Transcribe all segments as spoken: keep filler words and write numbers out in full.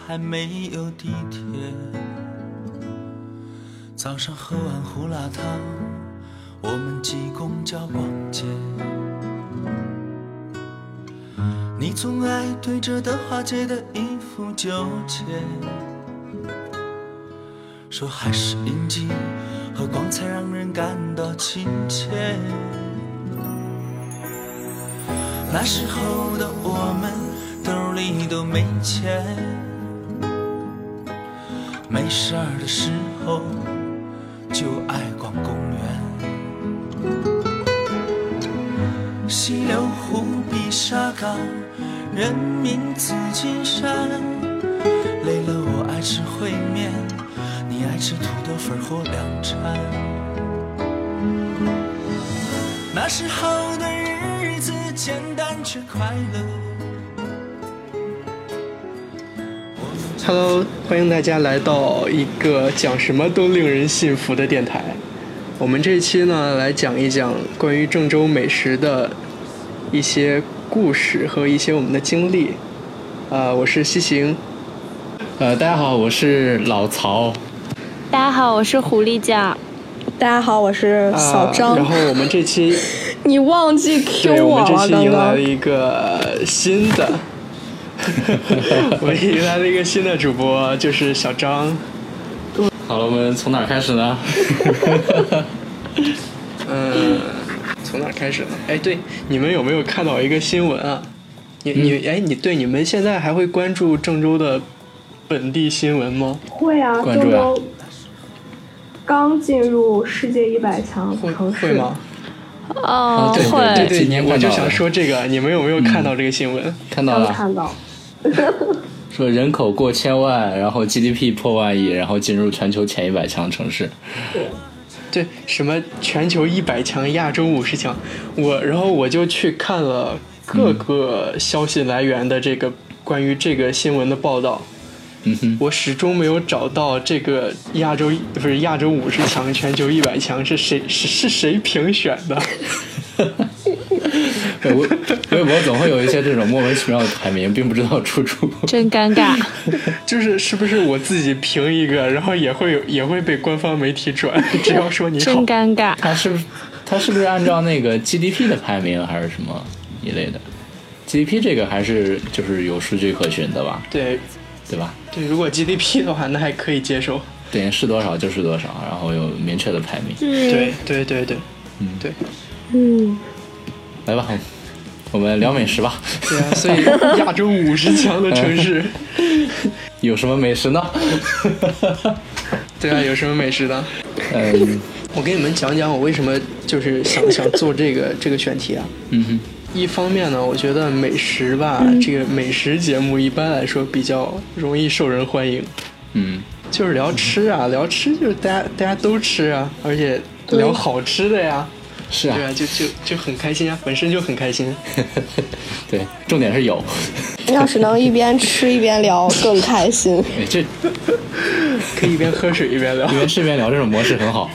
还没有地铁，早上喝完胡辣汤，我们挤公交逛街。你总爱对着德华街的衣服纠结，说还是印记和光彩让人感到亲切。那时候的我们兜里都没钱，没事儿的时候就爱逛公园。西流湖碧沙岗，人民紫金山，累了我爱吃烩面，你爱吃土豆粉或凉拌。那时候的日子简单却快乐。 Hello， 欢迎大家来到一个讲什么都令人信服的电台。我们这一期呢，来讲一讲关于郑州美食的一些故事和一些我们的经历。呃，我是西行。 呃，大家好，我是老曹。 大家好，我是狐狸酱。 大家好，我是小张。 呃、然后我们这期你忘记 Q 我了， 我们这期迎来了刚刚一个新的，我们迎来了一个新的主播，就是小张。 好了，我们从哪儿开始呢？ 嗯，从哪儿开始呢？哎，对，你们有没有看到一个新闻啊？你你哎，你对你们现在还会关注郑州的本地新闻吗？ 会啊， 关注啊。 郑州刚进入世界一百强城市。 会吗？ 哦， 对会。 对对对， 今年我就想说这个，你们有没有看到这个新闻？ 嗯、看到了。 看到。 说人口过千万，然后 G D P 破万亿，然后进入全球前一百强城市。 对。 对，什么全球一百强、亚洲五十强，我然后我就去看了各个消息来源的这个、嗯、关于这个新闻的报道。 嗯哼， 我始终没有找到这个亚洲不是亚洲五十强、全球一百强是谁是是谁评选的。 微微博总会有一些这种莫名其妙的排名，并不知道出处， 真尴尬。 就是是不是我自己评一个，然后也会有也会被官方媒体转，只要说你好。 真尴尬。 他是不是他是不是按照那个 G D P 的排名还是什么一类的 ？G D P 这个还是就是有数据可循的吧？ 对， 对吧？ 对，如果 G D P 的话，那还可以接受。 对，是多少就是多少，然后有明确的排名。 嗯、 对对对对， 嗯对， 嗯。 来吧，我们聊美食吧。 对啊，所以亚洲五十强的城市有什么美食呢？ 对啊，有什么美食呢？ 嗯， 我给你们讲讲我为什么就是想想做这个这个选题啊。 嗯哼。 一方面呢，我觉得美食吧，嗯、这个美食节目一般来说比较容易受人欢迎。 嗯。 就是聊吃啊，聊吃就是大家大家都吃啊，而且聊好吃的呀。 是啊， 对啊，就就就很开心啊，本身就很开心。 对，重点是有。 要是能一边吃一边聊，更开心。 这可以一边喝水一边聊， 一边吃一边聊，这种模式很好。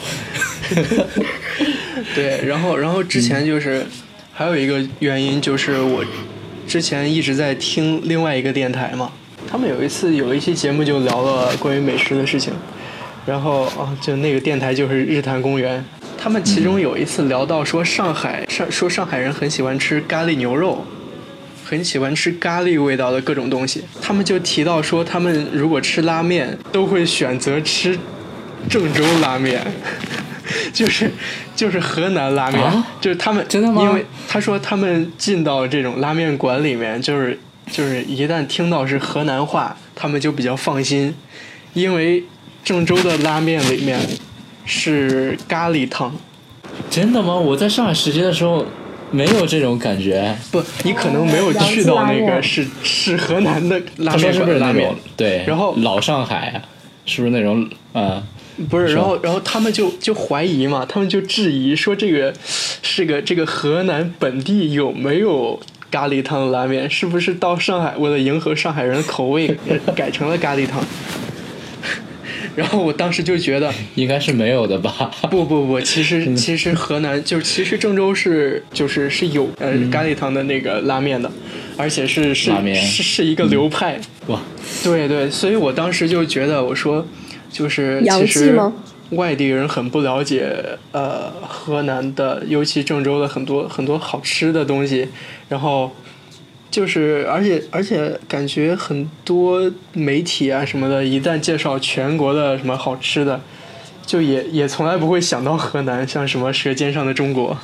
对，然后然后之前就是、嗯、还有一个原因就是我之前一直在听另外一个电台嘛，他们有一次有一期节目就聊了关于美食的事情，然后啊，就那个电台就是日坛公园。他们其中有一次聊到说上海上说上海人很喜欢吃咖喱牛肉，很喜欢吃咖喱味道的各种东西。他们就提到说，他们如果吃拉面都会选择吃郑州拉面，就是就是河南拉面，啊、就是他们真的吗？ 因为他说他们进到这种拉面馆里面，就是就是一旦听到是河南话，他们就比较放心，因为郑州的拉面里面是咖喱汤。 真的吗？我在上海实习的时候没有这种感觉。 不，你可能没有去到那个是是河南的拉面馆拉面。 对， 然后老上海是不是那种啊？ 不是，然后然后他们就就怀疑嘛，他们就质疑说这个是个这个河南本地有没有咖喱汤的拉面，是不是到上海为了迎合上海人的口味改成了咖喱汤？然后我当时就觉得应该是没有的吧。 不不不，其实其实河南就是其实郑州是就是是有呃咖喱汤的那个拉面的， 而且是是拉面是是一个流派。 哇， 对对，所以我当时就觉得，我说就是洋其实气吗？ 外地人很不了解呃河南的，尤其郑州的很多很多好吃的东西，然后就是而且而且感觉很多媒体啊什么的，一旦介绍全国的什么好吃的，就也也从来不会想到河南，像什么《舌尖上的中国》，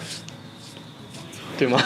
对吗？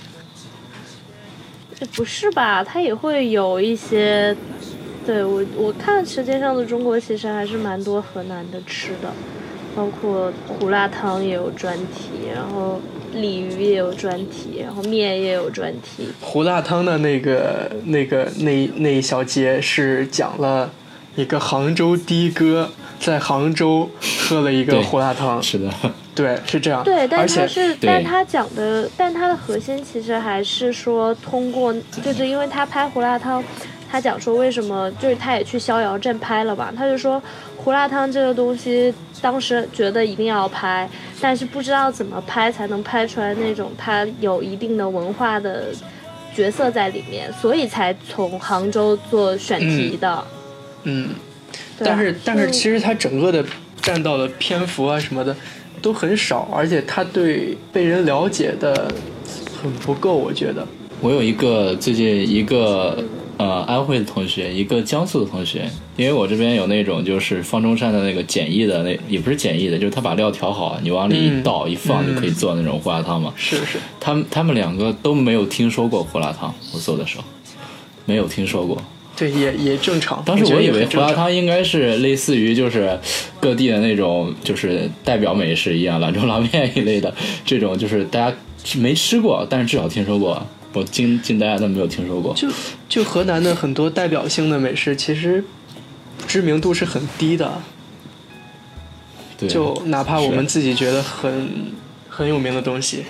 不是吧？它也会有一些，对我我看《舌尖上的中国》其实还是蛮多河南的吃的，包括胡辣汤也有专题，然后鲤鱼也有专题，然后面也有专题。 胡辣汤的那个那个那那一小节是讲了一个杭州的哥在杭州喝了一个胡辣汤， 是的， 对，是这样。 对，但而且他是，但他讲的，但他的核心其实还是说，通过，就是因为他拍胡辣汤，他讲说为什么，就是他也去逍遥镇拍了吧，他就说胡辣汤这个东西，当时觉得一定要拍，但是不知道怎么拍才能拍出来那种他有一定的文化的角色在里面，所以才从杭州做选题的。 嗯，嗯对啊但是但是其实他整个的占到的篇幅啊什么的都很少，而且他对被人了解的很不够，我觉得。 我有一个最近一个呃安徽的同学，一个江苏的同学，因为我这边有那种就是方中山的那个简易的，那也不是简易的，就是他把料调好，你往里一倒、嗯、一放就可以做那种胡辣汤嘛。 是是。 他们他们两个都没有听说过胡辣汤，我做的时候没有听说过。 对，也也正常。 当时我以为胡辣汤应该是类似于就是各地的那种就是代表美食一样，兰州拉面一类的这种，就是大家没吃过，但是至少听说过。我近近大家都没有听说过。 就就河南的很多代表性的美食，其实知名度是很低的。 对， 就哪怕我们自己觉得很很有名的东西。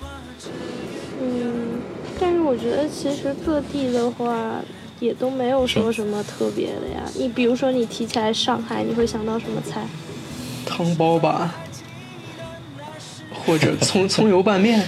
嗯，但是我觉得其实各地的话也都没有说什么特别的呀。你比如说你提起来上海，你会想到什么菜？ 汤包吧，或者葱葱油拌面。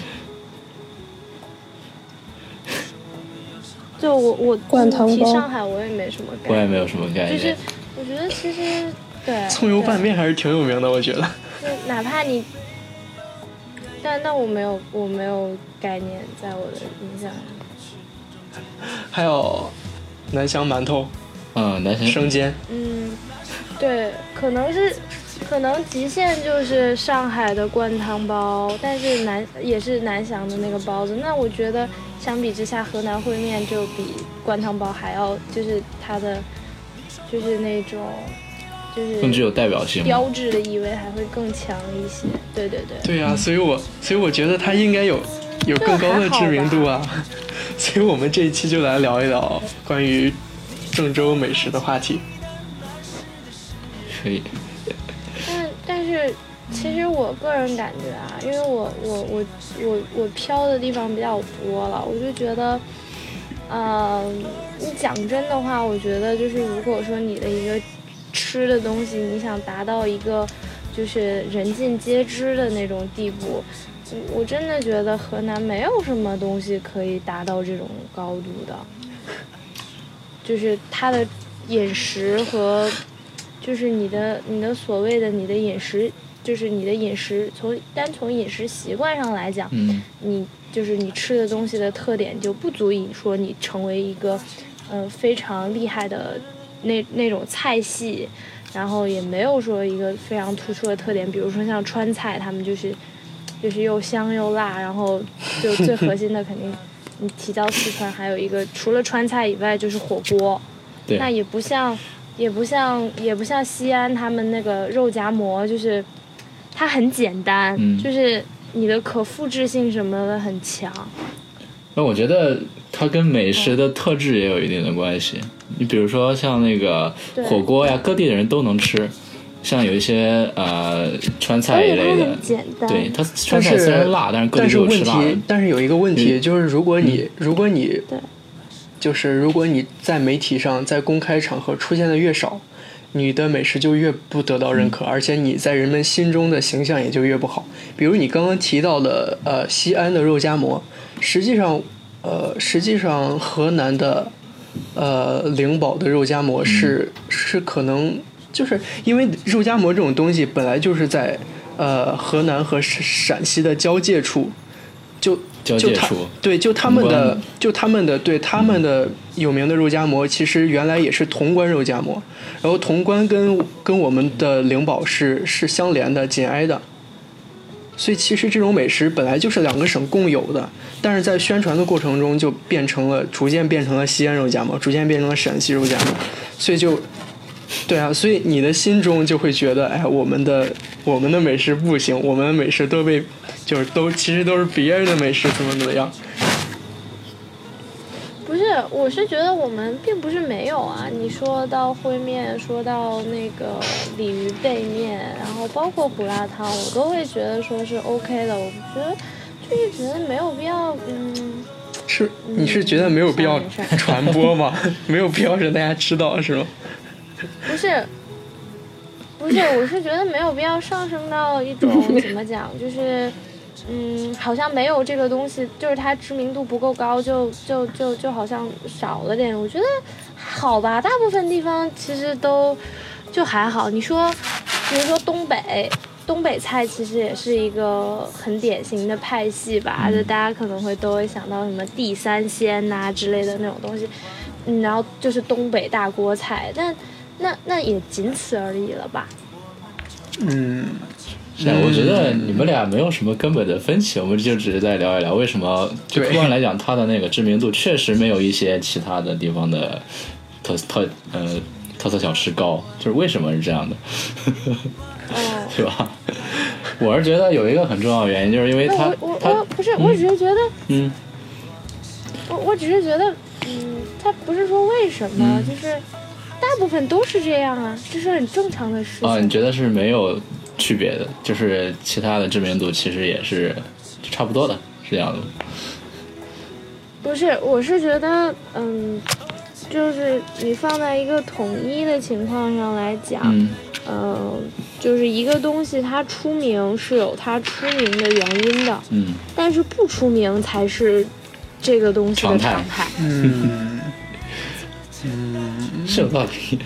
就我我灌汤包提上海我也没什么概念， 我也没有什么概念。 就是我觉得其实对葱油拌面还是挺有名的，我觉得。 就哪怕你，但那我没有我没有概念在我的印象上。 还有南翔馒头， 嗯，南翔生煎。 嗯，对，可能是可能极限就是上海的灌汤包，但是南也是南翔的那个包子。那我觉得相比之下，河南烩面就比灌汤包还要，就是它的就是那种就是更具有代表性， 标志的意味还会更强一些。对对对。 对啊，所以我所以我觉得它应该有有更高的知名度啊。所以我们这一期就来聊一聊关于郑州美食的话题。 可以。 但但是其实我个人感觉啊，因为我我我我我飘的地方比较多了，我就觉得，呃，你讲真的话，我觉得就是如果说你的一个吃的东西，你想达到一个就是人尽皆知的那种地步，我真的觉得河南没有什么东西可以达到这种高度的，就是它的饮食和。就是你的你的所谓的你的饮食，就是你的饮食从单从饮食习惯上来讲， 嗯， 你就是你吃的东西的特点就不足以说你成为一个，呃非常厉害的那那种菜系，然后也没有说一个非常突出的特点，比如说像川菜，他们就是就是又香又辣，然后就最核心的肯定你提到四川还有一个除了川菜以外就是火锅， 对， 那也不像。也不像也不像西安他们那个肉夹馍，就是它很简单、嗯、就是你的可复制性什么的很强。 那我觉得它跟美食的特质也有一定的关系、嗯、你比如说像那个火锅呀，各地的人都能吃，像有一些呃川菜一类的， 简单， 对，它川菜虽然辣，但是各地都有吃辣的。 但是问题，但是有一个问题、嗯、就是如果你、嗯、如果你对。 就是如果你在媒体上在公开场合出现的越少，你的美食就越不得到认可、嗯、而且你在人们心中的形象也就越不好。比如你刚刚提到的呃西安的肉夹馍，实际上呃，实际上河南的呃灵宝的肉夹馍是、嗯、是可能就是因为肉夹馍这种东西本来就是在呃河南和陕西的交界处，就交界处对，就他们的就他们的对他们的有名的肉夹馍，其实原来也是潼关肉夹馍，然后潼关跟跟我们的灵宝是是相连的，紧挨的。所以其实这种美食本来就是两个省共有的，但是在宣传的过程中就变成了逐渐变成了西安肉夹馍，逐渐变成了陕西肉夹馍，所以就对啊，所以你的心中就会觉得，哎，我们的我们的美食不行，我们的美食都被就是都其实都是别人的美食，怎么怎么样。 不是，我是觉得我们并不是没有啊。你说到烩面，说到那个鲤鱼背面，然后包括胡辣汤，我都会觉得说是 OK 的。我觉得就是觉得没有必要，嗯， 是你是觉得没有必要传播吗？没有必要让大家知道是吗？ 不是，不是，我是觉得没有必要上升到一种怎么讲，就是。嗯，好像没有这个东西，就是它知名度不够高，就就就就好像少了点。我觉得好吧，大部分地方其实都就还好。你说，比如说东北，东北菜其实也是一个很典型的派系吧，就大家可能会都会想到什么地三鲜呐、啊、之类的那种东西，嗯，然后就是东北大锅菜，但那那也仅此而已了吧？ 嗯。 是啊，我觉得你们俩没有什么根本的分歧，我们就只是在聊一聊为什么就客观来讲，它的那个知名度确实没有一些其他的地方的特特呃特色小吃高，就是为什么是这样的，对吧？我是觉得有一个很重要的原因，就是因为它我它我不是，我只是觉得， 嗯， 我我只是觉得，嗯，它不是说为什么，嗯、就是大部分都是这样啊，这是很正常的事情啊。 你觉得是没有区别的，就是其他的知名度其实也是差不多的，是这样的。 不是，我是觉得，嗯，就是你放在一个统一的情况上来讲，嗯、呃，就是一个东西它出名是有它出名的原因的， 嗯，但是不出名才是这个东西的常态。 嗯嗯， 是有道理，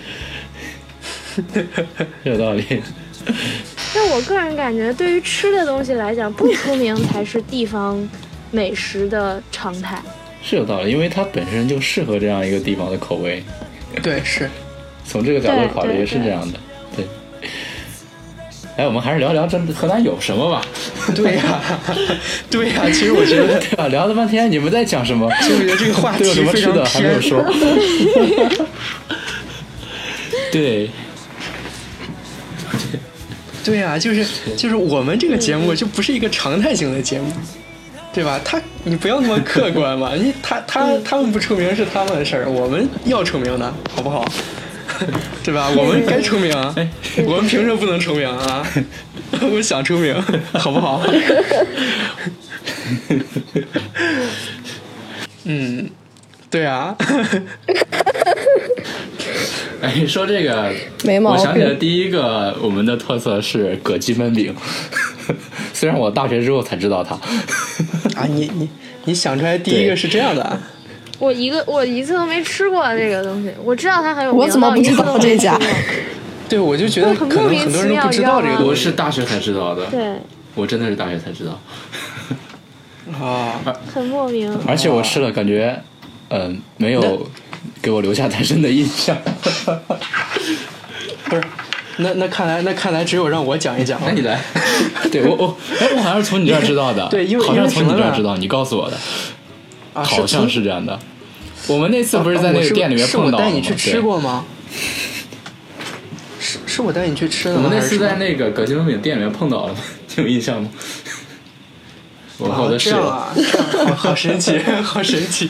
是有道理。 但我个人感觉，对于吃的东西来讲，不出名才是地方美食的常态。 是有道理，因为它本身就适合这样一个地方的口味。 对，是。 从这个角度考虑是这样的，对。对对哎，我们还是聊聊这河南有什么吧。 对呀、啊，对呀、啊，其实我觉得， 对吧、啊？聊了半天，你们在讲什么？ 其实我觉得这个话题非常偏， 还没有说。对。 对呀、啊，就是就是我们这个节目就不是一个常态性的节目，对吧？他你不要那么客观嘛，你他他他们不出名是他们的事儿，我们要出名的好不好？对吧？我们该出名，我们凭什么不能出名啊？我想出名，好不好？嗯，对啊。 哎，说这个， 没毛病。 我想起来第一个我们的特色是葛鸡焖饼，虽然我大学之后才知道它。 啊，你你你想出来第一个是这样的啊？ 我一个我一次都没吃过这个东西，我知道它很有名， 我怎么不知道这家？ 对，我就觉得可能很多人都不知道这个东西。 我是大学才知道的， 对， 我真的是大学才知道。 啊， 很莫名。 而且我吃了，感觉嗯、呃、没有给我留下太深的印象。 不是，那那看来那看来只有让我讲一讲。 那你来。对我我哎我好像是从你这儿知道的。 对，因为好像从你这儿知道，你告诉我的。 啊， 好像是这样的。我们那次不是在那个店里面碰到了吗？ 是我带你去吃过吗？是是我带你去吃的吗？ 我们那次在那个葛鸡焖饼店里面碰到了，你有印象吗？我和我的室友啊，这样好好神奇，好神奇。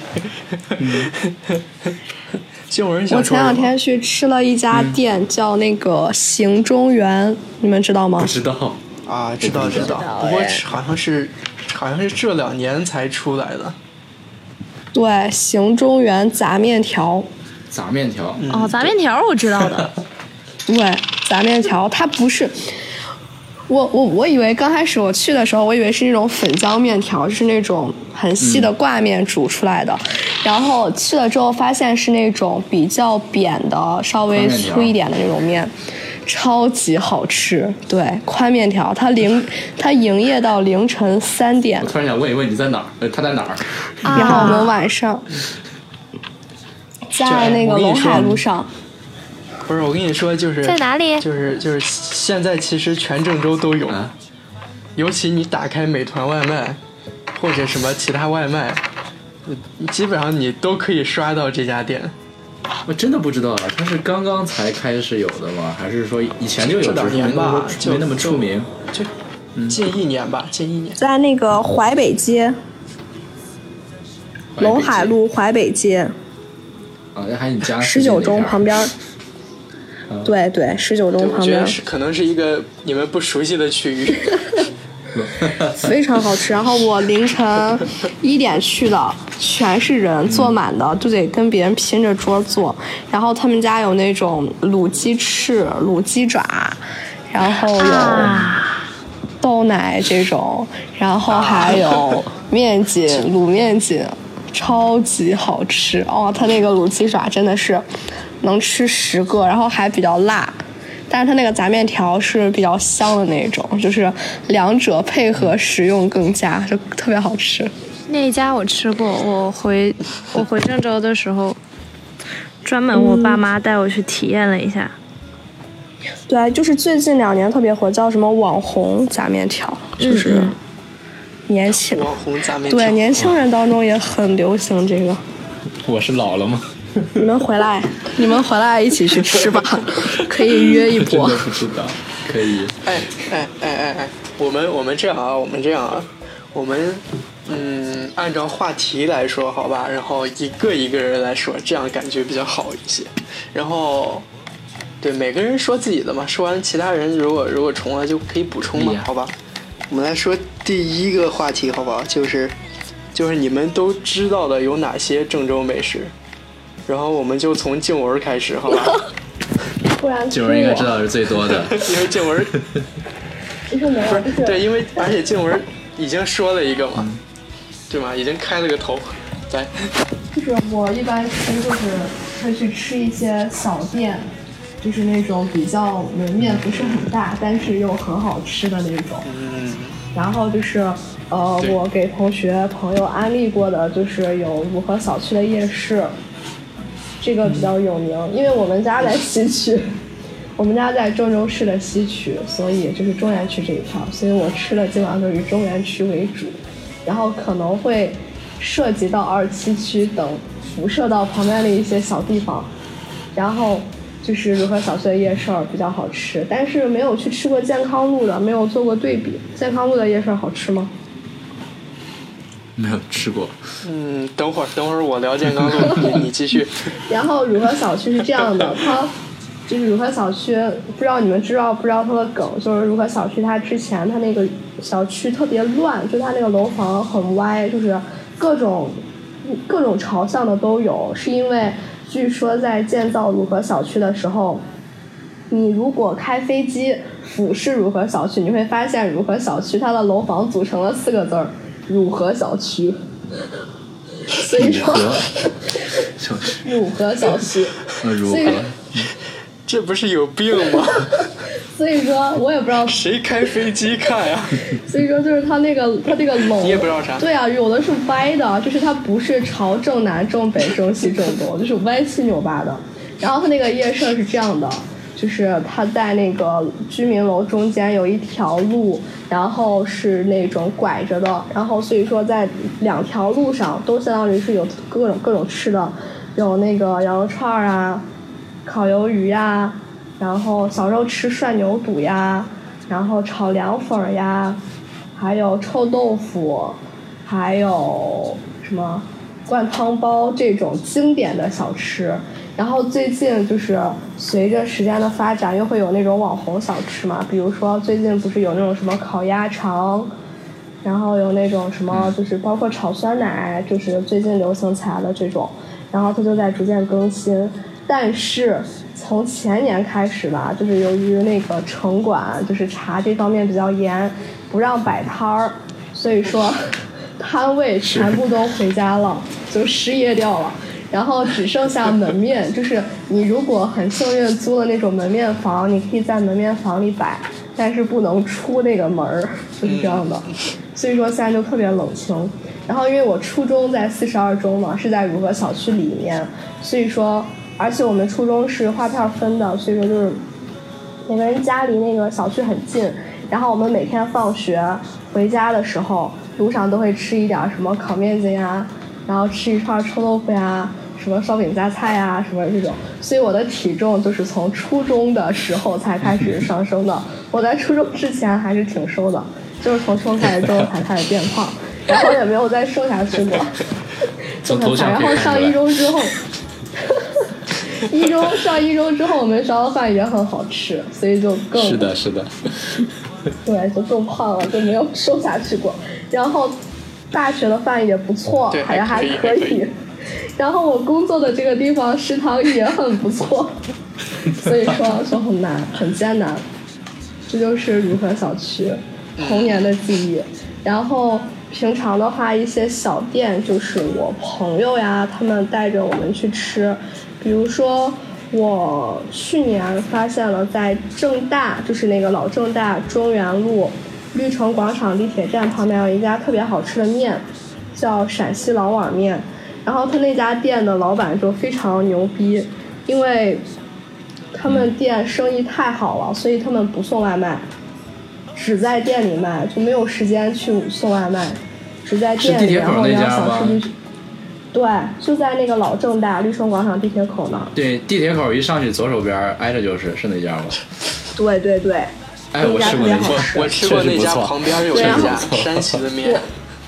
我前两天去吃了一家店，嗯、叫那个行中园，你们知道吗？ 不知道啊，知道知道，不过好像是好像是这两年才出来的。 对，行中园杂面条。 杂面条、 嗯、哦，杂面条我知道的。 对，杂面条它不是， 我我我以为刚开始我去的时候，我以为是那种粉浆面条，就是那种很细的挂面煮出来的，嗯、然后去了之后发现是那种比较扁的、稍微粗一点的那种面，超级好吃。对，宽面条，它凌它营业到凌晨三点。 我突然想问一问你在哪儿？呃，它在哪儿？ 啊、然后我们晚上在那个陇海路上。 不是，我跟你说，就是在哪里？ 就是就是现在其实全郑州都有，啊、尤其你打开美团外卖或者什么其他外卖，基本上你都可以刷到这家店。 我真的不知道啊，它是刚刚才开始有的吗？还是说以前就有？ 这两年吧， 就没那么出名。 就近一年吧，近一年。 在那个淮北街，陇海路淮北街。 啊，那还你家十九中旁边。对对，十九中旁边。我觉得是可能是一个你们不熟悉的区域。 非常好吃。然后我凌晨一点去的，全是人，坐满的，就得跟别人拼着桌坐。然后他们家有那种卤鸡翅、卤鸡爪，然后有豆奶这种，然后还有面筋、卤面筋，超级好吃哦！他那个卤鸡爪真的是能吃十个，然后还比较辣。但是它那个杂面条是比较香的那种，就是两者配合食用更佳，就特别好吃。 那一家我吃过，我回我回郑州的时候，专门我爸妈带我去体验了一下。 嗯、对，就是最近两年特别火，叫什么网红杂面条，就是年轻、 嗯、网红杂面条， 对年轻人当中也很流行这个。 我是老了吗？ 你们回来，你们回来一起去吃吧，可以约一波。 真的不知道，可以。 哎哎哎哎哎，我们我们这样啊，我们这样啊，我们嗯按照话题来说好吧，然后一个一个人来说，这样感觉比较好一些。然后对每个人说自己的嘛，说完其他人如果如果重了就可以补充嘛，好吧？我们来说第一个话题好不好？就是就是你们都知道的有哪些郑州美食？然后我们就从静文开始，好吧？ 不然静文应该知道是最多的， 因为静文其实没有，就是对，因为而且静文已经说了一个嘛，嗯、对吗？已经开了个头，来。 就是我一般吃就是会去吃一些小店，就是那种比较门面不是很大，但是又很好吃的那种。 嗯。 然后就是呃，我给同学朋友安利过的，就是有汝河小区的夜市。这个比较有名，因为我们家在西区，我们家在郑州市的西区，所以就是中原区这一条，所以我吃的基本上都是以中原区为主，然后可能会涉及到二七区等辐射到旁边的一些小地方，然后就是汝河小区的夜市比较好吃，但是没有去吃过健康路的，没有做过对比。健康路的夜市好吃吗？ 没有吃过。 嗯，等会儿，等会儿我聊健康路，你你继续。 然后汝河小区是这样的，它就是汝河小区，不知道你们知道不知道它的梗，就是汝河小区它之前它那个小区特别乱，就它那个楼房很歪，就是各种各种朝向的都有，是因为据说在建造汝河小区的时候，你如果开飞机俯视汝河小区，你会发现汝河小区它的楼房组成了四个字儿。汝河小区，所以说汝河小区， 所以这不是有病吗？ 所以说我也不知道谁开飞机看呀。 所以说就是它那个它这个楼， 你也不知道啥？ 对啊，有的是歪的，就是它不是朝正南、正北、正西、正东，就是歪七扭八的。然后它那个夜市是这样的。就是它在那个居民楼中间有一条路，然后是那种拐着的，然后所以说在两条路上都相当于是有各种各种吃的，有那个羊肉串啊、烤鱿鱼呀，然后小肉吃涮牛肚呀，然后炒凉粉呀，还有臭豆腐，还有什么灌汤包这种经典的小吃。然后最近就是随着时间的发展，又会有那种网红小吃嘛，比如说最近不是有那种什么烤鸭肠，然后有那种什么就是包括炒酸奶，就是最近流行起来的这种，然后它就在逐渐更新。但是从前年开始吧，就是由于那个城管就是查这方面比较严，不让摆摊儿，所以说摊位全部都回家了，就失业掉了。然后只剩下门面，就是你如果很幸运租了那种门面房，你可以在门面房里摆，但是不能出那个门儿，就是这样的。所以说现在就特别冷清。然后因为我初中在四十二中嘛，是在汝河小区里面，所以说而且我们初中是划片分的，所以说就是每个人家离那个小区很近。然后我们每天放学回家的时候，路上都会吃一点什么烤面筋啊，然后吃一串臭豆腐呀，什么烧饼夹菜呀，什么这种。所以我的体重就是从初中的时候才开始上升的。我在初中之前还是挺瘦的，就是从初中开始之后才开始变胖，然后也没有再瘦下去过，就很惨。然后上一中之后，一中上一中之后，我们学校饭也很好吃，所以就更是的，是的。 对，就更胖了，就没有瘦下去过。然后大学的饭也不错，还还可以。然后我工作的这个地方食堂也很不错，所以说就很难，很艰难。这就是汝河小区童年的记忆。然后平常的话，一些小店就是我朋友呀，他们带着我们去吃，比如说。我去年发现了在正大，就是那个老正大中原路绿城广场地铁站旁边有一家特别好吃的面，叫陕西老碗面。然后他那家店的老板就非常牛逼，因为他们店生意太好了，所以他们不送外卖，只在店里卖，就没有时间去送外卖，只在店里。然后要想吃就对，就在那个老正大绿城广场地铁口那儿。 对，地铁口一上去左手边挨着就是是那家吗？ 对对对， 哎，我吃过那家， 我我吃过那家，旁边有一家山西的面。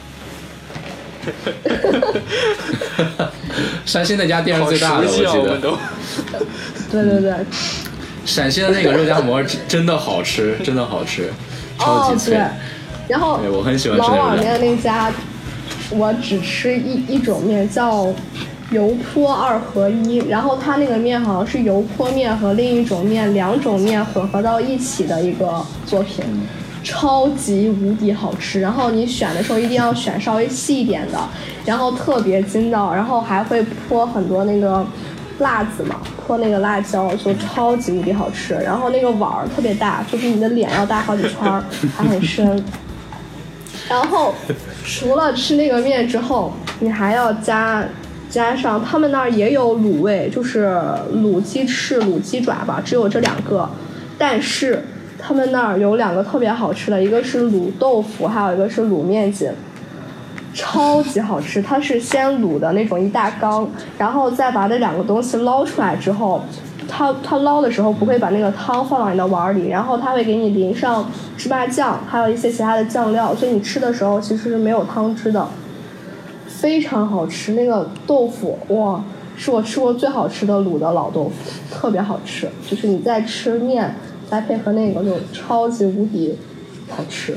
山西那家店是最大的，我记得。 对对对。 陕西的那个肉夹馍真的好吃，真的好吃，超级脆。 哦、对，然后对我很喜欢吃那老碗面那家。我只吃一一种面，叫油泼二合一，然后它那个面好像是油泼面和另一种面两种面混合到一起的一个作品，超级无敌好吃。然后你选的时候一定要选稍微细一点的，然后特别筋道，然后还会泼很多那个辣子嘛，泼那个辣椒，就超级无敌好吃。然后那个碗儿特别大，就比你的脸要大好几圈，还很深。然后除了吃那个面之后，你还要加加上他们那儿也有卤味，就是卤鸡翅、卤鸡爪吧，只有这两个。但是他们那儿有两个特别好吃的，一个是卤豆腐，还有一个是卤面筋，超级好吃。它是先卤的那种一大缸，然后再把这两个东西捞出来之后，他他捞的时候不会把那个汤放到你的碗里，然后他会给你淋上芝麻酱，还有一些其他的酱料，所以你吃的时候其实是没有汤汁的，非常好吃。那个豆腐哇，是我吃过最好吃的卤的老豆腐，特别好吃。就是你再吃面，再配合那个就超级无敌好吃。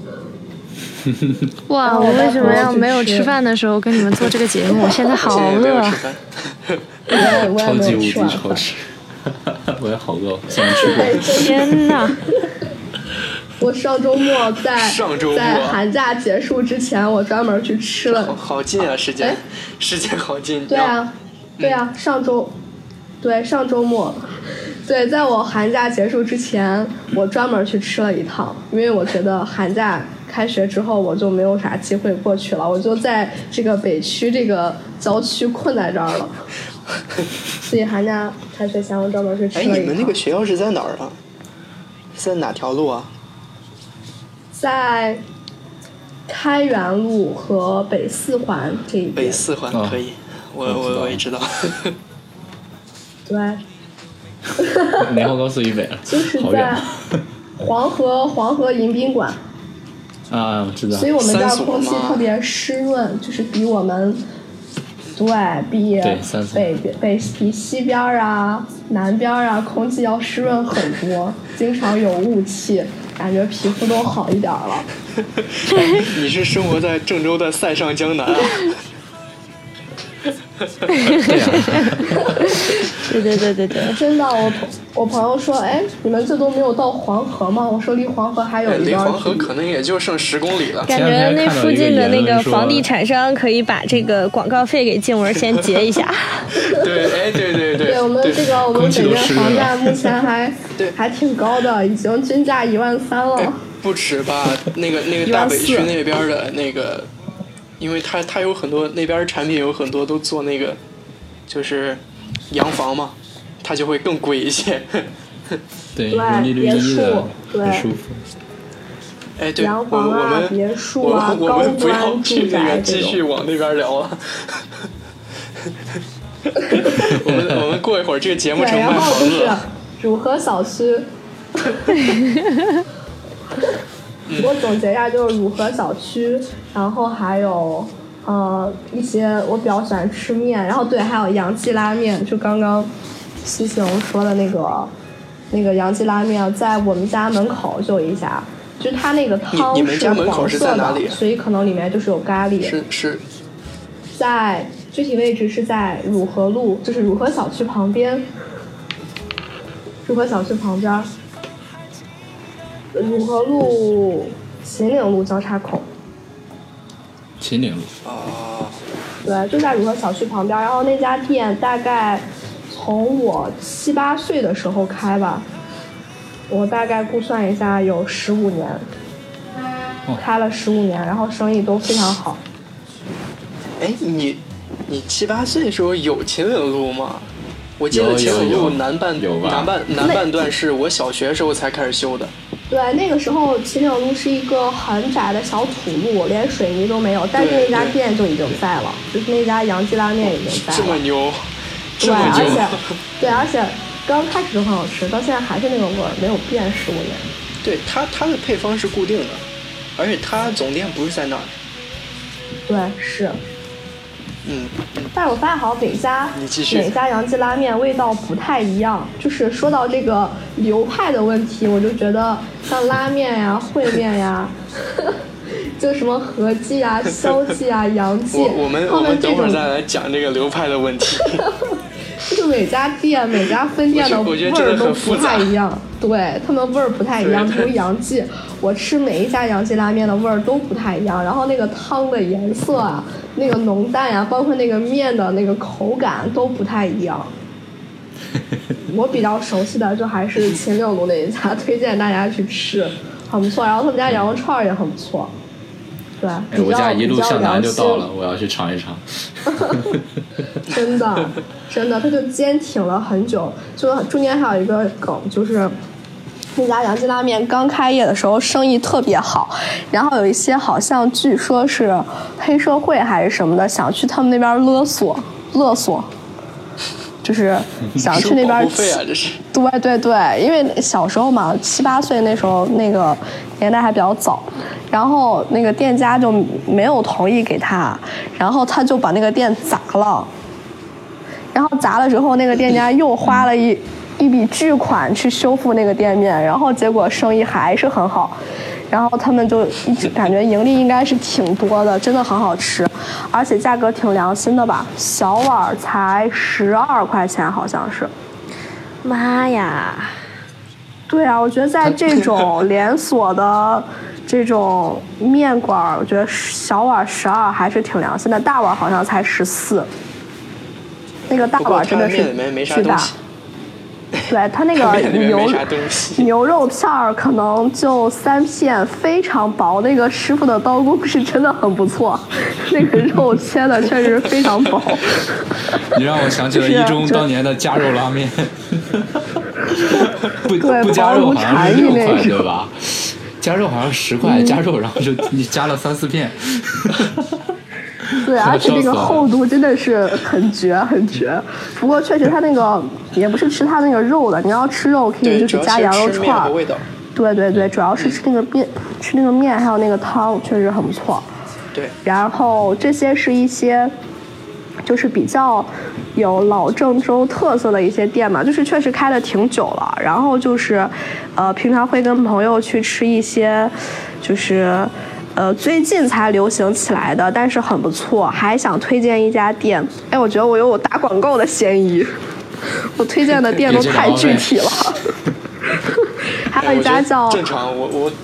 哇，我为什么要没有吃饭的时候跟你们做这个节目？我现在好饿。 超级无敌好吃。我也好饿，想吃过。 天哪！ 我上周末在上周末在寒假结束之前，我专门去吃了。 好, 好近啊，时间，时间好近。 对啊，对啊，嗯、上周，对上周末，对，在我寒假结束之前，我专门去吃了一趟，因为我觉得寒假开学之后我就没有啥机会过去了，我就在这个北区这个郊区困在这儿了。所以寒假开学前我专门去吃了一趟。 哎，你们那个学校是在哪儿啊？在哪条路啊？ 在开元路和北四环这一边。 北四环可以，哦、我我我也知道。 对。 南后高速以北了， 就是在黄河黄河迎宾馆。 啊，我知道。 所以我们这儿空气特别湿润，就是比我们。对，比北北比西边啊、南边啊，空气要湿润很多，经常有雾气，感觉皮肤都好一点了。 你是生活在郑州的塞上江南啊？ 对呀、啊， 对对对对对， 真的，我我朋友说，哎，你们这都没有到黄河吗？我说离黄河还有一离段黄河可能也就剩十公里了。 感觉那附近的那个房地产商可以把这个广告费给静文先结一下。 对，哎，对对对。 对我们这个我们北边房价目前还还挺高的，已经均价一万三了。 哎，不止吧？那个那个大北区那边的那个，因为它它有很多那边产品有很多都做那个，就是洋房嘛，它就会更贵一些。 对，容利率一的，很舒服。 哎，对， 洋房啊、 我们别墅啊、 我高们不要端住宅继续往那边聊了。我们我们过一会儿这个节目成卖房子了。 汝河小区。我总结一下，就是汝河小区，然后还有呃一些我比较喜欢吃面，然后对，还有杨记拉面，就刚刚西西龙说的那个那个杨记拉面，在我们家门口就有一家，就是它那个汤是黄色的，所以可能里面就是有咖喱。 是是， 在具体位置是在汝河路，就是汝河小区旁边，汝河小区旁边。汝河路、秦岭路交叉口。 秦岭路。 哦。 对，就在汝河小区旁边。然后那家店大概从我七八岁的时候开吧，我大概估算一下有十五年， 哦、 开了十五年，然后生意都非常好。 哎，你你七八岁的时候有秦岭路吗？我记得秦岭路南半南半南半段是我小学时候才开始修的。 对，那个时候秦岭路是一个很窄的小土路，连水泥都没有，但是那家店就已经在了，就是那家杨记拉面已经在了。 这么牛， 对， 这么牛。 而且对，而且刚开始就很好吃，到现在还是那个味儿，没有变十五年。 对，它它的配方是固定的，而且它总店不是在那儿。 对，是。 嗯， 但是我发现好像每家每家杨记拉面味道不太一样。就是说到这个流派的问题，我就觉得像拉面呀、烩面呀，就什么和记啊、萧记啊、杨记， 我我们我们等会儿再来讲这个流派的问题。 就是每家店、每家分店的味儿都不太一样，对他们味儿不太一样。比如杨记，我吃每一家杨记拉面的味儿都不太一样，然后那个汤的颜色啊、那个浓淡呀、啊，包括那个面的那个口感都不太一样。我比较熟悉的就还是秦岭路那一家，推荐大家去吃，很不错。然后他们家羊肉串也很不错。对， 哎，我家一路向南就到了，我要去尝一尝。 真的，真的，他就坚挺了很久。就中间还有一个梗，就是那家杨记拉面刚开业的时候生意特别好，然后有一些好像据说是黑社会还是什么的，想去他们那边勒索勒索。就是想去那边， 收保护费啊，这是。 对对对，因为小时候嘛，七八岁那时候那个年代还比较早，然后那个店家就没有同意给他，然后他就把那个店砸了，然后砸了之后，那个店家又花了一一笔巨款去修复那个店面，然后结果生意还是很好。然后他们就一直感觉盈利应该是挺多的，真的很好吃，而且价格挺良心的吧，小碗才十二块钱好像是。 妈呀！ 对啊，我觉得在这种连锁的这种面馆，我觉得小碗十二还是挺良心的，大碗好像才十四。那个大碗真的是巨大。对，它那个牛牛肉片儿可能就三片，非常薄。那个师傅的刀工是真的很不错，那个肉切的确实非常薄。 你让我想起了一中当年的加肉拉面，不不加肉好像是六块对吧？加肉好像十块，嗯、加肉然后就你加了三四片。 对，而且这个厚度真的是很绝很绝。不过确实它那个也不是吃它那个肉的，你要吃肉可以就是加羊肉串。对对对，主要是吃那个面，吃那个面还有那个汤，确实很不错。 对。 然后这些是一些就是比较有老郑州特色的一些店嘛，就是确实开的挺久了。然后就是呃平常会跟朋友去吃一些就是。 呃最近才流行起来的，但是很不错，还想推荐一家店。哎，我觉得我有我打广告的嫌疑，我推荐的店都太具体了。还有一家叫、 哎、正常，我我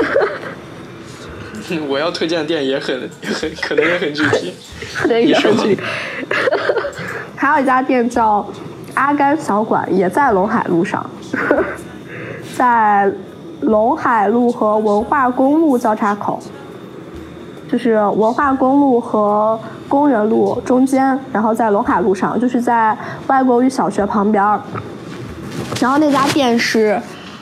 我要推荐的店也很也很可能也很具体， 可能也很具体。还有一家店叫阿甘小馆，也在陇海路上，在陇海路和文化公路交叉口，就是文化公路和工人路中间，然后在陇海路上，就是在外国语小学旁边。然后那家店是，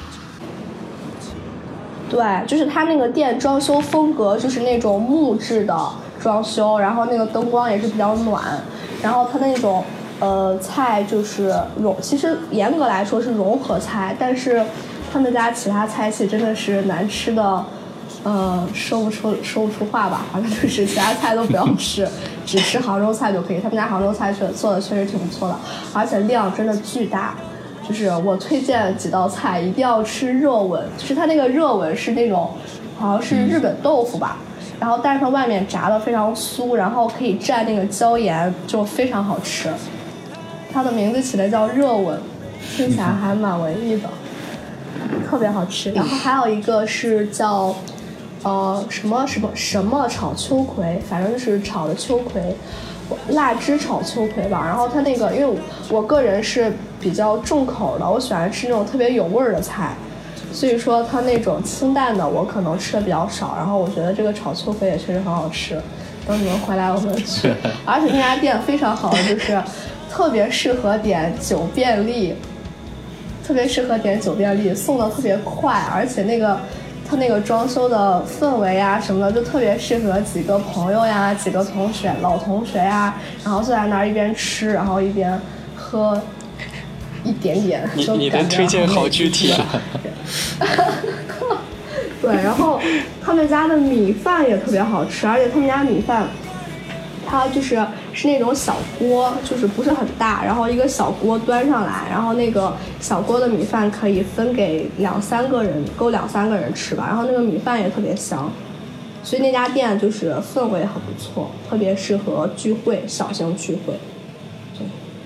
对，就是他那个店装修风格就是那种木质的装修，然后那个灯光也是比较暖，然后他那种呃菜就是融，其实严格来说是融合菜，但是他们家其他菜系真的是难吃的，呃，说不出说不出话吧，反正就是其他菜都不要吃，只吃杭州菜就可以。他们家杭州菜是做的确实挺不错的，而且量真的巨大。就是我推荐几道菜，一定要吃热吻，就是它那个热吻是那种好像是日本豆腐吧，然后但是它外面炸的非常酥，然后可以蘸那个椒盐，就非常好吃。它的名字起的叫热吻，听起来还蛮文艺的，特别好吃。然后还有一个是叫呃什么什么什么炒秋葵，反正就是炒的秋葵，腊汁炒秋葵吧。然后它那个因为我个人是比较重口的，我喜欢吃那种特别有味儿的菜，所以说它那种清淡的我可能吃的比较少。然后我觉得这个炒秋葵也确实很好吃，等你们回来我们去。而且那家店非常好，就是特别适合点九便利，特别适合点九便利，送的特别快，而且那个它那个装修的氛围啊什么的，就特别适合几个朋友呀、几个同学、老同学呀，然后坐在那儿一边吃，然后一边喝一点点。 你你的推荐好具体啊！ 对，然后他们家的米饭也特别好吃，而且他们家米饭，它就是是那种小锅，就是不是很大，然后一个小锅端上来，然后那个小锅的米饭可以分给两三个人，够两三个人吃吧。然后那个米饭也特别香，所以那家店就是氛围很不错，特别适合聚会，小型聚会。对，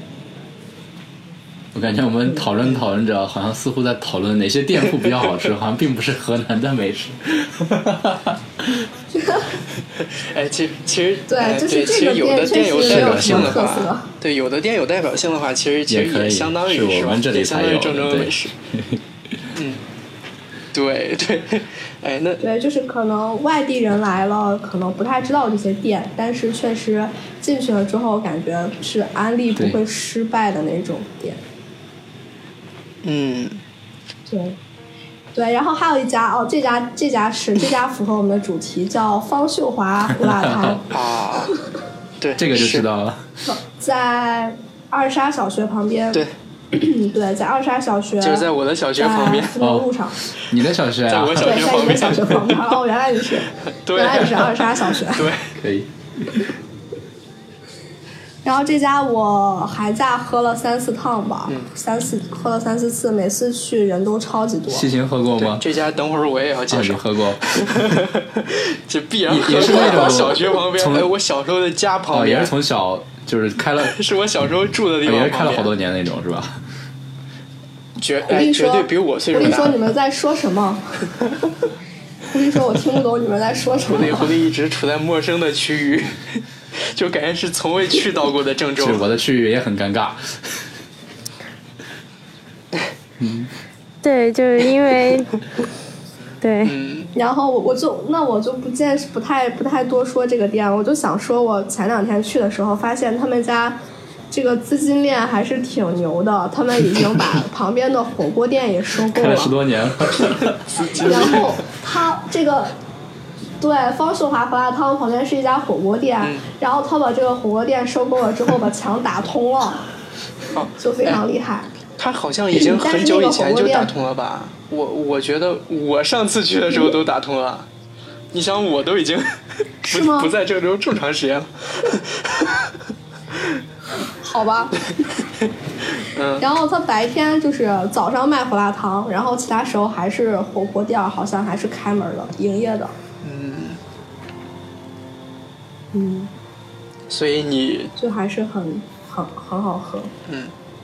我感觉我们讨论讨论着，好像似乎在讨论哪些店铺比较好吃，好像并不是河南的美食。 哎，其其实对， 哎、 就是对，其实有的店有代表性的话，对，有的店有代表性的话，其实其实也相当于是我们这里才有正宗的美食。嗯，对对，哎，那对，就是可能外地人来了，可能不太知道这些店，但是确实进去了之后，感觉是安利不会失败的那种店。 嗯， 对。对，然后还有一家哦，这家这家是这家符合我们的主题，叫方秀华胡辣汤啊，对， 这个就知道了， 在二沙小学旁边。 对， 对，在二沙小学， 就是在我的小学旁边， 四农路上。 哦，你的小学啊？ 在我小学旁边。 对，在你的小学旁边。哦，原来你是， 对， 原来你是二沙小学。 对， 可以。 然后这家我寒假喝了三四趟吧， 嗯、 三四喝了三四次，每次去人都超级多。 西行喝过吗？ 这家等会儿我也要介绍。 哦、喝过， 这必然喝过。 也是那种小学旁边，哎，我小时候的家旁边， 哦、也是从小就是开了， 是我小时候住的地方， 也是开了好多年那种，是吧？ 绝哎，绝对比我岁数大。 我跟你说，你们在说什么？狐狸说：“我听不懂你们在说什么。” 狐狸狐狸一直处在陌生的区域。就感觉是从未去到过的郑州。 是我的区域也很尴尬。 嗯，对，就是因为，对。 嗯。 然后我就那我就不见不太不太多说这个店，我就想说，我前两天去的时候发现他们家这个资金链还是挺牛的，他们已经把旁边的火锅店也收购了， 开了十多年了。 然后他这个。对，方秀华胡辣汤旁边是一家火锅店， 嗯、 然后他把这个火锅店收购了之后，把墙打通了， 哦、 就非常厉害。 哎、他好像已经很久以前就打通了吧？我我觉得我上次去的时候都打通了。你想，我都已经不不在郑州这么长时间了。 好吧。 嗯。 然后他白天就是早上卖胡辣汤，然后其他时候还是火锅店，好像还是开门的，营业的。 嗯， 嗯， 所以你就还是很很很好喝。 嗯，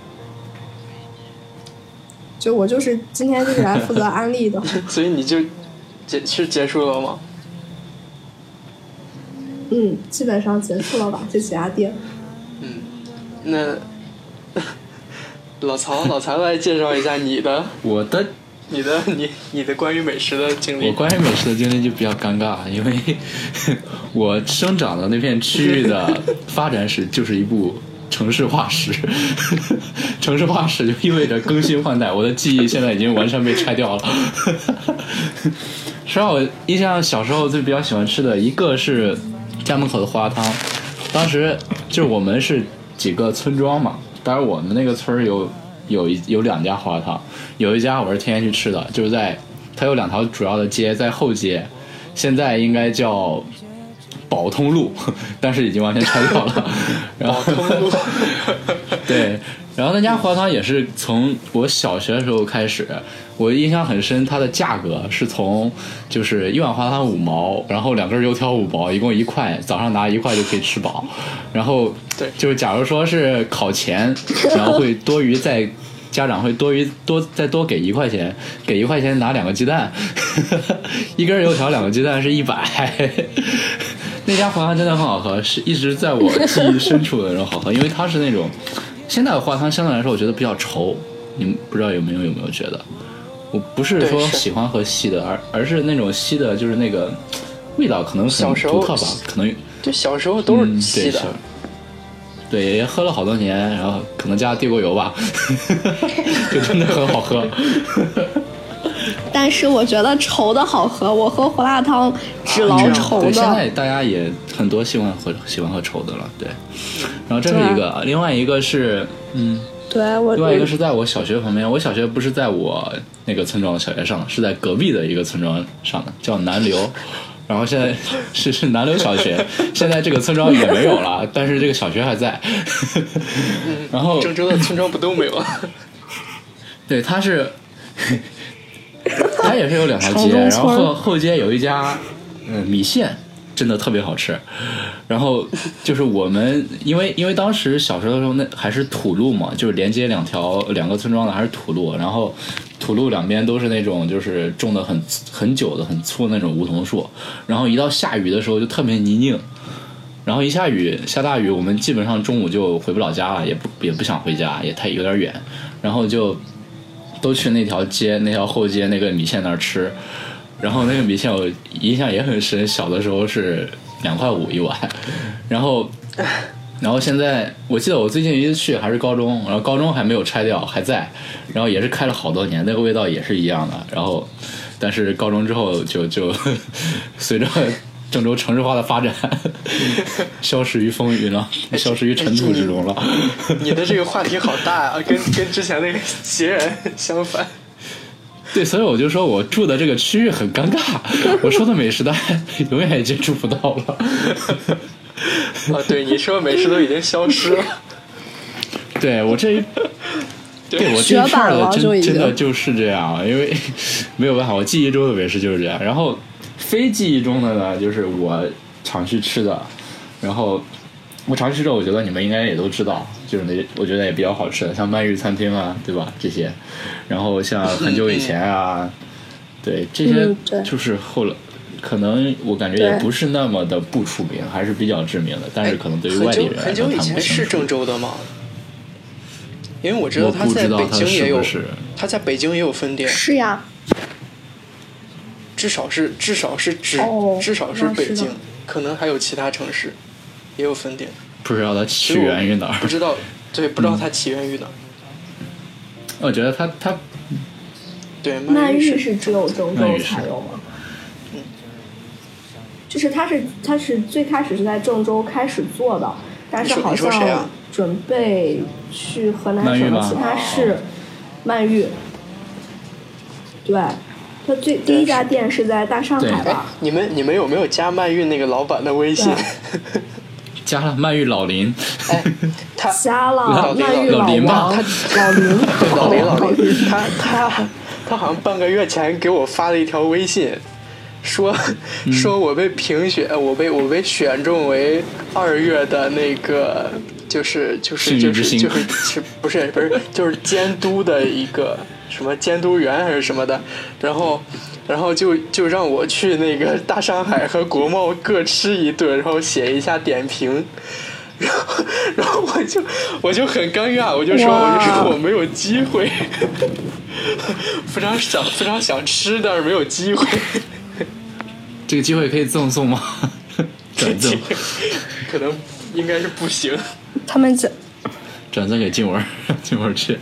就我就是今天就是来负责安利的。 所以你就结是结束了吗？ 嗯，基本上结束了吧，这几家店。 嗯，那老曹，老曹来介绍一下你的， 我的你的你你的关于美食的经历。 我关于美食的经历就比较尴尬，因为我生长的那片区域的发展史就是一部城市化史，城市化史就意味着更新换代，我的记忆现在已经完全被拆掉了。实际上，我印象小时候最比较喜欢吃的一个是家门口的胡辣汤，当时就是我们是几个村庄嘛，当然我们那个村儿有有一有两家胡辣汤，有一家我是天天去吃的，就是在它有两条主要的街，在后街，现在应该叫宝通路，但是已经完全拆掉了。然后宝通路， 对，然后那家胡辣汤也是从我小学的时候开始，我印象很深，它的价格是从就是一碗胡辣汤五毛，然后两根油条五毛，一共一块，早上拿一块就可以吃饱。然后对， 就是假如说是考前，然后会多余再家长会多余多再多给一块钱，给一块钱拿两个鸡蛋，一根油条两个鸡蛋是一百。那家胡辣汤真的很好喝，是一直在我记忆深处的那种好喝，因为它是那种现在的胡辣汤相对来说我觉得比较稠，你们不知道有没有有没有觉得？我不是说喜欢喝稀的，而而是那种稀的，就是那个味道可能很独特吧，可能就小时候都是稀的。 嗯、对, 对，也喝了好多年，然后可能加地沟油吧，就真的很好喝。 但是我觉得稠的好喝，我喝胡辣汤只捞稠的。 对，现在大家也很多喜欢喝喜欢喝稠的了，对。然后这是一个，另外一个是，嗯， 对我。 另外一个是在我小学旁边，我小学不是在我那个村庄的小学上的，是在隔壁的一个村庄上的，叫南流。然后现在是是南流小学，现在这个村庄也没有了，但是这个小学还在。然后郑州的村庄不都没有了？ 对，它是。它也是有两条街，然后后后街有一家，嗯，米线真的特别好吃。然后就是我们，因为因为当时小时候的时候那还是土路嘛，就是连接两条两个村庄的还是土路，然后土路两边都是那种就是种的很很久的很粗的那种梧桐树，然后一到下雨的时候就特别泥泞，然后一下雨下大雨，我们基本上中午就回不了家了，也不也不想回家，也太有点远，然后就。都去那条街那条后街那个米线那儿吃，然后那个米线我印象也很深，小的时候是两块五一碗，然后然后现在我记得我最近一次去还是高中，然后高中还没有拆掉还在，然后也是开了好多年，那个味道也是一样的，然后但是高中之后就就随着郑州城市化的发展消失于风云了，消失于尘土之中了。 你的这个话题好大啊，跟跟之前那个截然相反。 对，所以我就说我住的这个区域很尴尬，我说的美食的永远也接触不到了。 啊，对，你说美食都已经消失了。 对我这一，对我这一片的真真的就是这样，因为没有办法，我记忆中的美食就是这样。然后非记忆中的呢，就是我常去吃的，然后我常去吃的，我觉得你们应该也都知道，就是那我觉得也比较好吃的，像曼玉餐厅啊，对吧？这些，然后像很久以前啊，对这些就是后来。可能我感觉也不是那么的不出名，还是比较知名的，但是可能对于外地人来说， 很久以前是郑州的吗？因为我知道他在北京也有，他在北京也有分店。 是呀， 至少是至少是只、 哦、 至少是北京，可能还有其他城市也有分店。 不知道它起源于哪儿？ 不知道，对，不知道它起源于哪儿。 嗯、我觉得它它对曼玉是只有郑州才有吗？就是它是它是最开始是在郑州开始做的，但是好像准备去河南省的其他市。曼玉，对，它最第一家店是在大上海吧？ 你们你们有没有加曼玉那个老板的微信？ 加了曼玉老林， 哎，他加了曼玉老林吧？ 老林， 对老林老林，他他他好像半个月前给我发了一条微信。 说说我被评选，我被我被选中为二月的那个，就是就是就是就是是不是不是就是监督的一个什么监督员还是什么的，然后然后就就让我去那个大上海和国贸各吃一顿，然后写一下点评。然后，然后我就我就很尴尬，我就说我就说我没有机会，非常想非常想吃，但是没有机会。 这个机会可以赠送吗？转赠？ 可能应该是不行。 他们讲转赠给静文，静文去。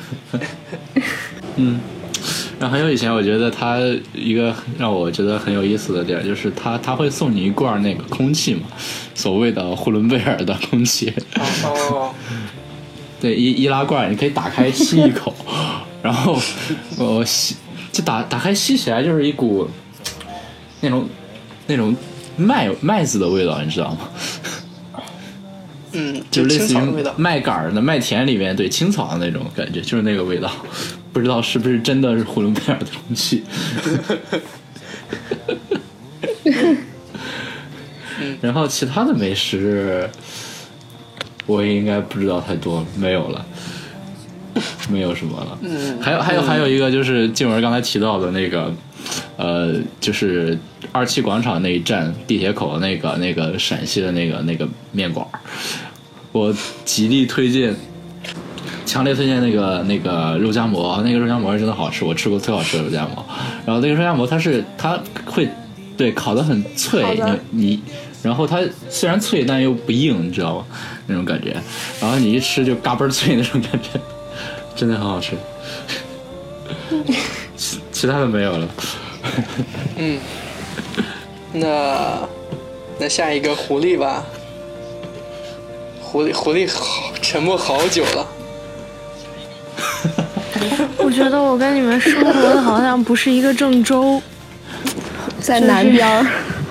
嗯。然后还有以前我觉得他一个让我觉得很有意思的点就是他他会送你一罐那个空气嘛，所谓的呼伦贝尔的空气。 哦。 对，易易拉罐你可以打开吸一口，然后我吸就打打开吸起来就是一股那种那种麦麦子的味道，你知道吗？ 嗯， 就类似于麦秆的麦田里面对青草的那种感觉，就是那个味道。不知道是不是真的是呼伦贝尔的空气。然后其他的美食我应该不知道太多了，没有了，没有什么了。嗯，还有还有还有一个就是静文刚才提到的那个呃就是二七广场那一站地铁口那个那个陕西的那个那个面馆，我极力推荐，强烈推荐那个那个肉夹馍，那个肉夹馍是真的好吃，我吃过最好吃的肉夹馍。然后那个肉夹馍它是它会对烤得很脆，你你然后它虽然脆但又不硬，你知道吗？那种感觉，然后你一吃就嘎嘣脆那种感觉，真的很好吃。其其他的没有了。 嗯，那那下一个狐狸吧。狐狸狐狸好沉默好久了。 我觉得我跟你们生活的好像不是一个郑州， 在南边儿。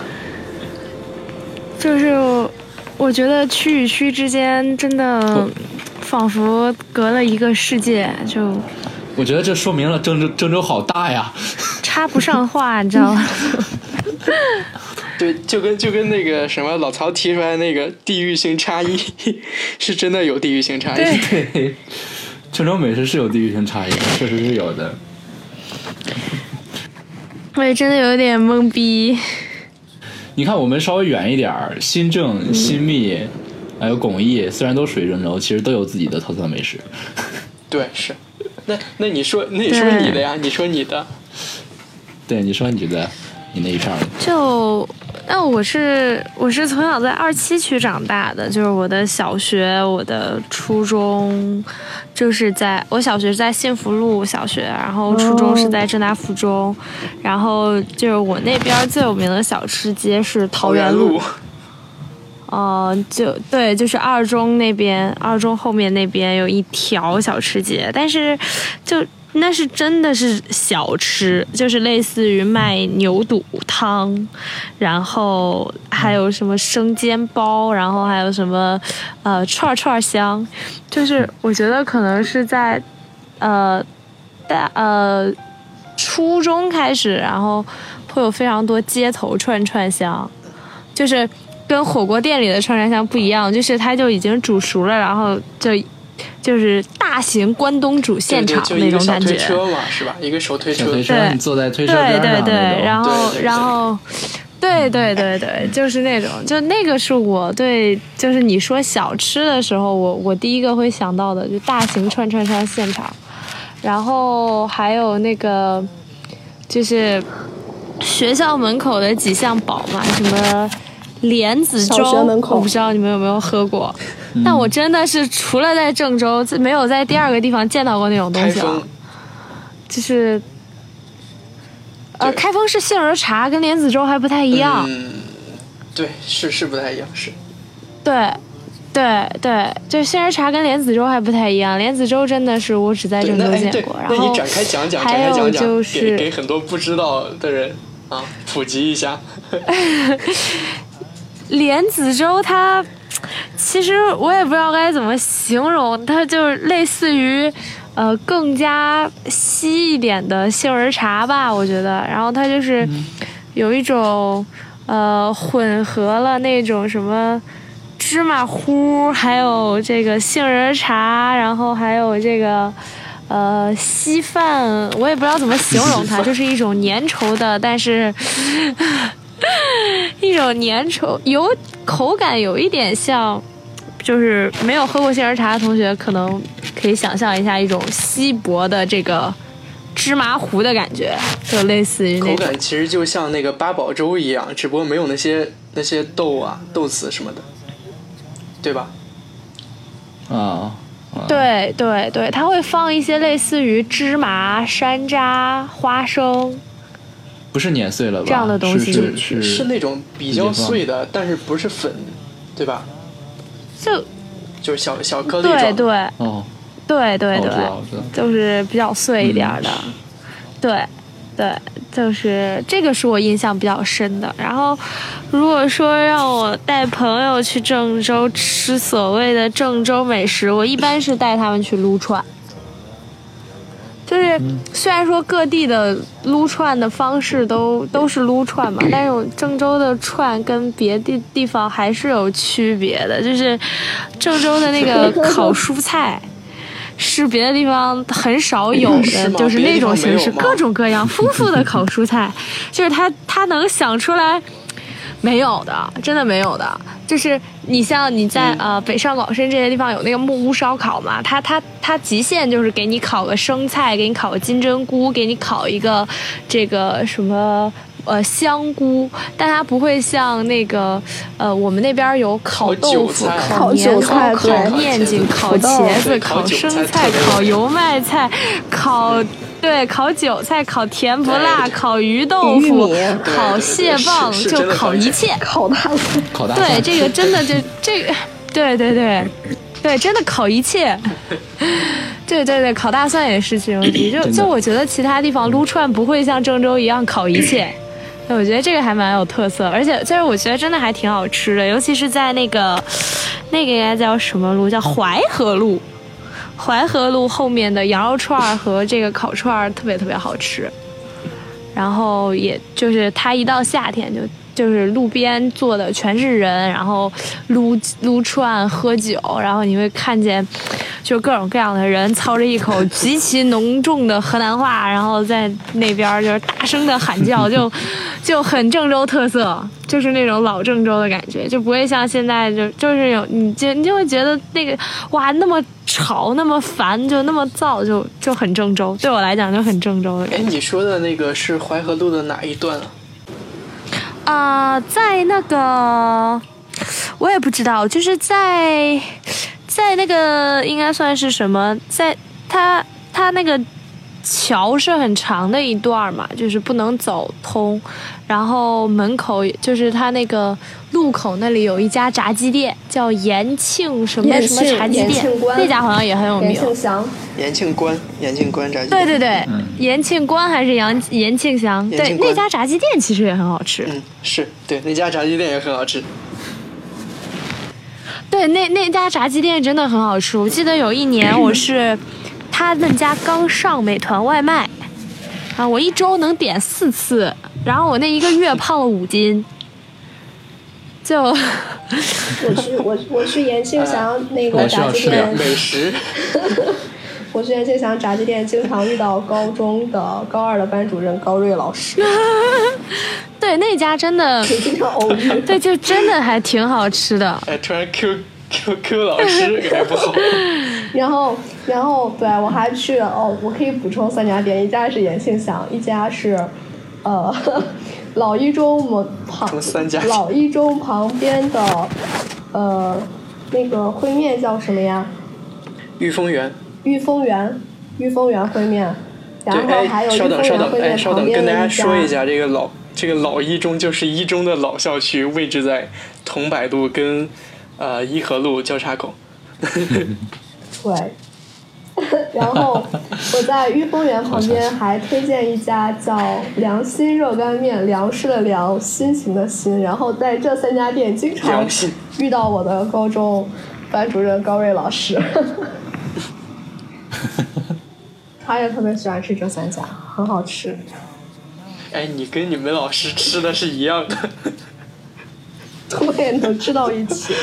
就是，就是我觉得区与区之间真的仿佛隔了一个世界，就。 我觉得这说明了郑州郑州好大呀， 插不上话，你知道吗？ 对，就跟就跟那个什么老曹提出来那个地域性差异，是真的有地域性差异。 对，对郑州美食是有地域性差异，确实是有的。 我也真的有点懵逼。 你看，我们稍微远一点，新郑、新密，嗯、还有巩义，虽然都属于郑州，其实都有自己的特色美食。 对，是。那那你说，那你说你的呀？你说你的。 对，你说你的，你那一片的。 就那我是我是从小在二七区长大的，就是我的小学、我的初中，就是在我小学在幸福路小学，然后初中是在正大附中，哦、然后就是我那边最有名的小吃街是桃源路。哦、呃，就对，就是二中那边，二中后面那边有一条小吃街，但是就那是真的是小吃，就是类似于卖牛肚汤，然后还有什么生煎包，然后还有什么呃串串香，就是我觉得可能是在呃大呃初中开始，然后会有非常多街头串串香，就是。跟火锅店里的串串香不一样，就是它就已经煮熟了，然后就就是大型关东煮现场那种感觉。 对对，就一个小推车嘛，是吧？一个手推车， 推车你坐在推车边上对对对，然后对对对然后对对对对，就是那种，就那个是我对，就是你说小吃的时候，我我第一个会想到的就大型串串香现场，然后还有那个就是学校门口的几项宝嘛，什么。莲子粥，我不知道你们有没有喝过，嗯、但我真的是除了在郑州，没有在第二个地方见到过那种东西了。就是，呃，开封是杏仁茶，跟莲子粥还不太一样。 嗯，对，是是不太一样，是。 对，对对，就杏仁茶跟莲子粥还不太一样，莲子粥真的是我只在郑州见过。然后， 那你展开讲讲，展开讲讲， 就是给给很多不知道的人啊普及一下。 莲子粥它其实我也不知道该怎么形容，它就是类似于呃更加稀一点的杏仁茶吧，我觉得。然后它就是、 有一种呃混合了那种什么芝麻糊，还有这个杏仁茶，然后还有这个呃稀饭，我也不知道怎么形容它，就是一种粘稠的，但是一种粘稠，有口感有一点像。就是没有喝过杏仁茶的同学，可能可以想象一下一种稀薄的这个芝麻糊的感觉，就类似于那种口感其实就像那个八宝粥一样，只不过没有那些那些豆啊、豆子什么的，对吧？ 啊，啊对对对，它会放一些类似于芝麻、山楂、花生， 不是碾碎了吧？ 这样的东西是是是是那种比较碎的，但是不是粉，对吧？ 就就是小小颗粒状。 对对哦， 对对对哦我知道我知道， 就是比较碎一点的， 嗯对对，就是这个是我印象比较深的。然后，如果说让我带朋友去郑州吃所谓的郑州美食，我一般是带他们去撸串。就是虽然说各地的撸串的方式都都是撸串嘛，但是我郑州的串跟别的地方还是有区别的。就是郑州的那个烤蔬菜是别的地方很少有的， 是吗就是那种形式， 别的地方没有吗各种各样丰富的烤蔬菜，就是他他能想出来。没有的，真的没有的。就是你像你在、嗯、呃北上广深这些地方有那个木屋烧烤嘛，它它它极限就是给你烤个生菜，给你烤个金针菇，给你烤一个这个什么呃香菇，但它不会像那个呃我们那边有烤豆腐、 烤年菜、 烤面筋、烤茄子、烤生菜、烤油麦菜、烤。对，烤韭菜，烤甜不辣，烤鱼豆腐，烤蟹棒，就烤一切， 烤大蒜， 烤大蒜。 对，这个真的就这个，对对对，对，真的烤一切。对对对，烤大蒜也是其中之一。就就我觉得其他地方撸串不会像郑州一样烤一切，我觉得这个还蛮有特色，而且就是我觉得真的还挺好吃的，尤其是在那个那个应该叫什么路，叫淮河路。淮河路后面的羊肉串和这个烤串特别特别好吃，然后也就是它一到夏天就就是路边坐的全是人，然后撸撸串喝酒，然后你会看见就各种各样的人操着一口极其浓重的河南话，然后在那边就是大声的喊叫，就就很郑州特色，就是那种老郑州的感觉，就不会像现在就就是有你就你就会觉得那个哇那么吵那么烦就那么燥，就就很郑州，对我来讲就很郑州的感觉。 哎，你说的那个是淮河路的哪一段啊？ 啊、呃，在那个我也不知道，就是在在那个应该算是什么，在它它那个桥是很长的一段嘛，就是不能走通，然后门口就是它那个路口那里有一家炸鸡店，叫延庆什么什么炸鸡店，那家好像也很有名。 延庆祥， 延庆关，延庆关炸鸡店。 对对对，嗯、延庆关还是延延庆祥？对，那家炸鸡店其实也很好吃。 嗯，是对，那家炸鸡店也很好吃。 对，那那家炸鸡店真的很好吃。我记得有一年我是。他们家刚上美团外卖，啊，我一周能点四次，然后我那一个月胖了五斤，就我去我我去延庆祥那个炸鸡店美食， 我去延庆祥炸鸡店经常遇到高中的高二的班主任高瑞老师， 对那家真的经常偶遇， 对，就真的还挺好吃的。 哎，突然 Q Q Q 老师感觉不好。 然后，然后，对我还去哦，我可以补充三家店，一家是延庆祥，一家是，呃，老一中旁老一中旁边的，呃，那个烩面叫什么呀？ 裕丰园。 裕丰园，裕丰园烩面，然后还有裕丰园烩面旁边的一家。 跟大家说一下，这个老这个老一中就是一中的老校区，位置在桐柏路跟呃颐和路交叉口。 对，然后我在裕丰园旁边还推荐一家叫良心热干面，粮食的粮，心情的心。然后在这三家店经常遇到我的高中班主任高瑞老师，他也特别喜欢吃这三家，很好吃。 哎，你跟你们老师吃的是一样的。 对，能吃到一起。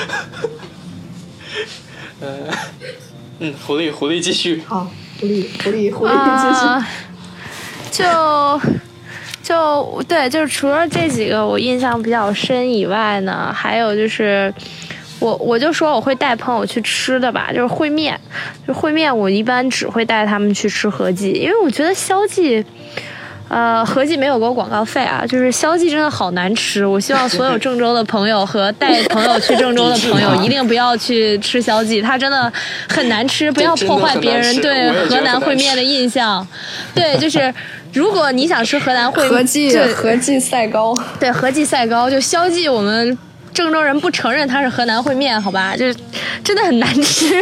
呃，嗯，狐狸，狐狸继续。 好，狐狸，狐狸，狐狸继续。 啊、就就对，就是除了这几个我印象比较深以外呢，还有就是我我就说我会带朋友去吃的吧，就是烩面，就烩面我一般只会带他们去吃和记，因为我觉得萧记。呃，和记没有给我广告费啊，就是萧记真的好难吃。我希望所有郑州的朋友和带朋友去郑州的朋友一定不要去吃萧记，它真的很难吃，不要破坏别人对河南烩面的印象。对，就是如果你想吃河南烩面， 和记和记赛高， 对，和记赛高，就萧记我们郑州人不承认它是河南烩面，好吧，就是真的很难吃。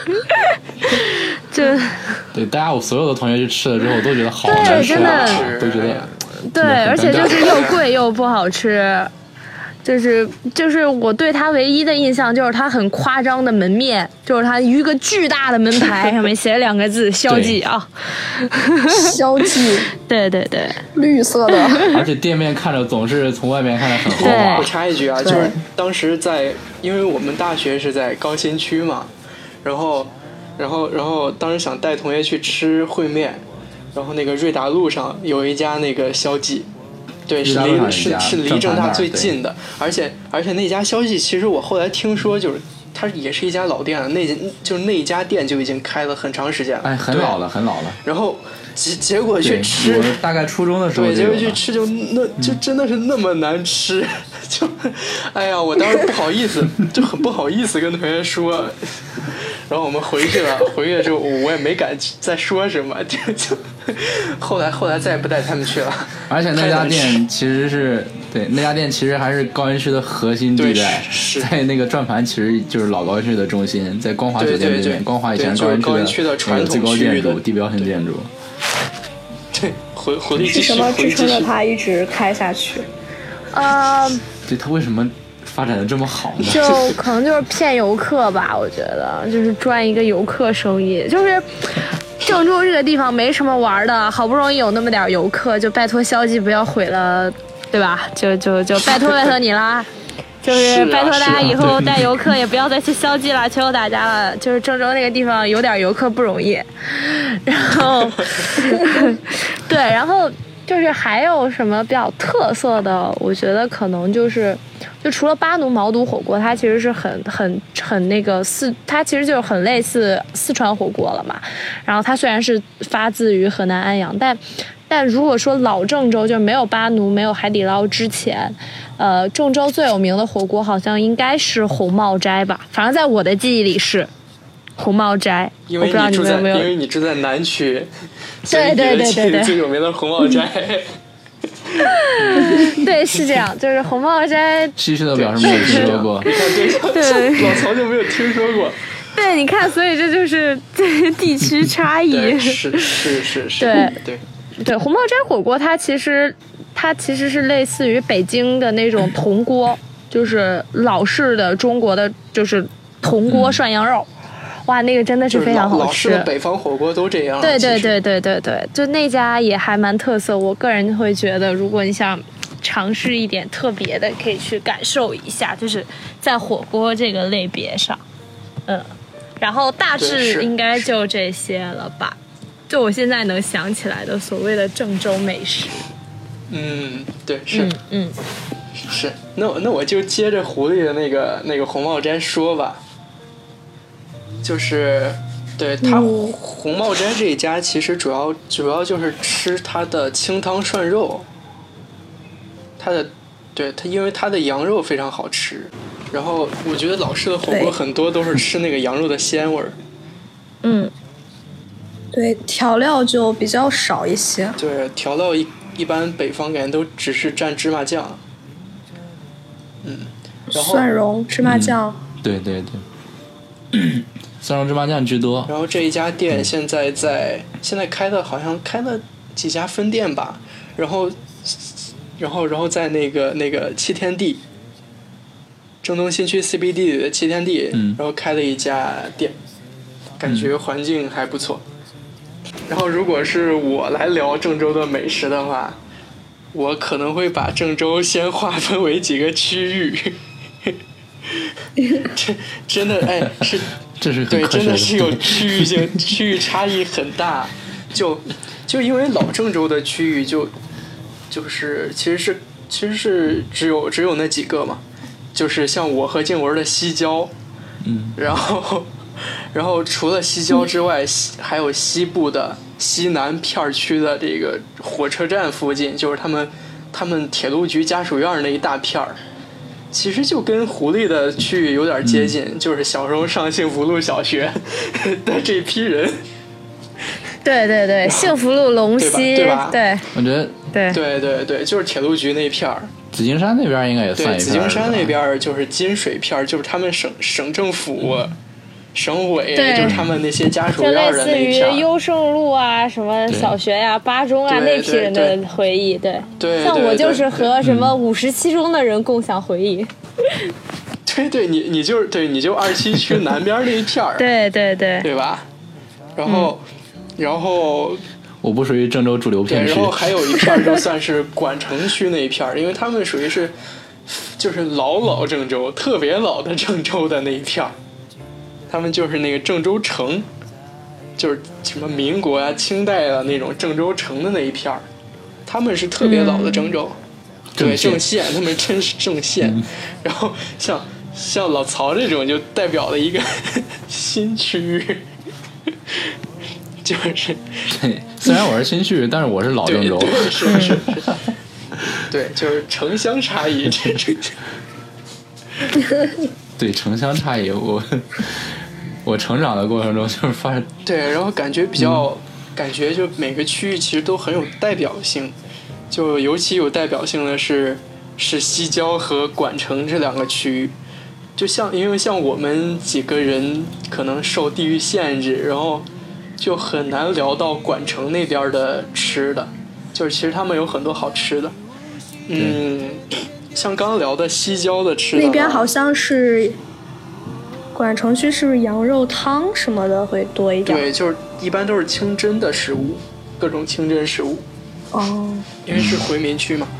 就对，大家我所有的同学去吃了之后都觉得好难吃， 真的都觉得对，而且就是又贵又不好吃。就是就是我对它唯一的印象就是它很夸张的门面，就是它一个巨大的门牌上面写了两个字萧记啊， 萧记， 对对对， 绿色的， 而且店面看着总是从外面看着很豪华。 我插一句啊，就是当时在，因为我们大学是在高新区嘛，然后然后然后当时想带同学去吃烩面，然后那个瑞达路上有一家那个萧记。对，是离是是离正大最近的，而且而且那家萧记，其实我后来听说，就是它也是一家老店了，那就是那一家店就已经开了很长时间了， 哎，很老了，很老了。 然后结结果去吃， 我大概初中的时候， 对，结果去吃就那就真的是那么难吃，就，哎呀，我当时不好意思，就很不好意思跟同学说。然后我们回去了，回去了之后我也没敢再说什么，就就后来后来再也不带他们去了。 而且那家店其实是对那家店其实还是高新区的核心地带，在那个转盘其实就是老高新区的中心，在光华酒店对面。光华以前高新区的传最高建筑，地标性建筑。 对，回回力是什么支撑着它一直开下去？ 呃， 对，它为什么？发展的这么好呢？ 就可能就是骗游客吧，我觉得就是赚一个游客生意。就是郑州这个地方没什么玩的，好不容易有那么点游客，就拜托萧记不要毁了，对吧？就就就拜托拜托你啦，就是拜托大家以后带游客也不要再去萧记了，求求大家了。就是郑州那个地方有点游客不容易，然后对，然后。就是还有什么比较特色的？我觉得可能就是，就除了巴奴毛肚火锅，它其实是很很很那个四，它其实就是很类似四川火锅了嘛。然后它虽然是发自于河南安阳，但但如果说老郑州就是没有巴奴、没有海底捞之前，呃，郑州最有名的火锅好像应该是红帽斋吧？反正在我的记忆里是。红帽斋， 因为你住在，因为你住在南区， 对对对对对， 最有名的红帽斋。 对，是这样，就是红帽斋。 唏嘘的表示没有听说过。 你看，对，老曹就没有听说过。 对，你看，所以这就是对地区差异。 是是是是。 对对对，红帽斋火锅它其实它其实是类似于北京的那种铜锅，就是老式的中国的就是铜锅涮羊肉。哇，那个真的是非常好吃。 老式的北方火锅都这样。 对对对对对对，就那家也还蛮特色。我个人会觉得，如果你想尝试一点特别的，可以去感受一下，就是在火锅这个类别上，嗯，然后大致应该就这些了吧。就我现在能想起来的所谓的郑州美食。 嗯，对，是， 嗯嗯， 是。那那我就接着狐狸的那个那个红帽斋说吧。就是，对它红帽斋这一家，其实主要主要就是吃它的清汤涮肉。它的，对它，因为它的羊肉非常好吃。然后我觉得老式的火锅很多都是吃那个羊肉的鲜味儿。 嗯， 对，调料就比较少一些。 对，调料一一般北方感觉都只是蘸芝麻酱。嗯，然后蒜蓉芝麻酱。 嗯、对对对。蒜蓉芝麻酱居多。 然后这一家店现在在、嗯、现在开的好像开了几家分店吧，然后然后然后在那个那个七天地，郑东新区 C B D 里的七天地、嗯，然后开了一家店，感觉环境还不错。嗯、然后如果是我来聊郑州的美食的话， 我可能会把郑州先划分为几个区域。这真的哎是， 这是对，真的的是有区域性，区域差异很大。就就因为老郑州的区域就就是其实是其实是只有只有那几个嘛，就是像我和静文的西郊， 嗯， 然后然后除了西郊之外，西还有西部的西南片区的这个火车站附近，就是他们他们铁路局家属院那一大片儿。其实就跟狐狸的区域有点接近，嗯、就是小时候上幸福路小学的这批人。 对对对，幸福路龙溪， 对吧？ 对， 我觉得对对对对，就是铁路局那片儿。 紫金山那边应该也算一片。 对，紫金山那边就是金水片，就是他们省省政府、嗯、省委，就是他们那些家属院的那一片。 就类似于优胜路啊，什么小学呀、啊、八中啊那批人的回忆，对。 对。 像我就是和什么五十七中的人共享回忆。 对对，你你就是对，你就二七区南边那一片儿。 对对对。 对吧？然后，嗯、然后。 我不属于郑州驻留片区。 然后还有一片就算是管城区那一片，因为他们属于是，就是老老郑州，特别老的郑州的那一片，他们就是那个郑州城，就是什么民国啊、清代啊那种郑州城的那一片，他们是特别老的郑州，嗯、对郑县，他们真是郑县。嗯、然后像像老曹这种就代表了一个新区域。就是， 对，虽然我是新区，但是我是老郑州。 对，对是是是。对，就是城乡差异这这。 对，城乡差异，我我成长的过程中就是发现。 对，然后感觉比较，嗯、感觉就每个区域其实都很有代表性，就尤其有代表性的是是西郊和管城这两个区域。就像因为像我们几个人可能受地域限制，然后。就很难聊到管城那边的吃的，就是其实他们有很多好吃的，嗯，像刚聊的西郊的吃的， 那边好像是管城区是不是羊肉汤什么的会多一点？ 对，就是一般都是清真的食物，各种清真食物。 哦， 因为是回民区嘛。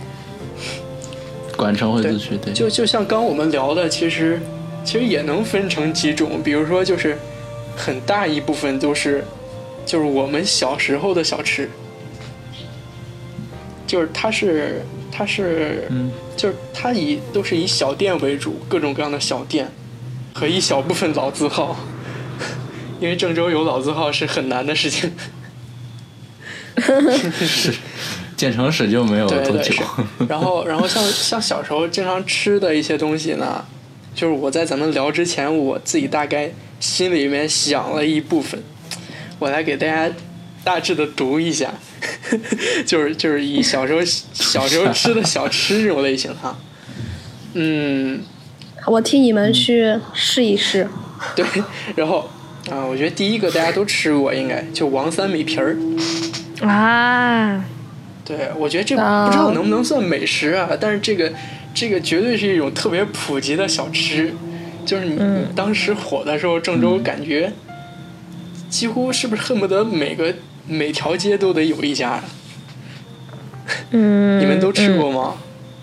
管城回自区，对。 就就像刚我们聊的，其实其实也能分成几种，比如说就是。很大一部分都是，就是我们小时候的小吃，就是它是它是， 嗯， 就是它以都是以小店为主，各种各样的小店，和一小部分老字号，因为郑州有老字号是很难的事情。 是，建成史就没有多久。 对对然后然后像像小时候经常吃的一些东西呢，就是我在咱们聊之前，我自己大概。心里面想了一部分，我来给大家大致的读一下，就是就是以小时候小时候吃的小吃这种类型哈，嗯， 我替你们去试一试。 对，然后啊、呃，我觉得第一个大家都吃过，应该就王三米皮儿啊。 对，我觉得这不知道能不能算美食啊，但是这个这个绝对是一种特别普及的小吃。就是你当时火的时候，郑州感觉几乎是不是恨不得每个每条街都得有一家？ 嗯， 你们都吃过吗？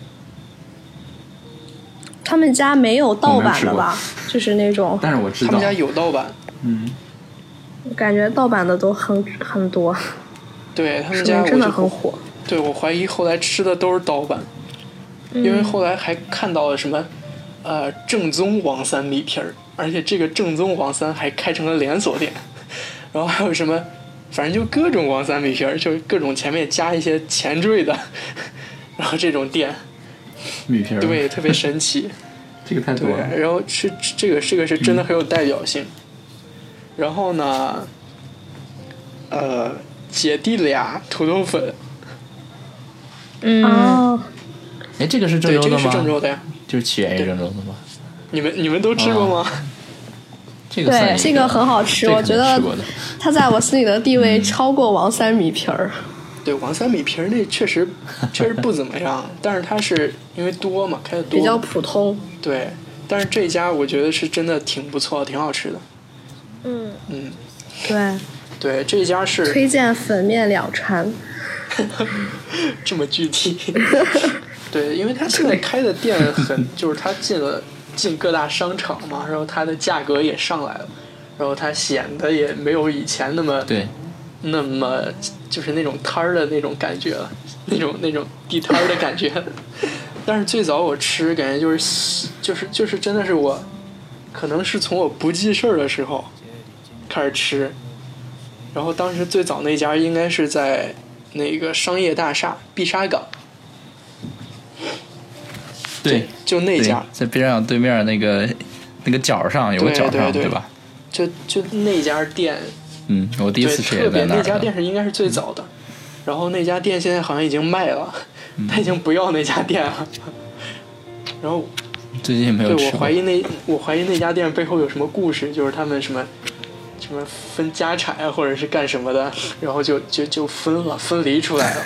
他们家没有盗版的吧？就是那种， 但是我知道他们家有盗版。 嗯， 感觉盗版的都很很多。 对他们家真的很火。 对，我怀疑后来吃的都是盗版， 嗯、 因为后来还看到了什么。呃，正宗王三米皮儿，而且这个正宗王三还开成了连锁店，然后还有什么，反正就各种王三米皮儿，就各种前面加一些前缀的，然后这种店， 米皮儿， 对，特别神奇， 这个太多了。 然后是这个这个是真的很有代表性，嗯、然后呢，呃，姐弟俩土豆粉， 嗯， 哦， 哎，这个是郑州的吗？ 对，这个是郑州的呀。 就是起源于郑州的吗？ 你们你们都吃过吗？ 啊、这个对，这个很好吃，我觉得它在我心里的地位超过王三米皮儿。 嗯、对，王三米皮儿那确实确实不怎么样，但是它是因为多嘛，开的多， 比较普通。 对，但是这家我觉得是真的挺不错，挺好吃的。 嗯嗯， 对对，这家是推荐粉面两川。 这么具体。对，因为他现在开的店很，就是他进了进各大商场嘛，然后它的价格也上来了，然后它显得也没有以前那么对， 那么就是那种摊儿的那种感觉了，那种那种地摊儿的感觉。但是最早我吃感觉就是就是就是真的是我，可能是从我不记事儿的时候开始吃，然后当时最早那家应该是在那个商业大厦碧沙港。 对， 就那家在碧沙港对面那个那个角上有个角上， 对, 对, 对吧？ 就就那家店， 嗯，我第一次吃也在那儿。 那家店是应该是最早的，嗯、然后那家店现在好像已经卖了，嗯、他已经不要那家店了。然后最近没有吃过。 对，我怀疑那我怀疑那家店背后有什么故事，就是他们什么什么分家产啊，或者是干什么的，然后就就就分了，分离出来了。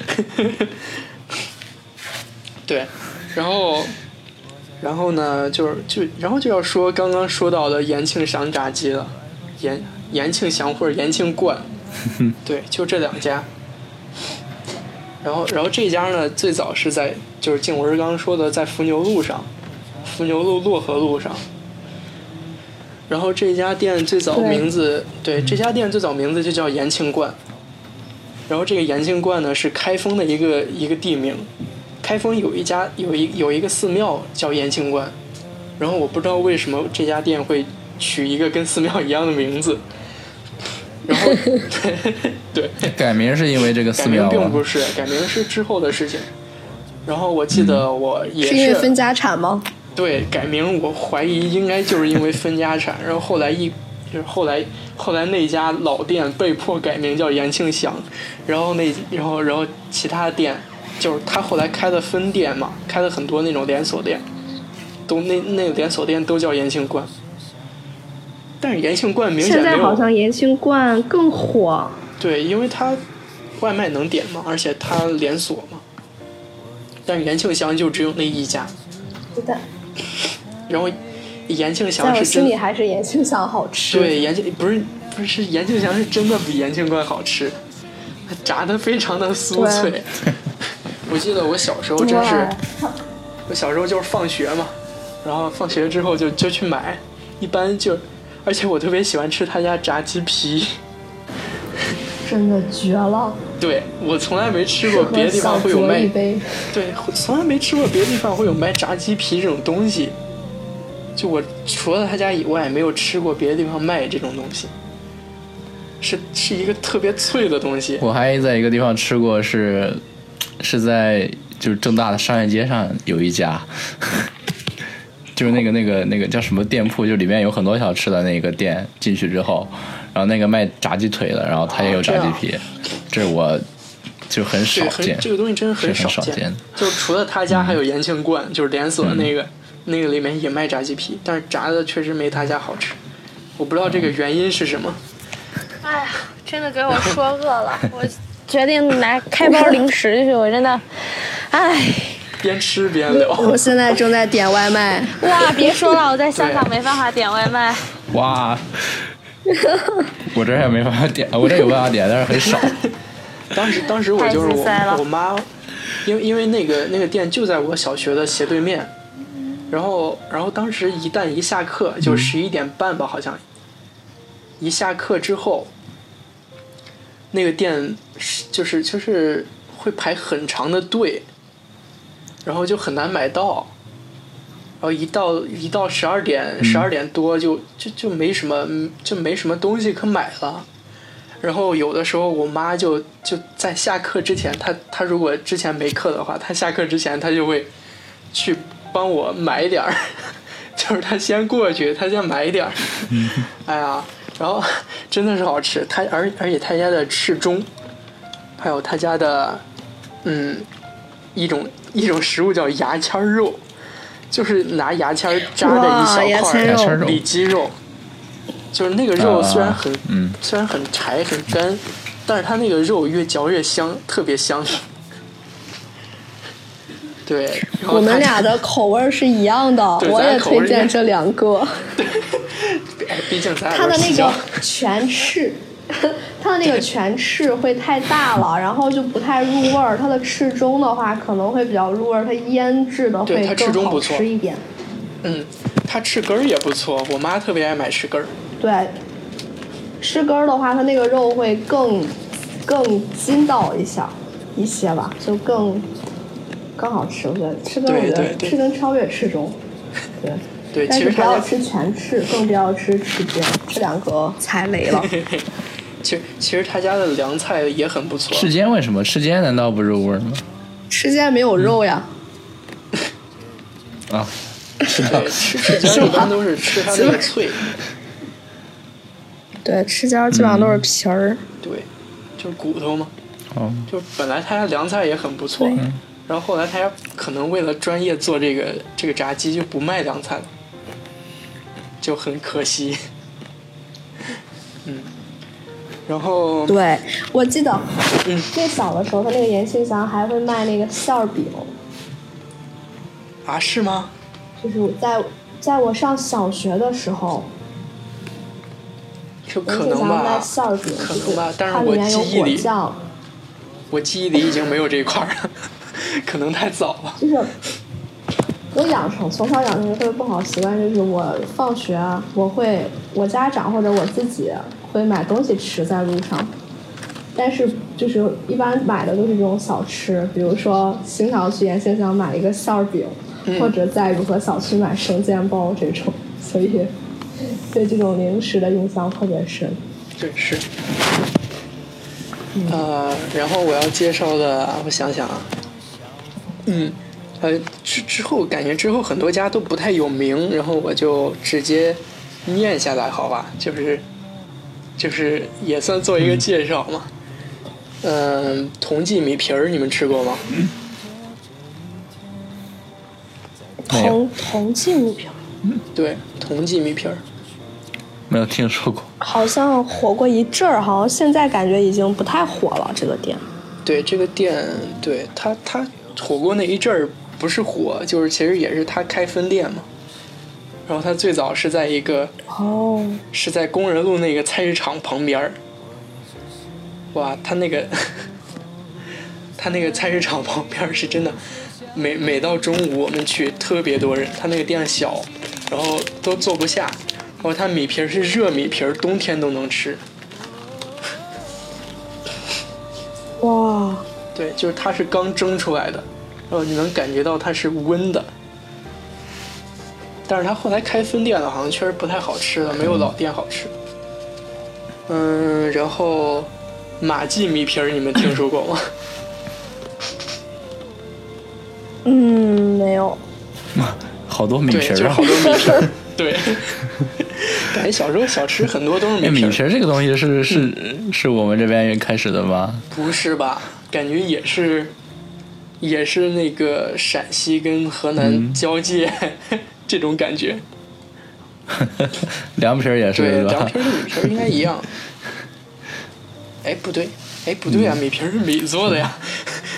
对。然后，然后呢，就是就然后就要说刚刚说到的延庆祥炸鸡了，延延庆祥或者延庆冠，对，就这两家。然后，然后这家呢，最早是在就是静文刚刚说的，在伏牛路上，伏牛路漯河路上。然后这家店最早名字，对，对这家店最早名字就叫延庆冠。然后这个延庆冠呢是开封的一个一个地名。开封有一家有一有一个寺庙叫延庆观，然后我不知道为什么这家店会取一个跟寺庙一样的名字，然后对对改名是因为这个寺庙吗？ 改名并不是，改名是之后的事情。然后我记得我也是、 嗯、是因为分家产吗？ 对，改名我怀疑应该就是因为分家产，然后后来一就是后来后来那家老店被迫改名叫延庆祥，然后那然后然后其他店。就是他后来开的分店嘛，开了很多那种连锁店，都那那个连锁店都叫延庆冠，但是延庆冠明显没有。 现在好像延庆冠更火。 对，因为它外卖能点嘛，而且它连锁嘛。但是延庆祥就只有那一家。 是的。 然后延庆祥是真， 在我心里还是延庆祥好吃。 对，延庆不是不是延庆祥是真的比延庆冠好吃，它炸的非常的酥脆。我记得我小时候真是，我小时候就是放学嘛，然后放学之后就就去买，一般就，而且我特别喜欢吃他家炸鸡皮， 真的绝了。 对，我从来没吃过别的地方会有卖，对，从来没吃过别的地方会有卖炸鸡皮这种东西，就我除了他家以外没有吃过别的地方卖这种东西。是是一个特别脆的东西。 我还在一个地方吃过是。是在就是正大的商业街上有一家，就是那个那个那个叫什么店铺，就里面有很多小吃的那个店，进去之后，然后那个卖炸鸡腿的，然后他也有炸鸡皮，哦、这, 这我就很少见。 这个东西真的很少见, 见。就除了他家还有延庆冠，嗯、就是连锁那个、嗯、那个里面也卖炸鸡皮，但是炸的确实没他家好吃。我不知道这个原因是什么。 哎呀，真的给我说饿了，我。决定拿开包零食去，我真的，唉。 边吃边聊。 我现在正在点外卖。 哇，别说了，我在香港没办法点外卖。 哇，我这也没办法点，我这有办法点，但是很少。 当时当时我就是我我妈，因为因为那个那个店就在我小学的斜对面，然后然后当时一旦一下课就十一点半吧，好像，一下课之后。那个店就是就是会排很长的队，然后就很难买到，然后一到一到十二点十二点多就就就没什么就没什么东西可买了，然后有的时候我妈就就在下课之前，她她如果之前没课的话，她下课之前她就会去帮我买点儿，就是她先过去，她先买点儿，哎呀。然后真的是好吃，他而而且他家的翅中，还有他家的，嗯，一种一种食物叫牙签肉，就是拿牙签扎的一小块里脊肉，就是那个肉虽然很、 嗯、 虽然很柴很干，但是它那个肉越嚼越香，特别香。对， 我们俩的口味是一样的，我也推荐这两个。 毕竟咱它的那个全翅， 它的那个全翅会太大了，然后就不太入味儿。它的翅中的话可能会比较入味儿，它腌制的会更好吃一点。 嗯，它翅根儿也不错，我妈特别爱买翅根儿。 对，翅根儿的话，它那个肉会更更筋道一些一些吧，就更更好吃。我觉得翅根，我觉得翅根超越翅中。对。 对， 但是不要吃全翅，更不要吃翅尖，这两个踩雷了。 其实其实他家的凉菜也很不错。 翅尖为什么？翅尖难道不入味吗？ 翅尖没有肉呀。 嗯、啊， 对，吃翅尖一般都是吃它那个脆。 对，翅尖基本上都是皮儿、嗯。 对，就是骨头嘛。 哦。 就本来他家凉菜也很不错，然后后来他家可能为了专业做这个这个炸鸡就不卖凉菜了。就很可惜，嗯，然后对我记得，嗯，最小的时候，他那个延庆祥还会卖那个馅儿饼， 啊，是吗？ 就是在在我上小学的时候， 就可能吧， 卖馅儿饼， 可能吧，但是我记忆里， 我记忆里已经没有这一块了，可能太早了。 就是。我养成从小养成一个特别不好的习惯，就是我放学我会我家长或者我自己会买东西吃在路上，但是就是一般买的都是这种小吃，比如说经常去延庆祥买一个馅儿饼、嗯，或者在汝和小区买生煎包这种，所以对这种零食的印象特别深。 对，是。嗯、呃，然后我要介绍的，我想想啊，嗯。呃，之之后感觉之后很多家都不太有名，然后我就直接念下来，好吧？就是，就是也算做一个介绍嘛。嗯、呃，同济米皮儿你们吃过吗？ 同同济米皮儿。 对，同济米皮儿。 没有听说过。 好像火过一阵儿，好像现在感觉已经不太火了。这个店。 对，这个店，对它它火过那一阵儿。不是火，就是其实也是他开分店嘛。然后他最早是在一个哦， oh. 是在工人路那个菜市场旁边。哇，他那个他那个菜市场旁边是真的，每每到中午我们去特别多人。他那个店小，然后都坐不下。然后他米皮是热米皮，冬天都能吃。 哇， 对，就是它是刚蒸出来的。然后你能感觉到它是温的，但是它后来开分店了，好像确实不太好吃了，没有老店好吃。嗯，然后马记米皮儿你们听说过吗？ 嗯，没有。 好多米皮儿、啊， 对，就是好多米皮儿。对，感觉小时候小吃很多都是米皮儿。 米皮儿这个东西是是、嗯、是我们这边开始的吗？ 不是吧？感觉也是。也是那个陕西跟河南交界、嗯、这种感觉。 凉皮儿也是， 对，凉皮儿跟米皮儿应该一样。哎，不对，哎，不对啊，嗯、米皮儿是米做的呀。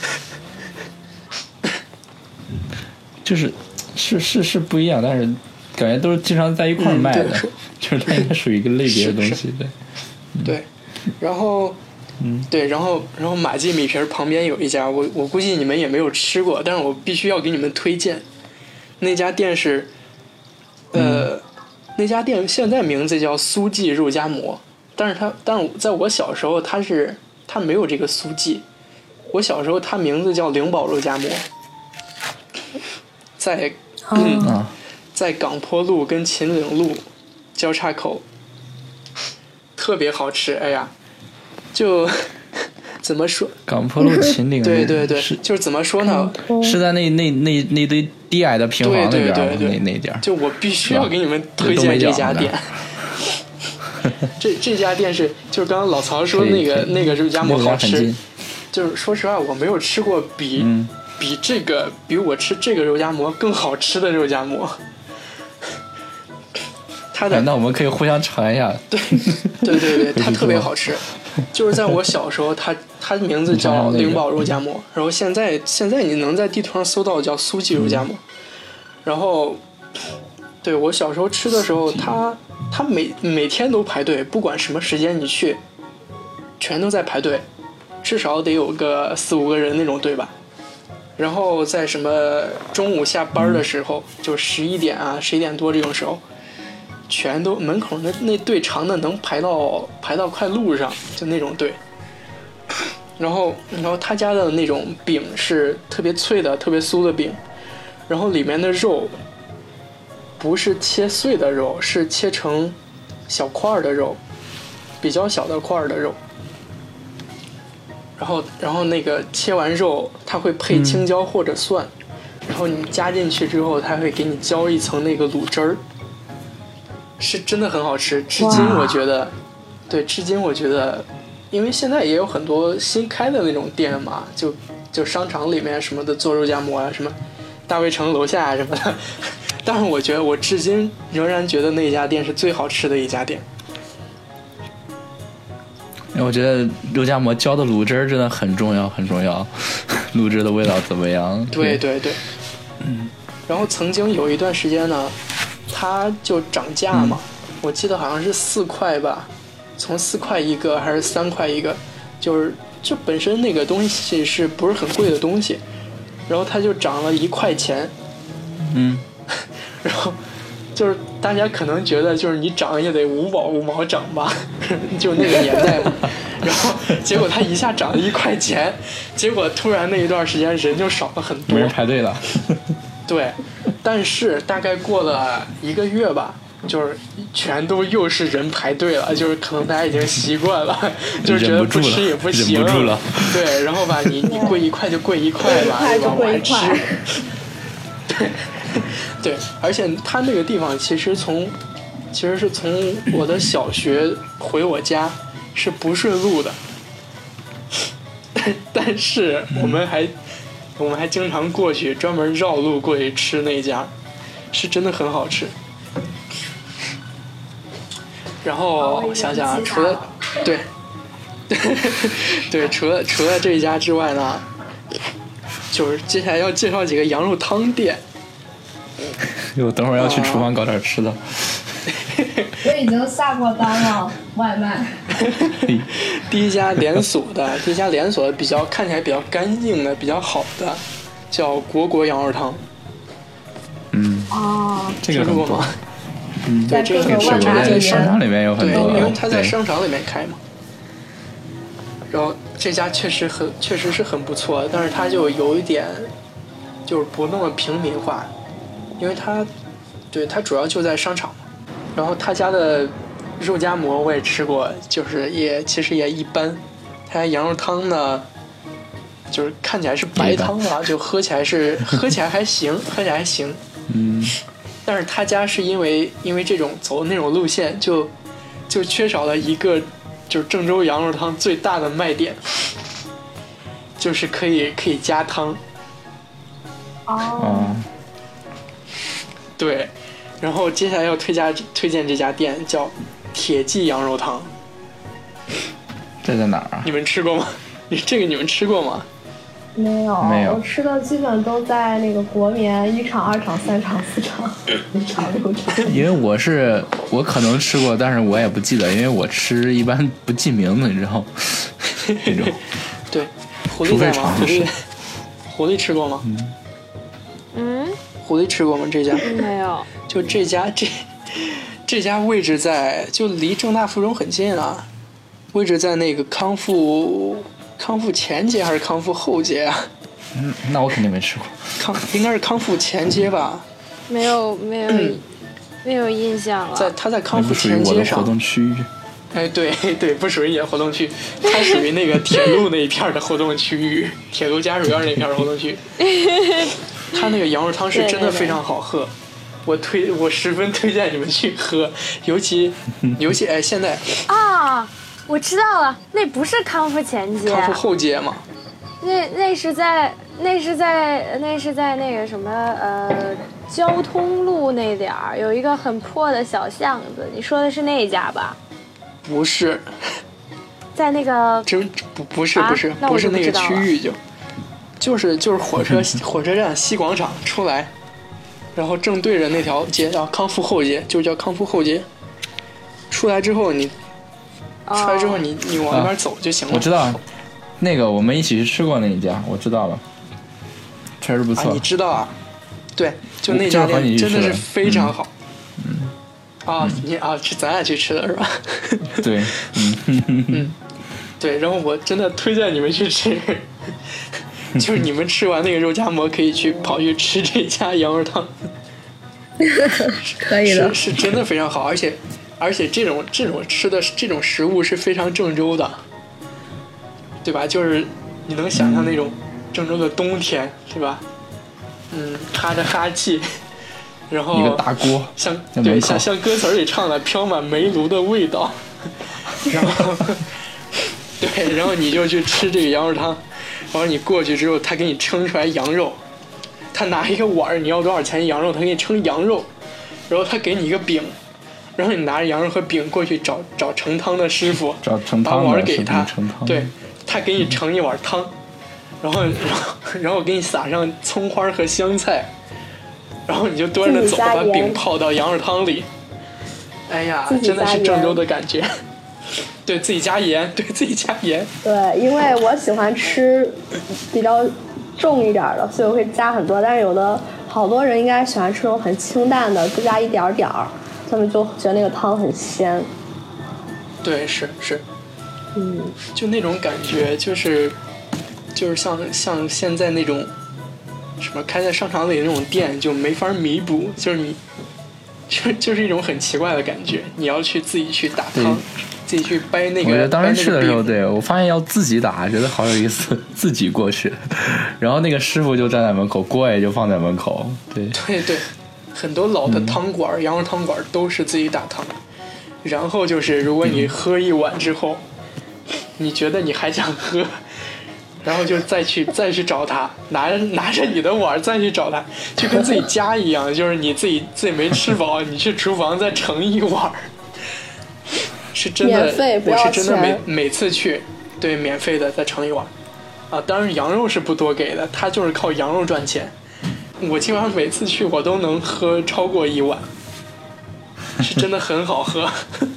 就是是是是不一样，但是感觉都是经常在一块儿卖的、嗯，就是它应该属于一个类别的东西，对。 嗯、对，然后。 嗯， 对，然后然后马记米皮儿旁边有一家，我我估计你们也没有吃过，但是我必须要给你们推荐。那家店是，呃，嗯、那家店现在名字叫苏记肉夹馍，但是它，但是在我小时候，它是它没有这个苏记，我小时候它名字叫灵宝肉夹馍，在嗯、 哦、 在港坡路跟秦岭路交叉口，特别好吃，哎呀。就怎么说？ 港坡路秦岭路， 对对对，就是怎么说呢？ 是在那那那那堆低矮的平房那边， 对对对对那那点。 就我必须要给你们推荐这家店。这这家店是，就是刚刚老曹说那个那个肉夹馍好吃，就是说实话，我没有吃过比、嗯、比这个比我吃这个肉夹馍更好吃的肉夹馍。它的、 哎、那我们可以互相尝一下。 对对对对，它特别好吃。就是在我小时候，它它的名字叫灵宝肉夹馍，然后现在现在你能在地图上搜到叫苏记肉夹馍。嗯、然后，对我小时候吃的时候，它它每每天都排队，不管什么时间你去， 全都在排队，至少得有个四五个人那种队吧。然后在什么中午下班的时候，就十一点啊、十一点多这种时候，全都门口那那队长的能排到排到快路上，就那种队。然后，然后他家的那种饼是特别脆的、特别酥的饼，然后里面的肉不是切碎的肉，是切成小块的肉，比较小的块的肉。然后，然后那个切完肉，它会配青椒或者蒜，嗯、然后你加进去之后，它会给你浇一层那个卤汁儿，是真的很好吃。至今我觉得，对，至今我觉得，因为现在也有很多新开的那种店嘛，就就商场里面什么的做肉夹馍啊，什么大卫城楼下啊什么的。但是我觉得，我至今仍然觉得那家店是最好吃的一家店。 我觉得肉夹馍浇的卤汁儿真的很重要，很重要。卤汁的味道怎么样？ 对对对，嗯。然后曾经有一段时间呢，它就涨价嘛，嗯、我记得好像是四块吧，从四块一个还是三块一个，就是就本身那个东西是不是很贵的东西，然后它就涨了一块钱， 嗯， 然后。就是大家可能觉得就是你涨也得五毛五毛涨吧，就那个年代嘛。然后结果它一下涨了一块钱，结果突然那一段时间人就少了很多， 没人排队了。 对，但是大概过了一个月吧，就是全都又是人排队了，就是可能大家已经习惯了，就是觉得不吃也不行， 忍不住了。 对，然后吧，你你贵一块就贵一块吧，对吧？我还吃。对。对，而且他那个地方其实从，其实是从我的小学回我家是不顺路的，但是我们还我们还经常过去，专门绕路过去吃那家，是真的很好吃。然后想想，除了对，对，除了除了这一家之外呢，就是接下来要介绍几个羊肉汤店。 我等会儿要去厨房搞点吃的。 我已经下过单了，外卖。 第一家连锁的，第一家连锁的比较看起来比较干净的、比较好的，叫国国羊肉汤。 嗯。 哦。 这个听说过吗？ 嗯， 对，这个是我在商场里面有很多。 对，因为他在商场里面开嘛。然后这家确实很，确实是很不错，但是它就有一点，就是不那么平民化。因为它，对它主要就在商场嘛，然后他家的肉夹馍我也吃过，就是也其实也一般。他家羊肉汤呢，就是看起来是白汤啊，就喝起来是喝起来还行，喝起来还行。 嗯。 但是他家是因为因为这种走那种路线，就就缺少了一个就是郑州羊肉汤最大的卖点，就是可以可以加汤。 哦。 对，然后接下来要推荐推荐这家店叫铁记羊肉汤。 这在哪儿啊？ 你们吃过吗？你这个你们吃过吗？ 没有， 没有。 我吃的基本都在那个国棉一场、二场、三场、四场、五场、六场。 因为我是我可能吃过，但是我也不记得，因为我吃一般不记名字，你知道。那种。 对，狐狸在吗？狐狸，狐狸吃过吗？ 嗯。 嗯。 狐狸吃过吗？这家没有。 就这家这这家位置在就离正大附中很近啊，位置在那个康复康复前街还是康复后街啊？ 嗯，那我肯定没吃过。 康应该是康复前街吧？ 没有没有、嗯、没有印象了。 在他在康复前街上。 活动区域。 哎，对对，不属于你的活动区，它属于那个铁路那一片的活动区域，铁路家属院那一片的活动区。它那个羊肉汤是真的非常好喝，我推我十分推荐你们去喝，尤其尤其哎现在啊，我知道了，那不是康复前街， 康复后街嘛。 那那是在那是在那是在那个什么呃交通路那点儿有一个很破的小巷子，你说的是那一家吧？ 不是， 在那个真不不是不是、 啊、 不是那个区域就。就是就是火车火车站西广场出来，然后正对着那条街叫康复后街，就叫康复后街。出来之后你出来之后你你往那边走就行了。 我知道，那个我们一起去吃过那一家，我知道了，确实不错。 啊、你知道啊？对，就那家店真的是非常好。 嗯。 啊、嗯，你啊，是咱俩去吃的是吧？ 对，嗯嗯，对，然后我真的推荐你们去吃，就是你们吃完那个肉夹馍，可以去跑去吃这家羊肉汤。 可以的， 是是真的非常好，而且而且这种这种吃的这种食物是非常郑州的，对吧？就是你能想象那种郑州的冬天，对吧？嗯，哈着哈气，然后一个大锅， 像对像像歌词里唱的飘满煤炉的味道，然后对，然后你就去吃这个羊肉汤，然后你过去之后，他给你盛出来羊肉。他拿一个碗，你要多少钱羊肉，他给你称羊肉，然后他给你一个饼，然后你拿着羊肉和饼过去找找盛汤的师傅， 找盛汤把碗给他， 盛汤对，他给你盛一碗汤，然后然后然后给你撒上葱花和香菜，然后你就端着走，把饼泡到羊肉汤里。哎呀，真的是郑州的感觉。对自己加盐，对自己加盐。 对，因为我喜欢吃比较重一点的，所以我会加很多。但是有的好多人应该喜欢吃那种很清淡的，就加一点点儿，他们就觉得那个汤很鲜。 对，是是， 嗯， 就那种感觉，就是就是像像现在那种什么开在商场里那种店就没法弥补，就是你就就是一种很奇怪的感觉，你要去自己去打汤。自己去掰那个。 我觉得当时去的时候，对我发现要自己打，觉得好有意思，自己过去，然后那个师傅就站在门口，锅也就放在门口，对对对，很多老的汤馆、嗯、羊肉汤馆都是自己打汤，然后就是如果你喝一碗之后，嗯、你觉得你还想喝，然后就再去再去找他，拿着拿着你的碗再去找他，就跟自己家一样，就是你自己自己没吃饱，你去厨房再盛一碗。是真的，我是真的每每次去，对，免费的再盛一碗，啊，当然羊肉是不多给的，他就是靠羊肉赚钱。我基本上每次去我都能喝超过一碗，是真的很好喝。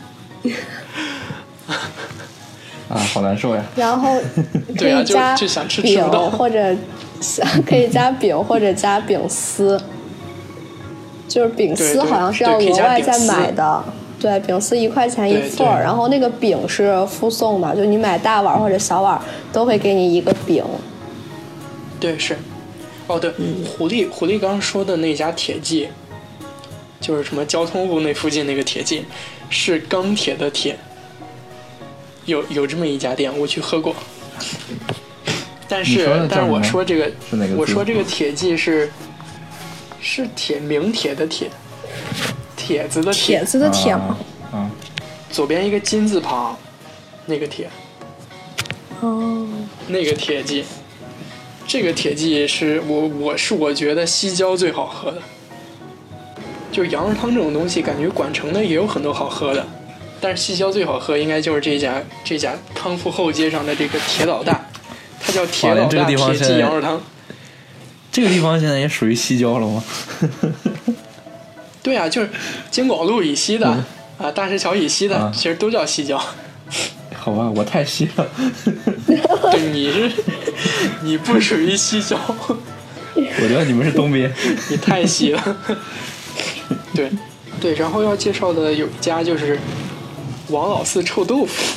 啊，好难受呀。 然后可以加饼或者可以加饼或者加饼丝，就是饼丝好像是要额外再买的。对，饼丝一块钱一份儿，然后那个饼是附送的，就你买大碗或者小碗都会给你一个饼。 对，是。哦，对，嗯、狐狸狐狸刚刚说的那家铁记，就是什么交通部那附近那个铁记，是钢铁的铁。有有这么一家店，我去喝过。但是但是我说这个，我说这个铁记是是铁名铁的铁。铁子的铁， 铁子的铁吗？ 嗯， 左边一个金字旁，那个铁。 哦， 那个铁记，这个铁记是我我是我觉得西郊最好喝的。就羊肉汤这种东西，感觉管城的也有很多好喝的，但是西郊最好喝应该就是这家这家康复后街上的这个铁老大，它叫铁老大铁记羊肉汤。 这个地方现在也属于西郊了吗？ 对啊，就是京广路以西的、嗯、啊，大石桥以西的、啊，其实都叫西郊。 好吧，我太西了。 对，你是你不属于西郊。 我觉得你们是东边。 你太西了。对对，然后要介绍的有一家就是王老四臭豆腐。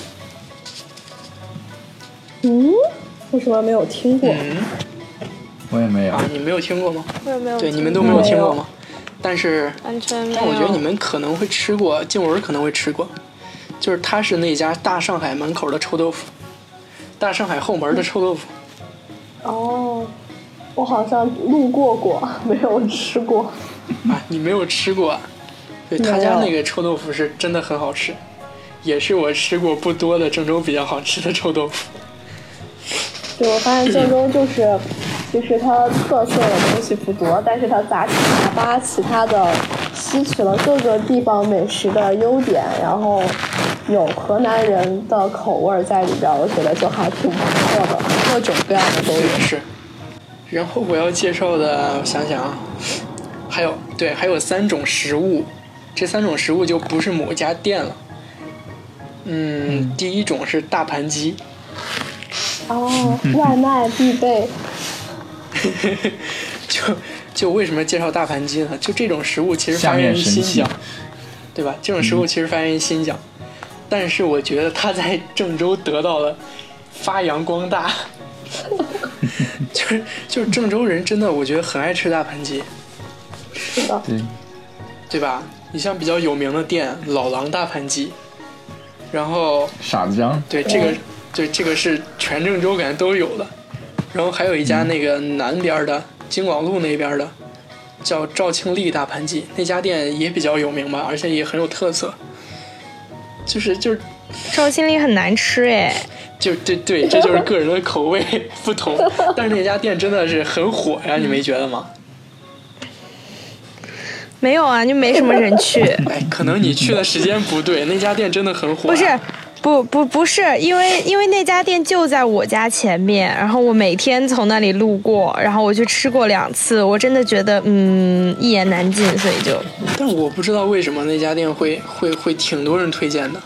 嗯，为什么没有听过？ 嗯， 我也没有。 啊，你没有听过吗？ 我也没有。 对，你们都没有听过吗？但是， 完全没有。 但我觉得你们可能会吃过，静文可能会吃过，就是它是那家大上海门口的臭豆腐，大上海后门的臭豆腐。 哦，我好像路过过，没有吃过。 啊，你没有吃过？对，他家那个臭豆腐是真的很好吃，也是我吃过不多的郑州比较好吃的臭豆腐。 对，我发现郑州就是。其实它特色的东西不多，但是它杂七杂八其他的吸取了各个地方美食的优点，然后有河南人的口味在里边，我觉得就还挺不错的，各种各样的都有。 是。然后我要介绍的，我想想啊，还有对，还有三种食物，这三种食物就不是某家店了， 嗯，第一种是大盘鸡。 哦，外卖必备。 就就为什么介绍大盘鸡呢？就这种食物其实发源于新疆，对吧？这种食物其实发源于新疆，嗯、但是我觉得它在郑州得到了发扬光大。就是就是郑州人真的，我觉得很爱吃大盘鸡。 是的。 对。 对吧？你像比较有名的店，老狼大盘鸡，然后傻子张， 对这个，对这个是全郑州感觉都有的。然后还有一家那个南边的京广路那边的，叫赵庆丽大盘鸡，那家店也比较有名吧，而且也很有特色。就是就是， 赵庆丽很难吃哎。 就对对，这就是个人的口味不同，但是那家店真的是很火呀，你没觉得吗？ 没有啊，就没什么人去。 哎，可能你去的时间不对，那家店真的很火、啊。 不是，不不不是，因为因为那家店就在我家前面，然后我每天从那里路过，然后我去吃过两次，我真的觉得嗯一言难尽，所以就。 但我不知道为什么那家店会会会挺多人推荐的。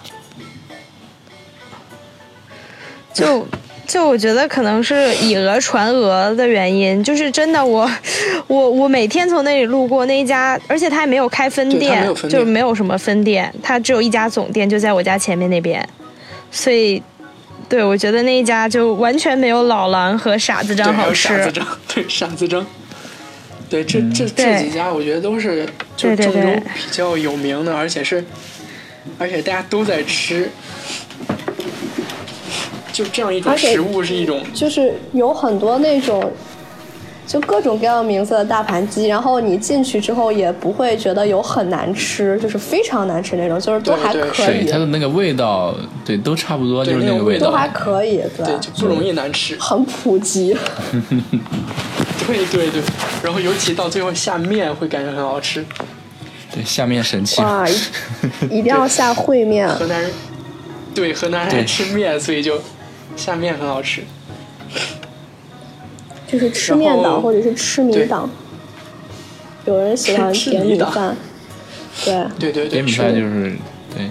就。就我觉得可能是以讹传讹的原因，就是真的我我我每天从那里路过那一家，而且它也没有开分店， 没分店就没有什么分店，它只有一家总店，就在我家前面那边，所以对我觉得那一家就完全没有老狼和傻子张好吃。 傻子张，对傻子张，对这这这几家我觉得都是就郑州比较有名的，而且是而且大家都在吃。就这样一种食物是一种， 就是有很多那种，就各种各样名字的大盘鸡，然后你进去之后也不会觉得有很难吃，就是非常难吃那种，就是都还可以。 对，它的那个味道，对，都差不多，就是那个味道， 都还可以，对， 对，就不容易难吃， 很普及。 对对对，然后尤其到最后下面会感觉很好吃。 对，下面神器。 哇，一定要下烩面。 河南人，对河南人爱吃面，所以就。下面很好吃， 就是吃面党或者是吃米党，有人喜欢点米饭，对对对对， 点米饭就是对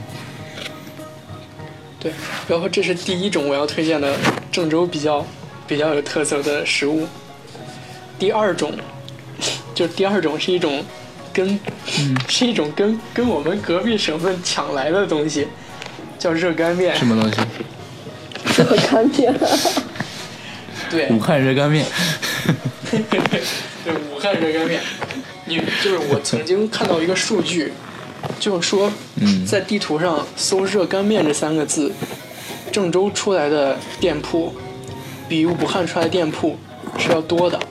对。然后这是第一种我要推荐的郑州比较比较有特色的食物。第二种，就第二种是一种跟、嗯、是一种跟跟我们隔壁省份抢来的东西，叫热干面。 什么东西？ 热干面， 对， 武汉热干面， 对，武汉热干面。你就是我曾经看到一个数据，就是说， 嗯， 在地图上搜“热干面”这三个字，郑州出来的店铺比武汉出来的店铺是要多的。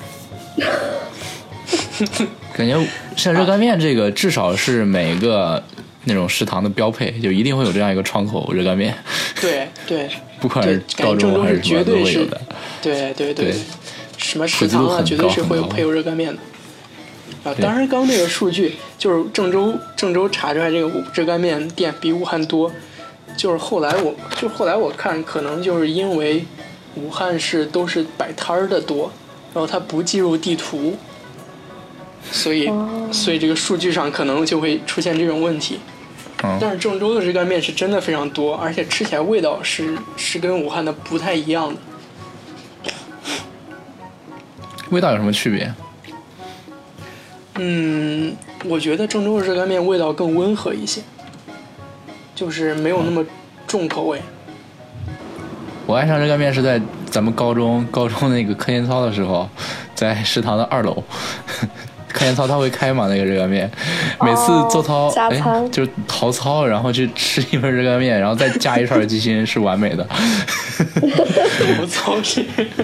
感觉像热干面这个，至少是每个那种食堂的标配，就一定会有这样一个窗口热干面。 对对。 不管是高中还是什么都会有的， 对对 对, 对，什么食堂啊，绝对是会有配有热干面的。啊，当然刚那个数据就是郑州郑州查出来这个热干面店比武汉多，就是后来我就后来我看可能就是因为武汉市都是摆摊儿的多，然后它不计入地图，所以所以这个数据上可能就会出现这种问题。但是郑州的热干面是真的非常多，而且吃起来味道是是跟武汉的不太一样的。 味道有什么区别？ 嗯，我觉得郑州的热干面味道更温和一些，就是没有那么重口味。 我爱上热干面是在咱们高中高中那个课间操的时候，在食堂的二楼。课间操他会开嘛那个热干面，每次做操、哦、哎就逃操，然后去吃一份热干面，然后再加一串鸡心是完美的。 逃操是，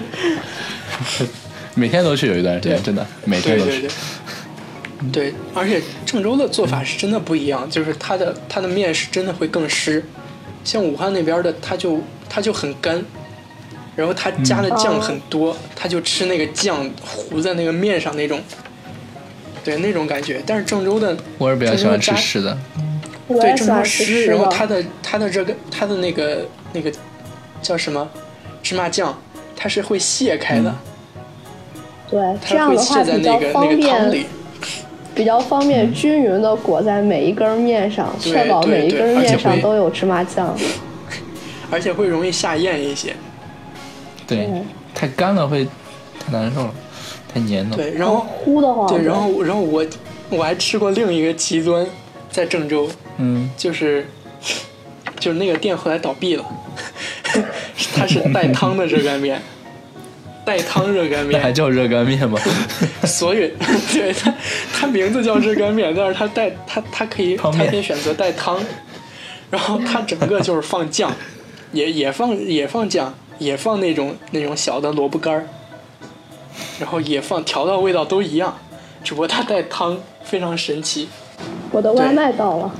每天都去有一段时间，真的每天都去。 对对对，对，而且郑州的做法是真的不一样，就是它的它的面是真的会更湿，像武汉那边的它就它就很干。然后它加的酱很多，嗯、它就吃那个酱糊在那个面上那种。对那种感觉，但是郑州的我是比较喜欢吃湿的， 对郑州湿，然后它的它的这个它的那个那个叫什么芝麻酱，它是会卸开的， 嗯、对， 它会卸在那个那个汤里， 比较方便均匀的裹在每一根面上，确保每一根面上都有芝麻酱， 而且会容易下咽一些。 对，太干了会太难受了，太黏了。 对，然后糊的慌。 对，然后然后我我还吃过另一个极端，在郑州， 嗯， 就是就是那个店后来倒闭了，它是带汤的热干面。带汤热干面， 那还叫热干面吗？ 所以，对它，它名字叫热干面，但是它带它它可以它可以选择带汤，然后它整个就是放酱，也也放也放酱，也放那种那种小的萝卜干儿，然后也放调料味道都一样，只不过它带汤，非常神奇。 我的外卖到了。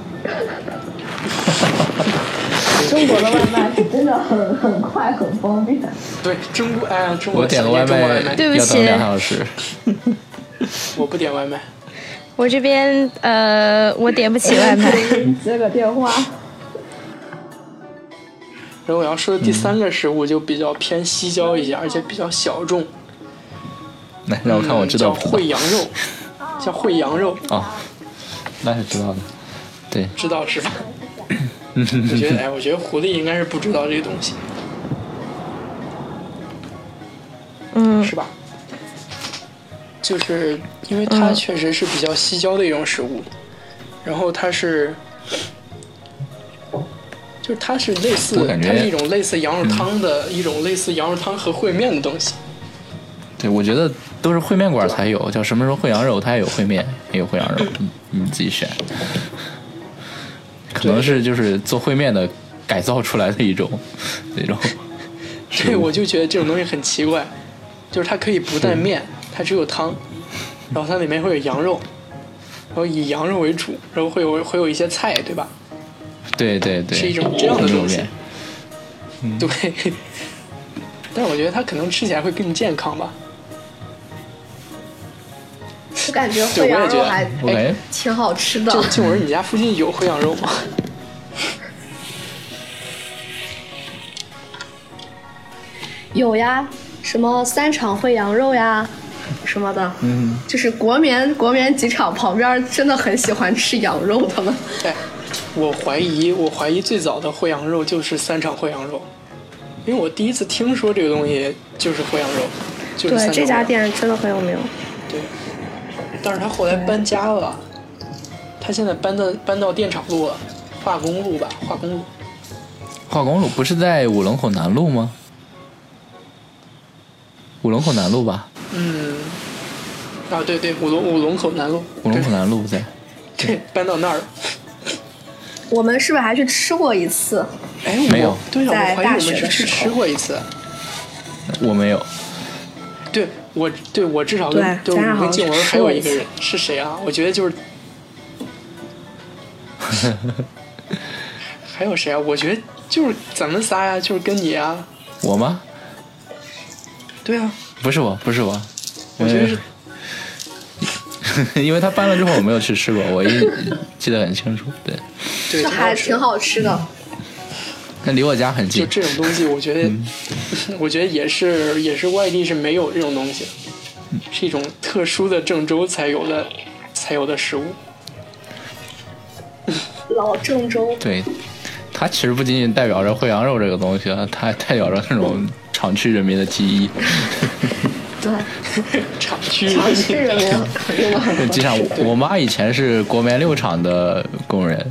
中国的外卖是真的很很快很方便。 对，中国哎，中国我点个外卖要等两小时。 我不点外卖。 我这边呃，我点不起外卖。 接个电话。 然后我要说的第三个食物就比较偏西郊一些，而且比较小众。 来，让我看我知道。 叫烩羊肉，叫烩羊肉。 哦，那是知道的，对。 知道是吧？我觉得，哎，我觉得狐狸应该是不知道这个东西， 嗯， 是吧？就是因为它确实是比较西郊的一种食物，然后它是，就是它是类似，它是一种类似羊肉汤的、嗯、一种类似羊肉汤和烩面的东西。 对，我觉得都是烩面馆才有，叫什么时候烩羊肉，它也有烩面，也有烩羊肉，你你自己选。可能是就是做烩面的改造出来的一种那种。 对，我就觉得这种东西很奇怪，就是它可以不带面，它只有汤，然后它里面会有羊肉，然后以羊肉为主，然后会有会有一些菜，对吧？ 对对对， 是一种这样的东西。 嗯、 对，但是我觉得它可能吃起来会更健康吧。 我感觉烩羊肉还哎挺好吃的。 就静文，你家附近有烩羊肉吗？ 有呀，什么三场烩羊肉呀，什么的。 嗯， 就是国棉国棉机场旁边真的很喜欢吃羊肉，他们。 哎，我怀疑，我怀疑最早的烩羊肉就是三场烩羊肉，因为我第一次听说这个东西就是烩羊肉，就是三场。 对，这家店真的很有名。 对。但是他后来搬家了，他现在搬到搬到电厂路了，化工路吧，化工路。 化工路不是在五龙口南路吗？五龙口南路吧。 嗯。啊，对对，五龙五龙口南路。 五龙口南路在。 对，搬到那儿了。 我们是不是还去吃过一次？ 哎， 没有。 对啊，我怀疑我们是去吃过一次。 我没有。 对。我对我至少跟对我跟静文还有一个人是谁啊？我觉得就是还有谁啊？我觉得就是咱们仨呀，就是跟你啊。 我吗？ 对啊。 不是我，不是我。 我觉得是， 因为他搬了之后我没有去吃过，我一记得很清楚。对。 对， 这还挺好吃的。 那离我家很近。 就这种东西，我觉得，嗯、我觉得也是，也是外地是没有这种东西，嗯、是一种特殊的郑州才有的，才有的食物。 老郑州。 对，它其实不仅仅代表着烩羊肉这个东西，它还代表着那种厂区人民的记忆。 对， 厂区厂区人民肯定很。 就像我妈以前是国棉六厂的工人。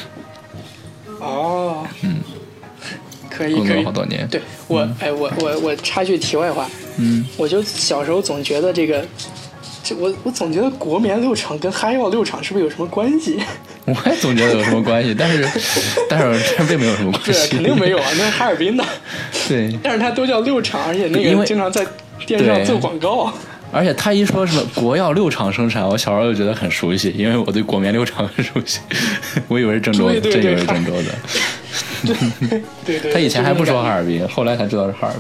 哦。 嗯。 可以可以， 好多年。 对我，嗯、哎，我我我插句题外话， 嗯， 我就小时候总觉得这个，这我我总觉得国棉六厂跟哈药六厂是不是有什么关系？ 我也总觉得有什么关系，但是但是这并没有什么关系。 对，肯定没有啊，那是哈尔滨的。 对， 但是它都叫六厂，而且那个经常在电视上做广告。 而且他一说什么国药六厂生产，我小时候就觉得很熟悉，因为我对国棉六厂很熟悉，我以为是郑州的，真以为是郑州的。 对对对， 他以前还不说哈尔滨，后来才知道是哈尔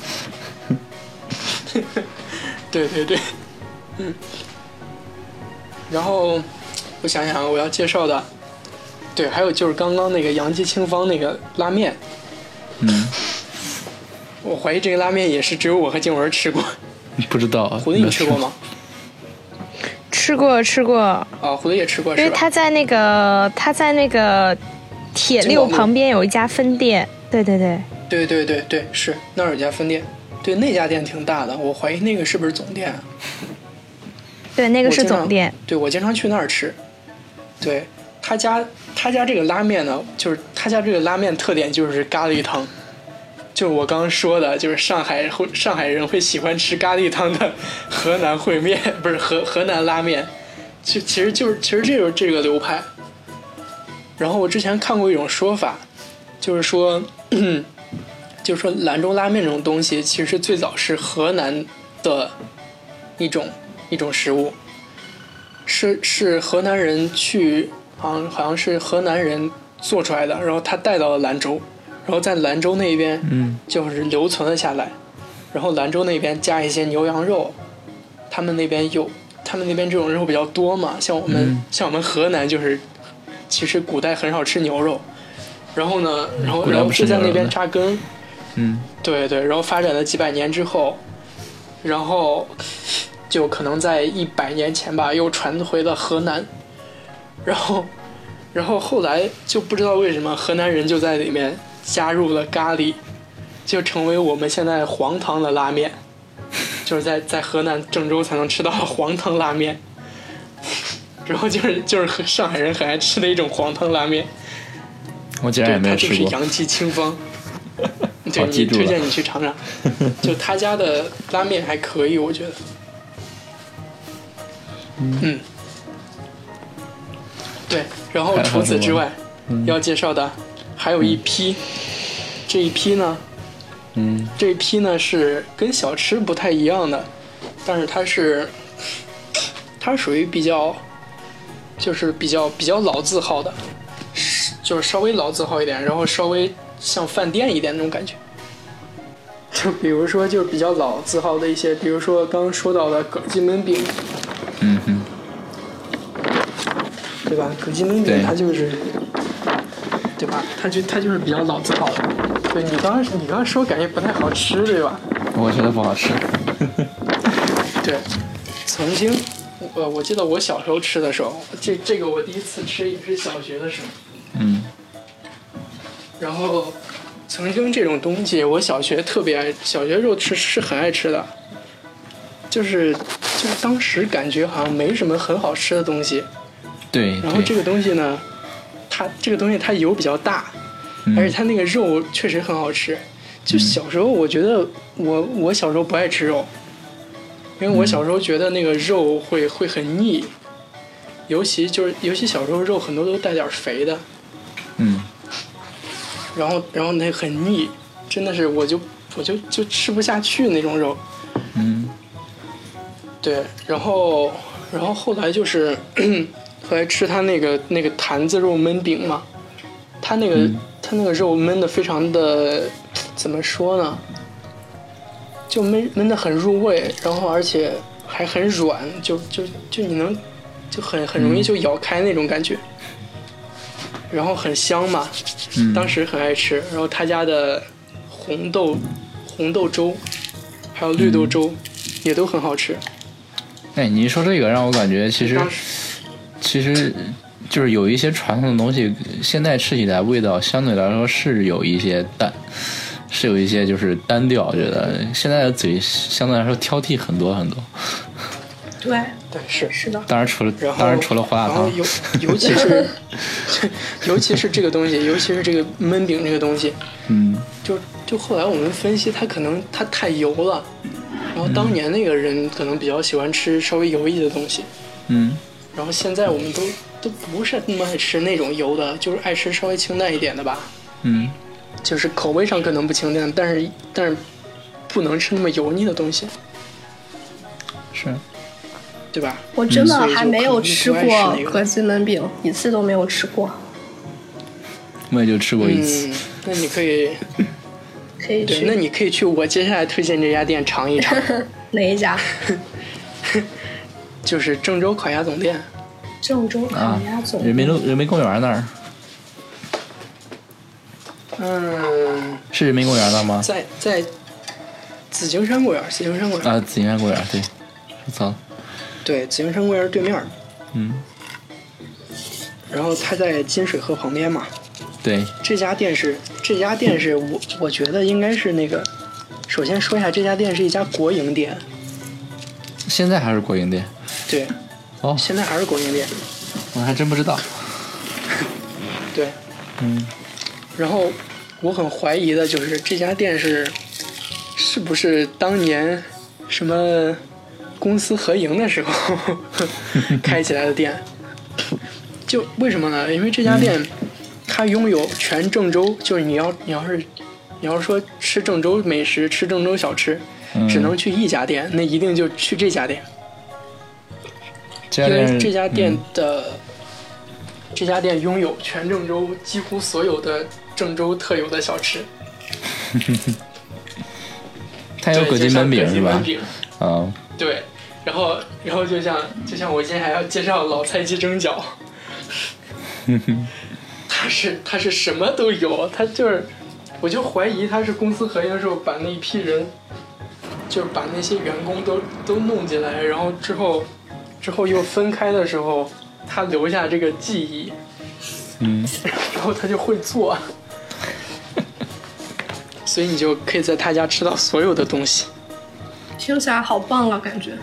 滨。对对对，嗯。然后我想想，我要介绍的，对，还有就是刚刚那个杨记清芳那个拉面， 嗯， 我怀疑这个拉面也是只有我和静文吃过。 不知道， 狐狸你吃过吗？ 吃吃过吃过。 啊，胡子也吃过， 因为是吧？ 他在那个他在那个铁六旁边有一家分店，对对对。 对对对对，是那儿有家分店，对那家店挺大的，我怀疑那个是不是总店啊？ 对，那个是总店。 对，我经常去那儿吃。对他家，他家这个拉面呢，就是他家这个拉面特点就是咖喱汤，就是我刚刚说的，就是上海会上海人会喜欢吃咖喱汤的河南烩面，不是河河南拉面，就其实就是其实这就是这个流派。然后我之前看过一种说法，就是说，就是说兰州拉面这种东西，其实最早是河南的一种一种食物，是是河南人去，好像好像是河南人做出来的，然后他带到了兰州，然后在兰州那边， 嗯， 就是留存了下来，然后兰州那边加一些牛羊肉，他们那边有，他们那边这种肉比较多嘛，像我们、 嗯、 像我们河南就是，其实古代很少吃牛肉，然后呢，然后然后就在那边扎根， 嗯， 对对，然后发展了几百年之后，然后就可能在一百年前吧，又传回了河南，然后，然后后来就不知道为什么河南人就在里面加入了咖喱，就成为我们现在黄汤的拉面，就是在在河南郑州才能吃到黄汤拉面，然后就是就是上海人很爱吃的一种黄汤拉面， 我竟然也没有吃过， 它就是阳气清芳。对，你推荐你去尝尝，就他家的拉面还可以，我觉得。嗯，对，然后除此之外，嗯、要介绍的还有一批，嗯、这一批呢， 嗯， 这一批呢是跟小吃不太一样的，但是它是，它属于比较，就是比较比较老字号的，就是稍微老字号一点，然后稍微像饭店一点那种感觉。就比如说，就是比较老字号的一些，比如说刚刚说到的葛记焖饼， 嗯嗯， 对吧？葛记焖饼它就是，对吧？它就它就是比较老字号的。对你刚你刚刚说感觉不太好吃，对吧？ 我觉得不好吃。 对，曾经我我记得我小时候吃的时候，这这个我第一次吃也是小学的时候。 嗯。 然后。曾经这种东西，我小学特别爱，小学时候吃是很爱吃的，就是就是当时感觉好像没什么很好吃的东西， 对。 然后这个东西呢，它这个东西它油比较大， 嗯、 而且它那个肉确实很好吃。就小时候我觉得我我小时候不爱吃肉，因为我小时候觉得那个肉会会很腻，尤其就是尤其小时候肉很多都带点肥的， 嗯。 然后，然后那很腻，真的是我就我就就吃不下去那种肉。 嗯。 对，然后然后后来就是后来吃他那个那个坛子肉焖饼嘛，他那个、嗯、他那个肉焖的非常的怎么说呢？就焖焖的很入味，然后而且还很软，就就就你能就很很容易就咬开那种感觉。嗯，然后很香嘛， 嗯、 当时很爱吃。然后他家的红豆红豆粥，还有绿豆粥，嗯、也都很好吃。 哎，你一说这个，让我感觉其实其实就是有一些传统的东西，现在吃起来味道相对来说是有一些淡，是有一些就是单调。我觉得现在的嘴相对来说挑剔很多很多。 对。 对，是是的。 当然除了当然除了胡辣汤， 尤尤其是尤其是这个东西，尤其是这个焖饼这个东西， 嗯， 就就后来我们分析，它可能它太油了，然后当年那个人可能比较喜欢吃稍微油一的东西， 嗯， 然后现在我们都都不是那么爱吃那种油的，就是爱吃稍微清淡一点的吧， 嗯， 就是口味上可能不清淡，但是但是不能吃那么油腻的东西， 是。 对吧？ 我真的还没有吃过葛记焖饼，一次都没有吃过。 我也就吃过一次。 嗯、那你可以， 可以去。 对，那你可以去我接下来推荐这家店尝一尝。 哪一家？ 就是郑州烤鸭总店。 郑州烤鸭总店。 啊、人民路人民公园那儿。 嗯。 是人民公园那吗？ 在在紫金山公园，紫金山公园。 啊，紫金山公园，对，说错了。 对，紫禁城公园对面。 嗯。 然后它在金水河旁边嘛。 对。 这家店是这家店是我我觉得应该是那个，首先说一下这家店是一家国营店。 现在还是国营店。 对。 哦。 现在还是国营店。 我还真不知道。 对。 嗯。 然后我很怀疑的就是这家店是是不是当年什么公私合营的时候开起来的店。就为什么呢？因为这家店它拥有全郑州，就是你要你要是你要说吃郑州美食吃郑州小吃，只能去一家店，那一定就去这家店。因为这家店的、嗯、这家店拥有全郑州几乎所有的郑州特有的小吃。 它有葛金焖饼是吧？ 嗯，对。然后，然后就像就像我今天还要介绍老菜鸡蒸饺，它是它是什么都有，它就是我就怀疑他是公私合营的时候把那一批人，就是把那些员工都都弄进来，然后之后之后又分开的时候，他留下这个记忆， 嗯， 然后他就会做，所以你就可以在他家吃到所有的东西。 听起来好棒啊，感觉。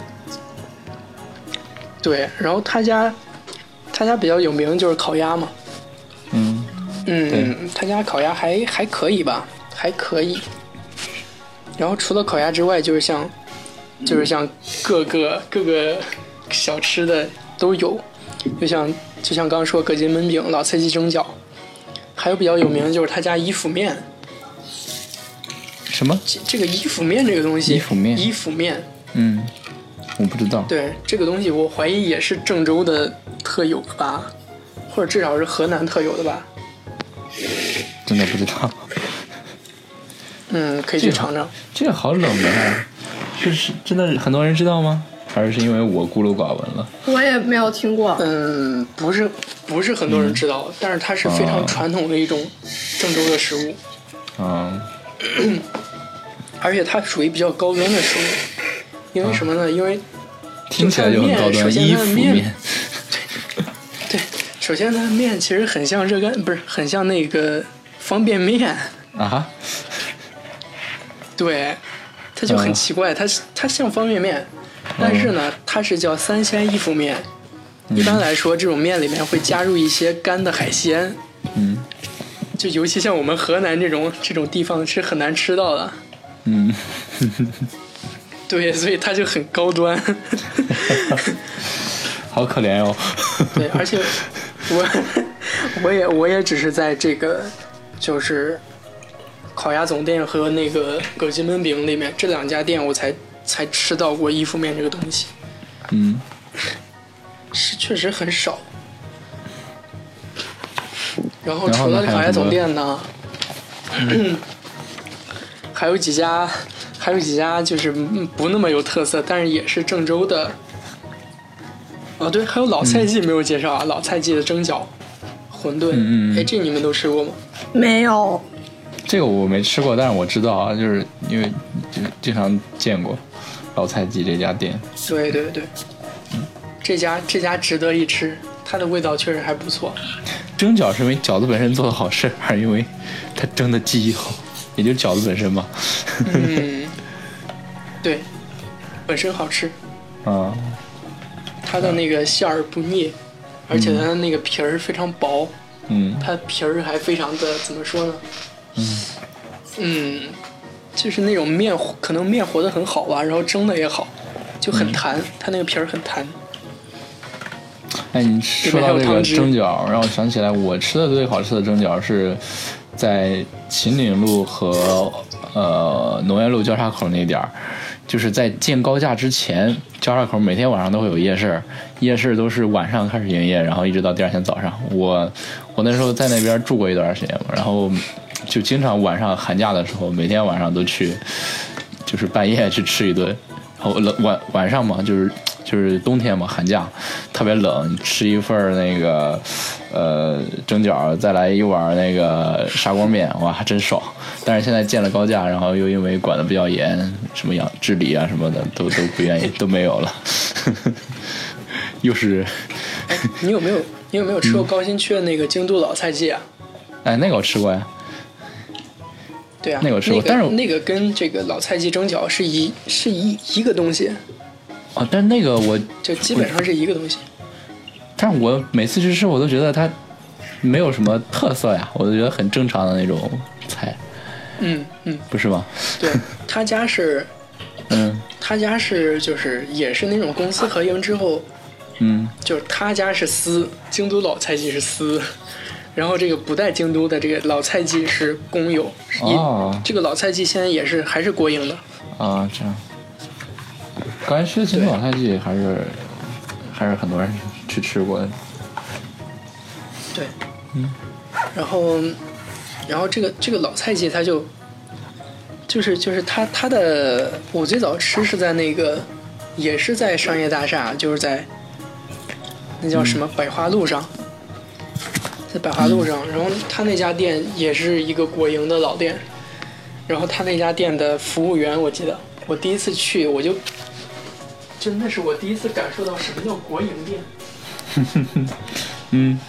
对，然后他家他家比较有名就是烤鸭嘛。 嗯嗯，他家烤鸭还还可以吧，还可以。然后除了烤鸭之外，就是像就是像各个各个小吃的都有，就像就像刚刚说葛金焖饼、老菜鸡蒸饺，还有比较有名的就是他家伊府面。 什么？ 这个伊府面这个东西， 伊府面， 伊府面， 嗯，我不知道。 对，这个东西我怀疑也是郑州的特有的吧，或者至少是河南特有的吧。 真的不知道。 嗯，可以去尝尝。 这个好冷门啊！是是，真的很多人知道吗？还是是因为我孤陋寡闻了？ 我也没有听过。 嗯，不是，不是很多人知道，嗯、但是它是非常传统的一种郑州的食物。 嗯。 而且它属于比较高端的食物，因为什么呢？啊、因为听起来就很高端。伊府面。 对，首先它的面其实很像热干，不是很像那个方便面啊。 对，它就很奇怪，它它像方便面，但是呢，它是叫三鲜伊府面。一般来说，这种面里面会加入一些干的海鲜。 嗯。 就尤其像我们河南这种这种地方是很难吃到的。 嗯。 对，所以它就很高端。 好可怜哦。 对，而且我我也我也只是在这个就是烤鸭总店和那个葛金焖饼里面这两家店我才才吃到过伊府面这个东西。 嗯。 是确实很少。然后除了烤鸭总店呢，嗯、还有几家，还有几家就是不那么有特色，但是也是郑州的。哦，对，还有老菜记没有介绍啊，嗯、老菜记的蒸饺、馄饨， 嗯嗯， 哎，这你们都吃过吗？ 没有。 这个我没吃过，但是我知道啊，就是因为就经常见过老菜记这家店。 对对对，嗯、这家这家值得一吃，它的味道确实还不错。 蒸饺是因为饺子本身做的好吃，还是因为它蒸的技艺好？也就是饺子本身嘛。 嗯，对，本身好吃。 啊。 它的那个馅儿不腻，而且它的那个皮儿非常薄。 嗯。 它皮儿还非常的怎么说呢？ 嗯。 嗯，就是那种面可能面和的很好吧，然后蒸的也好，就很弹，嗯、它那个皮儿很弹。 哎，你说到这个蒸饺，让我想起来，我吃的最好吃的蒸饺是在秦岭路和呃农业路交叉口那点儿，就是在建高架之前，交叉口每天晚上都会有夜市，夜市都是晚上开始营业，然后一直到第二天早上。我我那时候在那边住过一段时间嘛，然后就经常晚上寒假的时候，每天晚上都去，就是半夜去吃一顿，然后晚晚上嘛，就是就是冬天嘛，寒假特别冷，吃一份那个呃蒸饺，再来一碗那个砂锅面，哇，还真爽。但是现在建了高架，然后又因为管得比较严，什么养治理啊什么的都都不愿意，都没有了。又是， 你有没有你有没有吃过高新区的那个京都老菜记啊？ 哎，那个我吃过呀。 对啊， 那个我吃过， 那个、 但是那个跟这个老菜记蒸饺是一是一一个东西。 哦，但是那个我就基本上是一个东西。 但是我每次去吃，我都觉得它没有什么特色呀，我都觉得很正常的那种菜。 嗯嗯， 不是吗？ 对，他家是， 嗯， 他家是就是也是那种公司合营之后， 嗯， 就是他家是私，京都老菜记是私。然后这个不带京都的这个老菜记是公有， 哦， 这个老菜记现在也是还是国营的。 啊，这样。高新区的京都老菜记还是还是很多人去吃过的。 对， 嗯。 然后，然后这个这个老菜记它就，就是就是它它的，我最早吃是在那个，也是在商业大厦，就是在那叫什么百花路上。在百花路上，然后他那家店也是一个国营的老店，然后他那家店的服务员，我记得我第一次去，我就真的是我第一次感受到什么叫国营店。 嗯，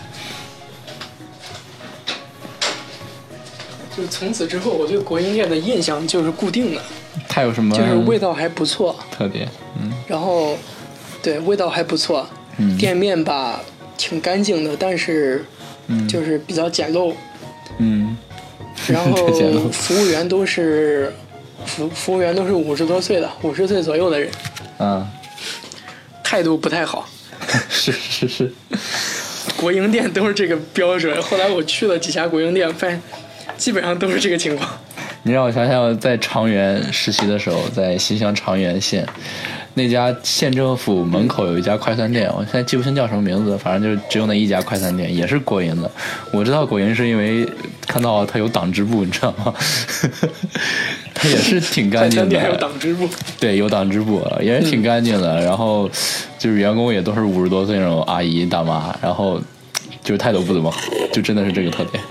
就从此之后，我对国营店的印象就是固定的。 它有什么？ 就是味道还不错， 特点，嗯， 然后对味道还不错， 嗯， 店面吧挺干净的，但是。就是比较简陋， 嗯， 然后服务员都是服服务员都是五十多岁的，五十岁左右的人， 啊， 态度不太好， 是是是， 国营店都是这个标准。后来我去了几家国营店，发现基本上都是这个情况。 你让我想想，在长垣实习的时候，在新乡长垣县。那家县政府门口有一家快餐店，我现在记不清叫什么名字，反正就只有那一家快餐店，也是国营的。我知道国营是因为看到它有党支部，你知道吗？它也是挺干净的。快餐店还有党支部？ 对，有党支部，也是挺干净的。嗯、然后就是员工也都是五十多岁那种阿姨大妈，然后就是态度不怎么好，就真的是这个特点。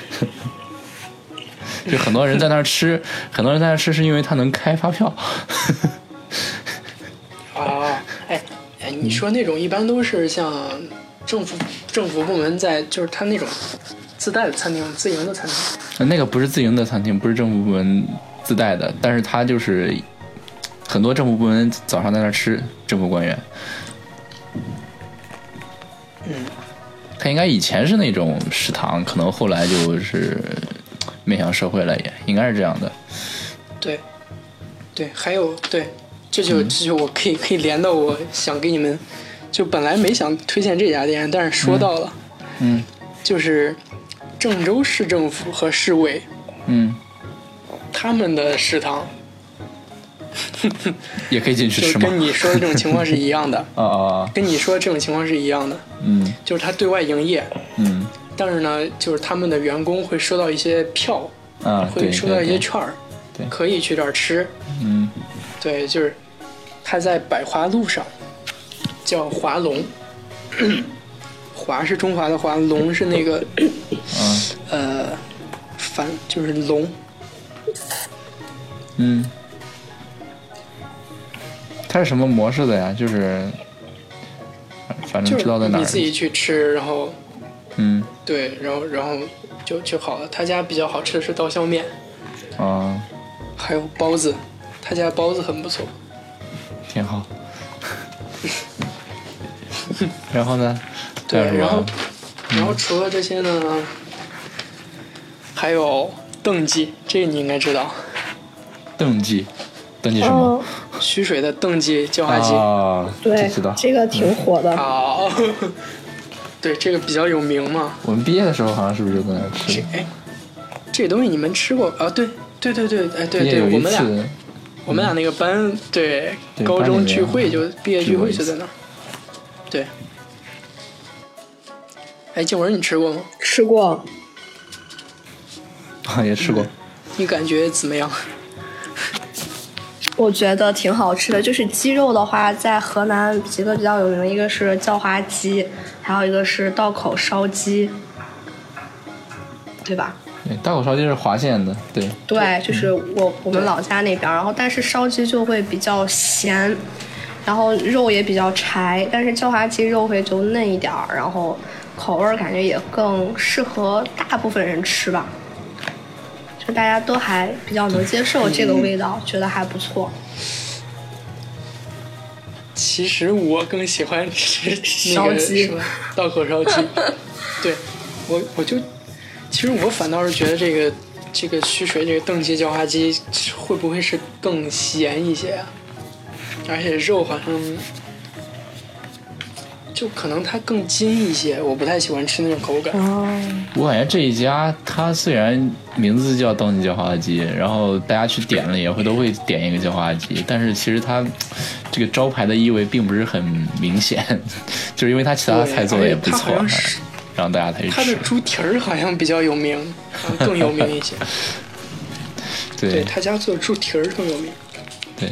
就很多人在那儿吃，很多人在那儿吃是因为他能开发票。 啊，哎哎，你说那种一般都是像政府政府部门在，就是他那种自带的餐厅、自营的餐厅。 那个不是自营的餐厅，不是政府部门自带的，但是他就是很多政府部门早上在那儿吃，政府官员。 嗯， 他应该以前是那种食堂，可能后来就是面向社会了，也应该是这样的。 对，对，还有对。这就这就我可以可以连到我想给你们，就本来没想推荐这家店，但是说到了， 嗯，嗯就是郑州市政府和市委， 嗯， 他们的食堂也可以进去吃吗？ 就跟你说的这种情况是一样的啊啊， 跟你说的这种情况是一样的， 嗯， 就是他对外营业， 嗯， 但是呢，就是他们的员工会收到一些票， 啊， 会收到一些券儿， 对， 可以去这儿吃， 嗯， 对，就是。他在百花路上，叫华龙，华是中华的华，龙是那个， 嗯， 呃，反就是龙， 嗯，它是什么模式的呀？就是，反正知道在哪儿， 你自己去吃，然后， 嗯， 对，然后然后就就好了。他家比较好吃的是刀削面， 啊， 还有包子，他家包子很不错。 挺好，然后呢？ 对，然后，然后除了这些呢，还有邓记，这个你应该知道。 邓记，邓记什么？ 哦、 徐水的邓记叫花鸡。 啊， 对， 知道。 这个挺火的。 好、嗯，对，这个比较有名嘛。 我们毕业的时候好像是不是就在那吃？ 哎，这东西你们吃过啊？对，对对对，哎对对，我们俩。我们俩那个班，对， 对高中聚会就毕业聚会就在那儿。对。哎，静文，你吃过吗？ 吃过。 啊，也吃过。 嗯、你感觉怎么样？ 我觉得挺好吃的。就是鸡肉的话，在河南几个比较有名的，一个是叫花鸡，还有一个是道口烧鸡，对吧？ 对，道口烧鸡是华县的，对。 对，就是我我们老家那边，然后但是烧鸡就会比较咸，然后肉也比较柴，但是叫花鸡肉会就嫩一点，然后口味感觉也更适合大部分人吃吧。就大家都还比较能接受这个味道，觉得还不错。 其实我更喜欢吃那个烧鸡什么道口烧鸡。对，我我就其实我反倒是觉得这个这个徐水这个邓记叫花鸡会不会是更咸一些啊？而且肉好像就可能它更筋一些，我不太喜欢吃那种口感。 哦， 我感觉这一家它虽然名字叫邓记叫花鸡，然后大家去点了也会都会点一个叫花鸡，但是其实它这个招牌的意味并不是很明显，就是因为它其他菜做的也不错，然后大家才去吃。 它的猪蹄儿好像比较有名，更有名一些。 对， 对他家做的猪蹄儿更有名。 对，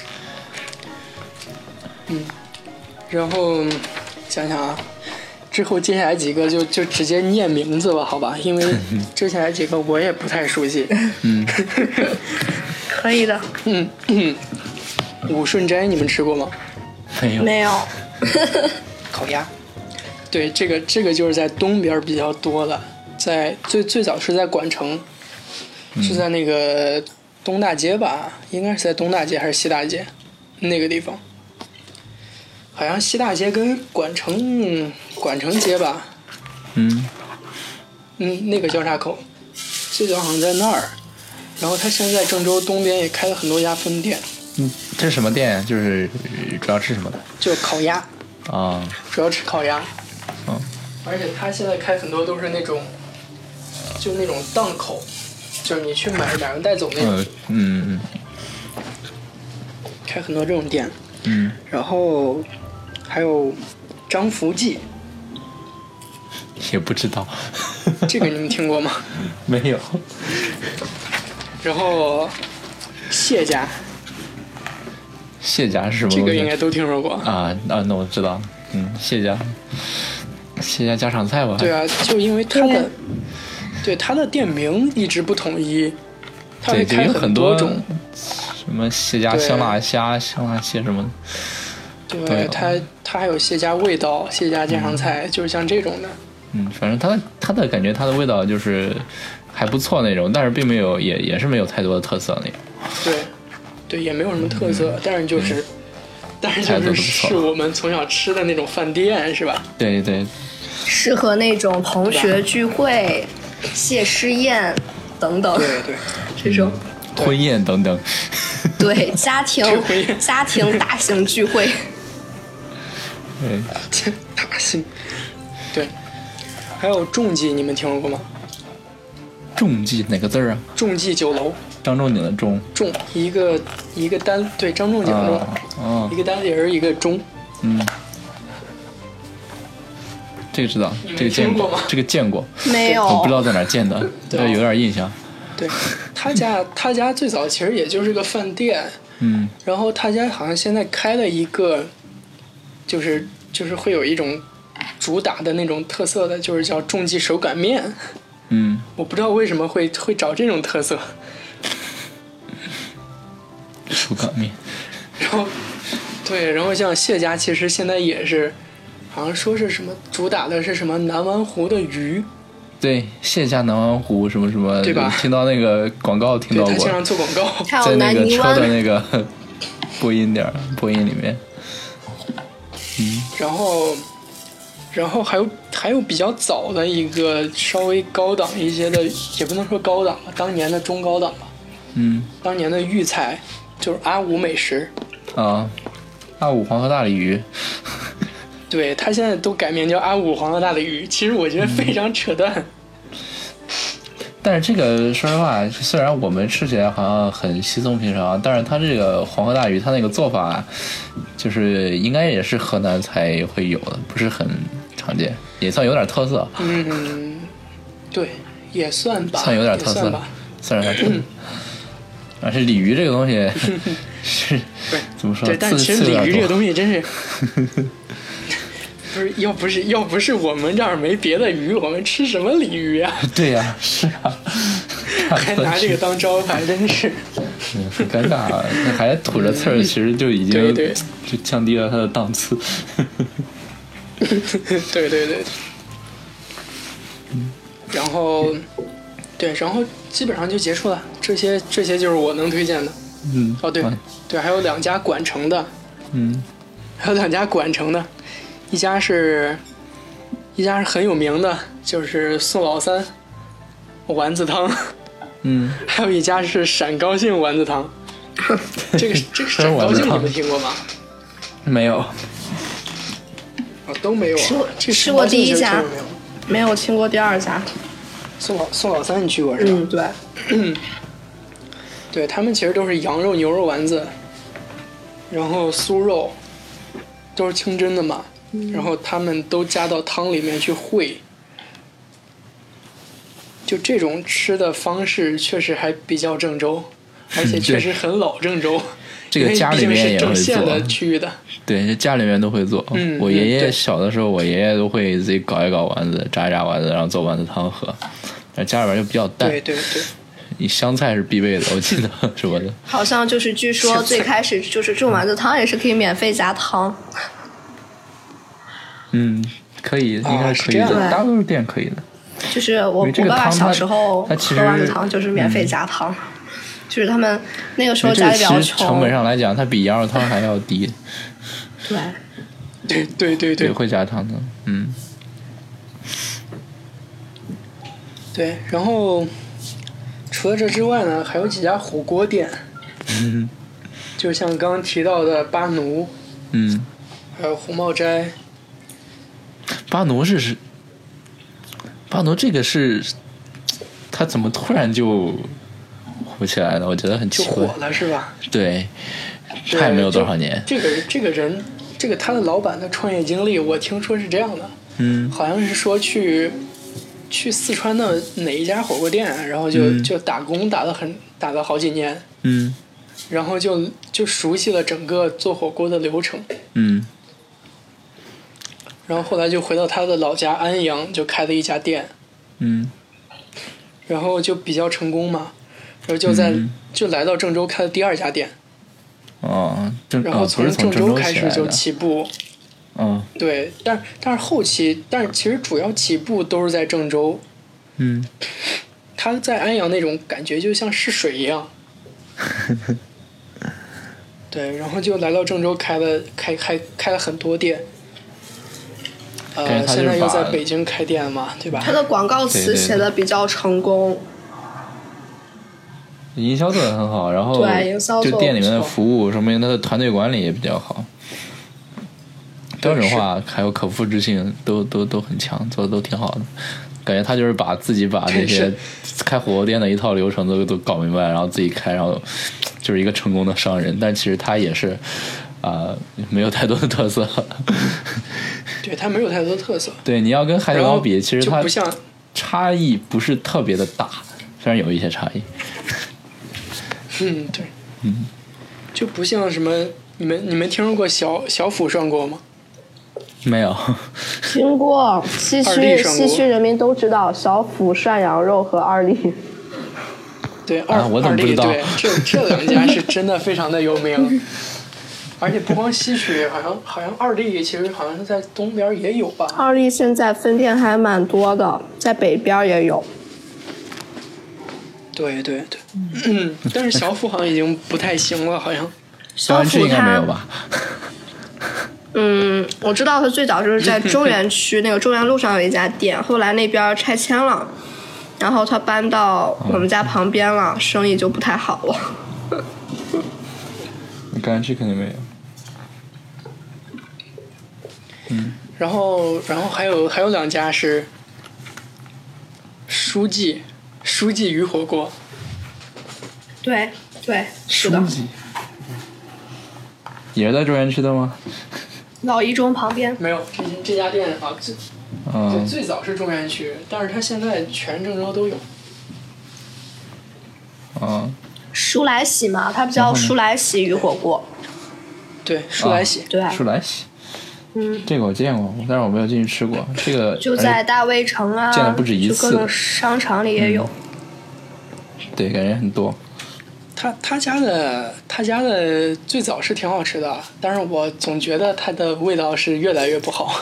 嗯，然后想想啊，之后接下来几个就就直接念名字吧，好吧？因为接下来几个我也不太熟悉。 嗯， 可以的。 嗯嗯，武顺斋你们吃过吗？ 没有。 没有。 烤鸭。对，这个这个就是在东边比较多的，在最最早是在管城，是在那个东大街吧？应该是在东大街还是西大街那个地方？好像西大街跟管城管城街吧？ 嗯嗯，那个交叉口，最早好像在那儿。然后他现在在郑州东边也开了很多家分店。 嗯，这是什么店呀？就是主要吃什么的？ 就烤鸭。 啊。 主要吃烤鸭。 嗯。 而且他现在开很多都是那种，就那种档口，就是你去买两人带走那种。 嗯嗯嗯。 开很多这种店。 嗯。 然后还有张福记。 也不知道。 这个你们听过吗？ 没有。 然后谢家。 谢家是什么？ 这个应该都听说过啊啊，那我知道，嗯，谢家，谢家家常菜吧？ 对啊，就因为它的，对它的店名一直不统一，它会开很多种， 什么谢家香辣虾、香辣蟹什么的。对，它它还有谢家味道、谢家家常菜，嗯、就是像这种的。 嗯，反正它它的感觉，它的味道就是还不错那种，但是并没有，也也是没有太多的特色那种。 对。对，也没有什么特色，嗯、但是就是，嗯、但是就是是我们从小吃的那种饭店，是吧？ 对对， 适合那种同学聚会、谢师宴等等， 对对， 这种婚宴等等， 对家庭家庭大型聚会， 对， 大型，对，还有仲记，你们听说过吗？ 仲记哪个字啊？ 仲记酒楼。 张仲景的仲， 仲一个一个单对张仲景的仲， 哦， 一个单立人一个钟， 嗯，这个知道，这个见过，这个见过， 没有， 我不知道在哪见的，对，有点印象。 对，他家他家最早其实也就是个饭店， 嗯， 然后他家好像现在开了一个，就是就是会有一种主打的那种特色的，就是叫仲记手擀面， 嗯， 我不知道为什么会会找这种特色。 手擀面， 然后，对，然后像谢家其实现在也是，好像说是什么主打的是什么南湾湖的鱼， 对，谢家南湾湖什么什么， 对吧？ 听到那个广告听到过， 他经常做广告， 在那个车的那个播音点播音里面，嗯， 然后，然后还有还有比较早的一个稍微高档一些的，也不能说高档吧，当年的中高档吧， 嗯， 当年的粤菜。就是阿五美食啊，阿五黄河大鲤鱼， 对他现在都改名叫阿五黄河大鲤鱼，其实我觉得非常扯淡。嗯、 但是这个说实话，虽然我们吃起来好像很稀松平常，但是它这个黄河大鱼，它那个做法，就是应该也是河南才会有的，不是很常见，也算有点特色。 嗯，对，也算吧， 算有点特色， 吧， 算是它特色。而且鲤鱼这个东西， 是怎么说？ 对，但其实鲤鱼这个东西真是，不是要不是要不是我们这儿没别的鱼，我们吃什么鲤鱼啊？ 对呀、啊，是啊， 还拿这个当招牌，真是。 嗯，很尴尬啊！那还吐着刺儿，其实就已经对对就降低了它的档次。 对对对。然后，对，然后基本上就结束了。这些这些就是我能推荐的。 嗯。 哦，对、 啊、 对，还有两家管城的。 嗯。 还有两家管城的，一家是，一家是很有名的，就是宋老三丸子汤。 嗯。 还有一家是陕高兴丸子汤。这个这个陕高兴你们听过吗？ 没有。 哦，都没有、啊。 吃吃过第一家，没有听过第二家。 宋老宋老三你去过是吧？ 嗯，对。 嗯，对他们其实都是羊肉、牛肉丸子，然后酥肉，都是清真的嘛。嗯、然后他们都加到汤里面去烩。就这种吃的方式确实还比较郑州，而且确实很老郑州。 这个家里面也会做的区域的， 对，这家里面都会做。 嗯， 我爷爷小的时候，我爷爷都会自己搞一搞丸子，炸一炸丸子，然后做丸子汤喝。家里边就比较淡。 对对对。 你香菜是必备的，我记得什么的。 好像就是据说最开始就是这种丸子汤也是可以免费加汤。 嗯，可以，应该是可以的， 啊、 大多数店可以的。 就是我我爸爸小时候喝丸子汤就是免费加汤。嗯，就是他们那个时候家里比较穷， 成本上来讲，它比羊肉汤还要低。 对， 对对对对， 会加汤的，嗯。 对，然后除了这之外呢，还有几家火锅店， 嗯， 就像刚刚提到的巴奴， 嗯， 还有红帽斋。 巴奴是是，巴奴这个是，他怎么突然就火起来了？我觉得很奇怪。 就火了是吧？ 对，他也没有多少年。 这个这个人，这个他的老板的创业经历，我听说是这样的， 嗯， 好像是说去去四川的哪一家火锅店，然后就、嗯、就打工打了很打了好几年， 嗯， 然后就就熟悉了整个做火锅的流程， 嗯。 然后后来就回到他的老家安阳，就开了一家店， 嗯， 然后就比较成功嘛，然后就在、嗯、就来到郑州开了第二家店， 哦， 然后从郑州开始就起步， 嗯， 对，但但是后期，但是其实主要起步都是在郑州， 嗯， 他在安阳那种感觉就像试水一样，对，然后就来到郑州开了开开开了很多店。呃，现在又在北京开店嘛，对吧？ 他的广告词写的比较成功， 营销做的很好，然后对营销就店里面的服务，说明他的团队管理也比较好，标准化还有可复制性都都都很强，做的都挺好的。感觉他就是把自己把这些开火锅店的一套流程都都搞明白，然后自己开，然后就是一个成功的商人。但其实他也是啊、呃，没有太多的特色。 对，他没有太多的特色。 对，你要跟海底捞比，其实它不像差异不是特别的大，虽然有一些差异。 嗯，对， 嗯， 就不像什么，你们你们听说过小小府涮锅吗？ 没有。 听过，西区西区人民都知道小府涮羊肉和二力。 对，二、 啊、我怎么不知道？ 对，这这两家是真的非常的有名。而且不光西区，好像好像二力其实好像是在东边也有吧。 二力现在分店还蛮多的，在北边也有。 对对对，嗯，但是小府好像已经不太行了，好像。 小府应该没有吧？ 嗯，我知道他最早就是在中原区那个中原路上有一家店，后来那边拆迁了，然后他搬到我们家旁边了，生意就不太好了。 甘区肯定没有。嗯， 然后，然后还有还有两家是书记，书记鱼火锅。 对对，是的。 书记也是在中原区的吗？ 老一中旁边。 没有，这这家店啊，最、 嗯、 最早是中原区，但是它现在全郑州都有。 嗯， 舒来喜嘛，它叫舒来喜鱼火锅。 对，舒来喜， 啊、 对， 舒来喜。 嗯， 这个我见过，但是我没有进去吃过。这个就在大卫城啊， 见了不止一次， 就各种商场里也有。 嗯、对，感觉很多。 他他家的他家的最早是挺好吃的，但是我总觉得它的味道是越来越不好。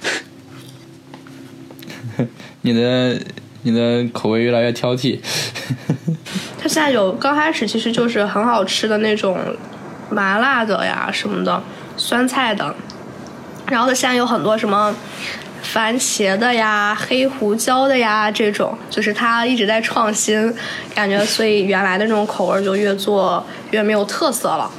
你的你的口味越来越挑剔。 它现在有刚开始其实就是很好吃的那种麻辣的呀什么的，酸菜的。然后它现在有很多什么番茄的呀、黑胡椒的呀，这种就是它一直在创新，感觉所以原来的那种口味就越做越没有特色了。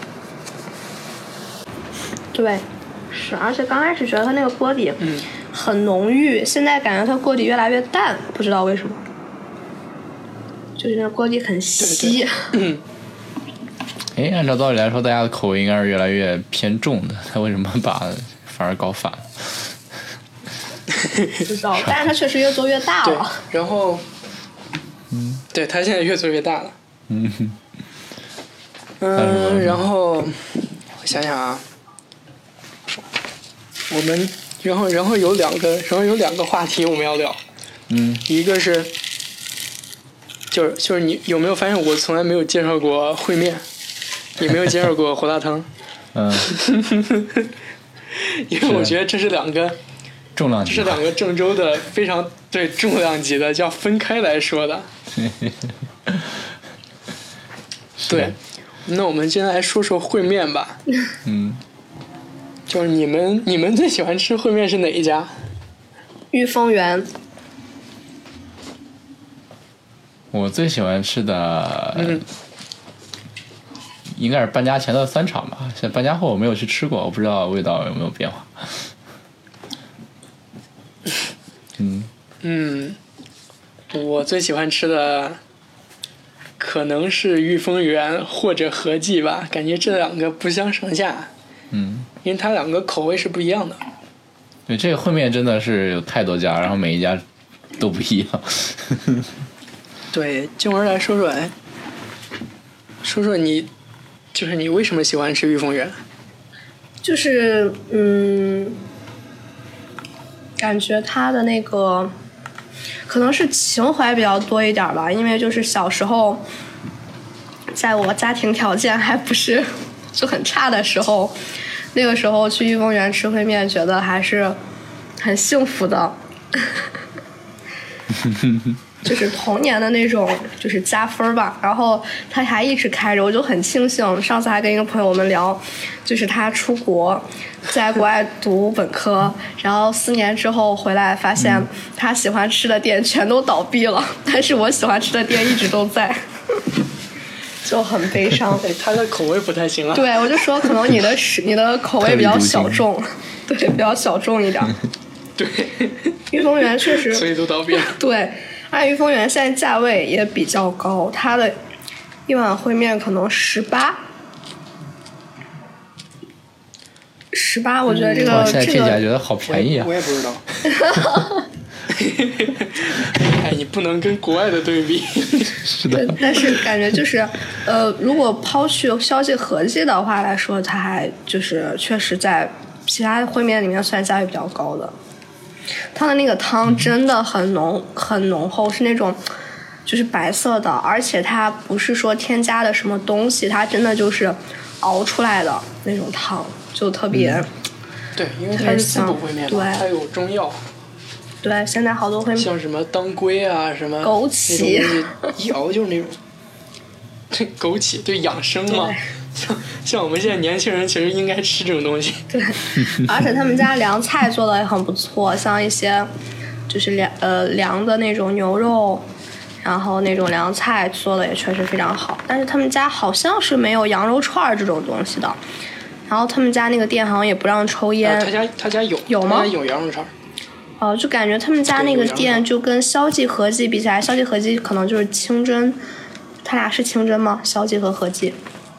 对，是，而且刚开始觉得它那个锅底很浓郁，嗯、现在感觉它锅底越来越淡，不知道为什么，就是那个锅底很稀。 嗯。 哎，按照道理来说，大家的口味应该是越来越偏重的，他为什么把反而搞反了？ 不知道，但是它确实越做越大了。 对，然后，嗯，对，它现在越做越大了。 嗯嗯，然后我想想啊，我们然后然后有两个，然后有两个话题我们要聊。 嗯， 一个是，就是就是你有没有发现我从来没有介绍过烩面，也没有介绍过胡辣汤。 嗯。 因为我觉得这是两个重量级， 这是两个郑州的非常对重量级的，叫分开来说的。对，那我们现在来说说烩面吧。 嗯， 就是你们你们最喜欢吃烩面是哪一家？ 裕丰园。 我最喜欢吃的， 嗯， 应该是搬家前的三场吧。现在搬家后我没有去吃过，我不知道味道有没有变化。嗯嗯，我最喜欢吃的可能是裕丰园或者和记吧，感觉这两个不相上下。 嗯， 因为它两个口味是不一样的。 对，这个烩面真的是有太多家，然后每一家都不一样。 对，静文来说说，哎，说说你，就是你为什么喜欢吃裕丰园？ 就是嗯，感觉它的那个可能是情怀比较多一点吧，因为就是小时候，在我家庭条件还不是就很差的时候，那个时候去裕丰园吃烩面，觉得还是很幸福的。就是童年的那种就是加分吧，然后他还一直开着，我就很庆幸。上次还跟一个朋友我们聊，就是他出国在国外读本科，然后四年之后回来发现他喜欢吃的店全都倒闭了，但是我喜欢吃的店一直都在，就很悲伤。 对，他的口味不太行啊。 对，我就说可能你的你的口味比较小众，对，比较小众一点。 对， 裕丰园确实， 所以都倒闭了。 对。而裕丰园现在价位也比较高，它的一碗烩面可能十八，十八，我觉得这个、 嗯、现在听起来这个觉得好便宜啊！ 我也不知道。哎，你不能跟国外的对比。 是的。 但是感觉就是，呃，如果抛去消记合记的话来说，它还就是确实在其他烩面里面算价位比较高的。它的那个汤真的很浓很浓厚，是那种就是白色的，而且它不是说添加的什么东西，它真的就是熬出来的那种汤，就特别、嗯、 对，因为它是滋补烩面嘛，它有中药。 对，现在好多烩面像什么当归啊，什么枸杞， 一熬就是那种对枸杞，对养生嘛。像像我们现在年轻人其实应该吃这种东西。 对，而且他们家凉菜做的也很不错，像一些就是凉呃凉的那种牛肉，然后那种凉菜做的也确实非常好。但是他们家好像是没有羊肉串这种东西的，然后他们家那个店好像也不让抽烟。 呃、他家他家有有吗？ 他家有羊肉串。 哦、呃，就感觉他们家那个店就跟萧记合记比起来，萧记合记可能就是清真，他俩是清真吗？萧记和合记。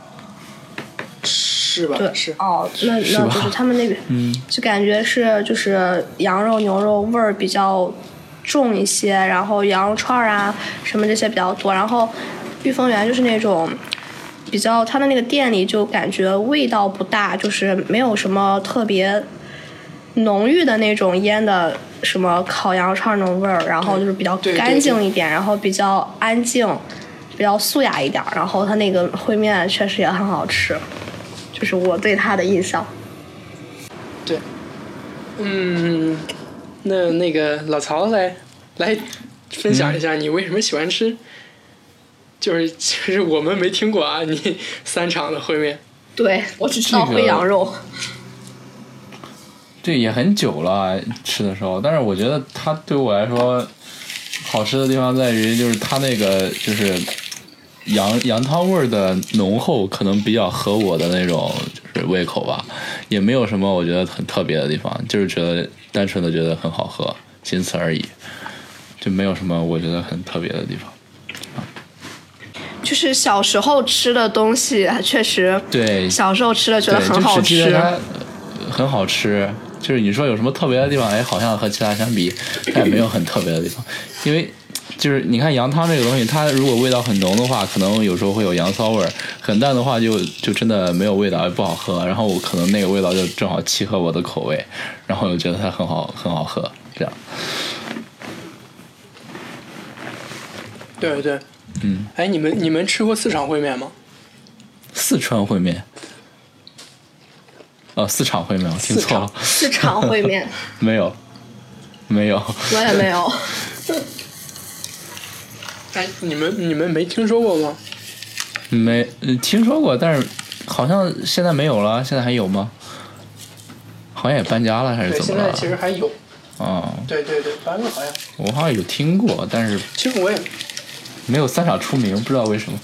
是吧？ 对， 是哦，那那就是他们那边， 嗯， 就感觉是就是羊肉牛肉味儿比较重一些，然后羊肉串啊什么这些比较多，然后裕丰园就是那种比较他的那个店里就感觉味道不大，就是没有什么特别浓郁的那种腌的什么烤羊肉串那种味儿，然后就是比较干净一点，然后比较安静，比较素雅一点，然后它那个烩面确实也很好吃，就是我对它的印象。 对，嗯，那那个老曹来来分享一下你为什么喜欢吃，嗯、就是其实我们没听过啊，你三厂的烩面。 对，我只知道烩羊肉。 对，也很久了吃的时候，但是我觉得它对我来说好吃的地方在于，就是它那个就是羊羊汤味儿的浓厚，可能比较合我的那种就是胃口吧，也没有什么我觉得很特别的地方，就是觉得单纯的觉得很好喝，仅此而已，就没有什么我觉得很特别的地方。 就是小时候吃的东西，确实对， 小时候吃的觉得很好吃， 它很好吃。就是你说有什么特别的地方，哎，好像和其他相比，它也没有很特别的地方。因为就是你看羊汤这个东西，它如果味道很浓的话，可能有时候会有羊骚味儿；很淡的话就，就就真的没有味道，也不好喝。然后我可能那个味道就正好契合我的口味，然后我觉得它很好，很好喝，这样。 对对， 嗯， 哎，你们你们吃过四川烩面吗？ 四川烩面。哦，四场烩面，我听错了。 四场烩面没有，没有， 我也没有。 哎，你们你们没听说过吗？ 没，听说过，但是好像现在没有了。现在还有吗？好像也搬家了，还是怎么了？ 对，现在其实还有。 哦。 对对对，搬了好像。 我好像有听过，但是其实我也没有三场出名，不知道为什么。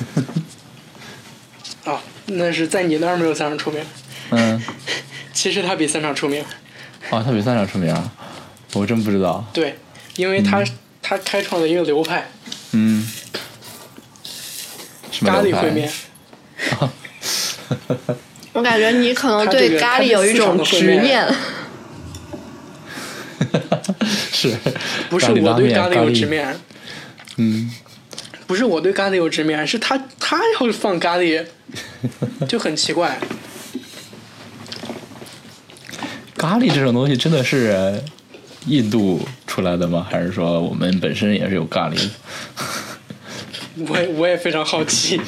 啊、哦，那是在你那儿没有三场出名。 嗯， 其实他比三场出名。 哦，他比三场出名啊！我真不知道。 对，因为他、嗯、他开创了一个流派。 嗯。 咖喱烩面。 我感觉你可能对咖喱有一种执念。 是。 不是我对咖喱有执念。 嗯。 不是我对咖喱有执念，是他他要放咖喱，就很奇怪。 咖喱这种东西真的是印度出来的吗？还是说我们本身也是有咖喱的？ 我也我也非常好奇。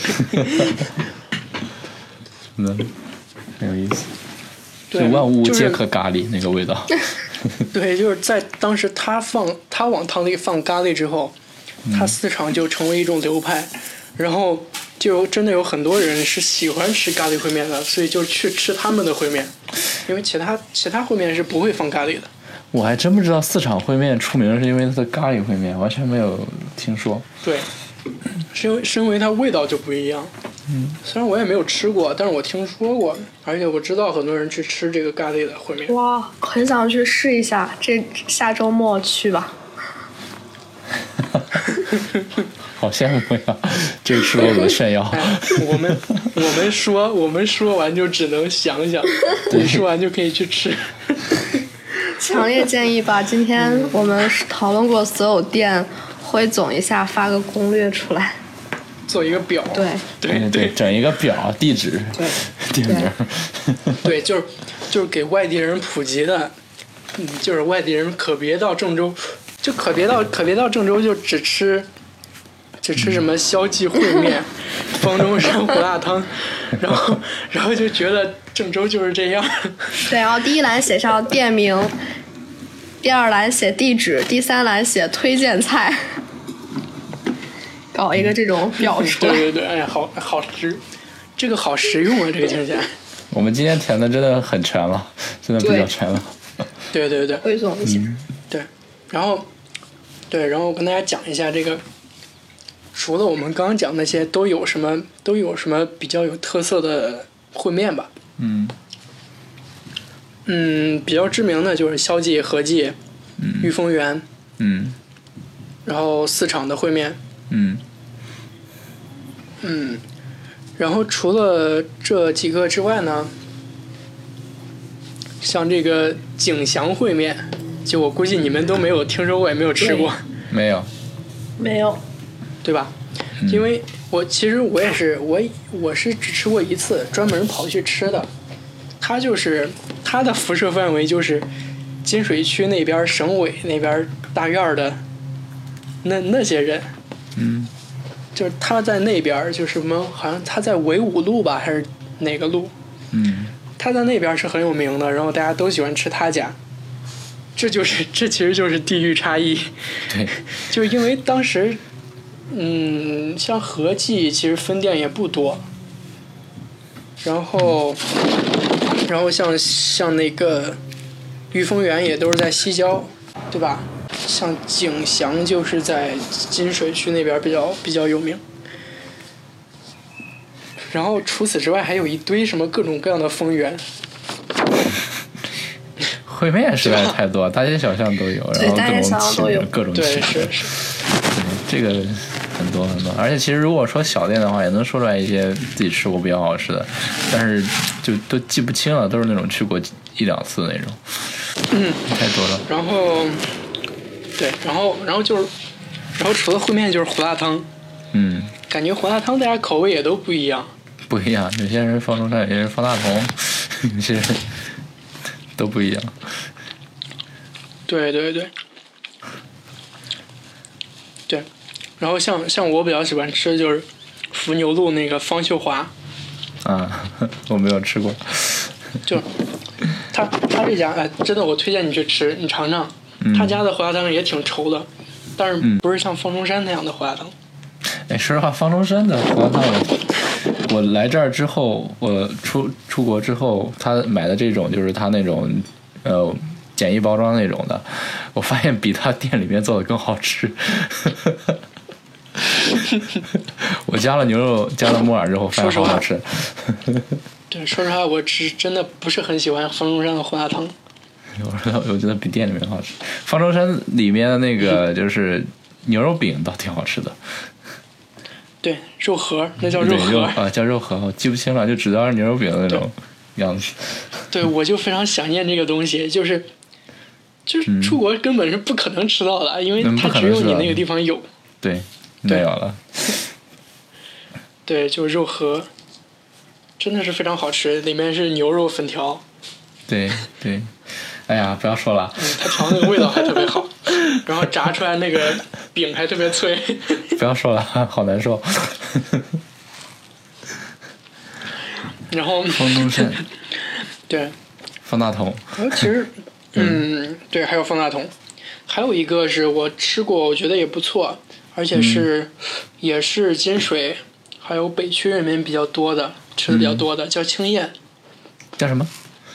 嗯，很有意思。对，万物皆可咖喱、就是、那个味道。 对，就是在当时他放他往汤里放咖喱之后，他四场就成为一种流派，然后就真的有很多人是喜欢吃咖喱烩面的，所以就去吃他们的烩面。因为其他其他烩面是不会放咖喱的。 我还真不知道四场烩面出名是因为它的咖喱烩面，完全没有听说。 对，是因为是因为它味道就不一样。 嗯， 虽然我也没有吃过，但是我听说过，而且我知道很多人去吃这个咖喱的烩面。 哇，很想去试一下，这下周末去吧。 好羡慕呀！这个赤裸裸的炫耀。 哎、我们我们说我们说完就只能想想，你说完就可以去吃。 强烈建议把今天我们讨论过所有店汇总一下，发个攻略出来， 做一个表。 对对 对, 对，整一个表，地址， 对， 店名。 对，就是就是给外地人普及的，嗯，就是外地人可别到郑州，就可别到可别到郑州就只吃。只吃什么肖记烩面、方中山胡辣汤，然后然后就觉得郑州就是这样。 对，然后第一栏写上店名，第二栏写地址，第三栏写推荐菜，搞一个这种表出来。 对对对，哎呀，好好实，这个好实用啊，这个听起来。 我们今天填的真的很全了，真的比较全了。 对对对， 汇总一下。 嗯、 对，然后对，然后我跟大家讲一下这个。除了我们刚刚讲那些，都有什么都有什么比较有特色的烩面吧？ 嗯， 嗯，比较知名的就是肖记、和记、 嗯、 裕丰园， 嗯， 然后四厂的烩面， 嗯， 嗯，然后除了这几个之外呢，像这个景祥烩面，就我估计你们都没有听说过，也没有吃过， 没有， 没有。 对吧？ 因为我其实我也是我我是只吃过一次，专门跑去吃的。它就是它的辐射范围就是金水区那边省委那边大院的那那些人， 嗯， 就是他在那边就是什么，好像他在纬五路吧，还是哪个路？ 嗯， 他在那边是很有名的，然后大家都喜欢吃他家。这就是这其实就是地域差异。 对， 就因为当时，嗯，像和记其实分店也不多，然后，然后像像那个裕丰园也都是在西郊，对吧？像景祥就是在金水区那边比较比较有名。然后除此之外还有一堆什么各种各样的丰源。 烩面实在太多，大街小巷都有，然后各种起名各种起名， 对，是是。 对，这个很多很多，而且其实如果说小店的话，也能说出来一些自己吃过比较好吃的，但是就都记不清了，都是那种去过一两次那种。 嗯， 太多了。 然后，对，然后然后就是，然后除了烩面就是胡辣汤。 嗯。 感觉胡辣汤大家口味也都不一样。 不一样，有些人放中山，有些人放大同，有些人都不一样。 对对对。对，然后像像我比较喜欢吃的就是福牛路那个方秀华。 啊，我没有吃过。 就他他这家哎，真的我推荐你去吃，你尝尝。嗯、他家的胡辣汤也挺稠的，但是不是像方中山那样的胡辣汤。 哎，说实话，方中山的胡辣汤我，我来这儿之后，我出出国之后，他买的这种就是他那种呃简易包装那种的，我发现比他店里面做的更好吃。我加了牛肉，加了木耳之后，发现好好吃。 对，说实话，我是真的不是很喜欢方中山的胡辣汤。 我我觉得比店里面好吃。方中山里面的那个就是牛肉饼倒挺好吃的。 对，肉盒那叫肉盒啊，叫肉盒，我记不清了，就知道是牛肉饼的那种样子。 对，我就非常想念这个东西，就是就是出国根本是不可能吃到的，嗯、因为它只有你那个地方有。 对，没有了。 对，就是肉盒，真的是非常好吃，里面是牛肉粉条。 对对，哎呀，不要说了。 嗯，它调那个味道还特别好，然后炸出来那个饼还特别脆。 不要说了，好难受。 然后方中山， 对， 方大同。 然后其实，嗯，对，还有方大同，还有一个是我吃过，我觉得也不错，而且是、嗯、也是金水还有北区人民比较多的，吃的比较多的，嗯、叫青燕。 叫什么？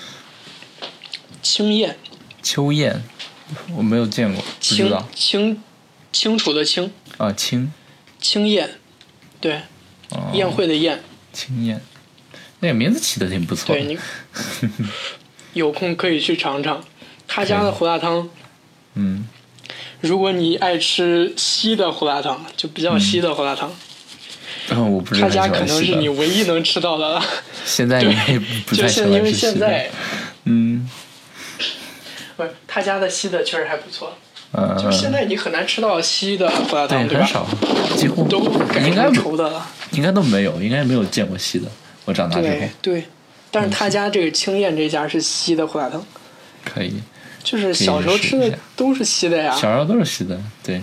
青燕。 秋燕，我没有见过，不知道。 清清楚的清。 啊，清。 青燕，对，哦、宴会的宴。 青燕，那个名字起的挺不错的。 对，你有空可以去尝尝他家的胡辣汤。 嗯。 如果你爱吃稀的胡辣汤，就比较稀的胡辣汤。 嗯，我不是他家可能是你唯一能吃到的了。 现在应该不太喜欢吃稀的。 就因为现在， 嗯， 不是他家的稀的确实还不错。 嗯， 就现在你很难吃到稀的胡辣汤，对吧？ 很少，几乎都应该稠的了， 应该都没有，应该没有见过稀的。我长大之后， 对对，但是他家这个青燕这家是稀的胡辣汤， 可以， 就是小时候吃的都是稀的呀， 小时候都是稀的，对，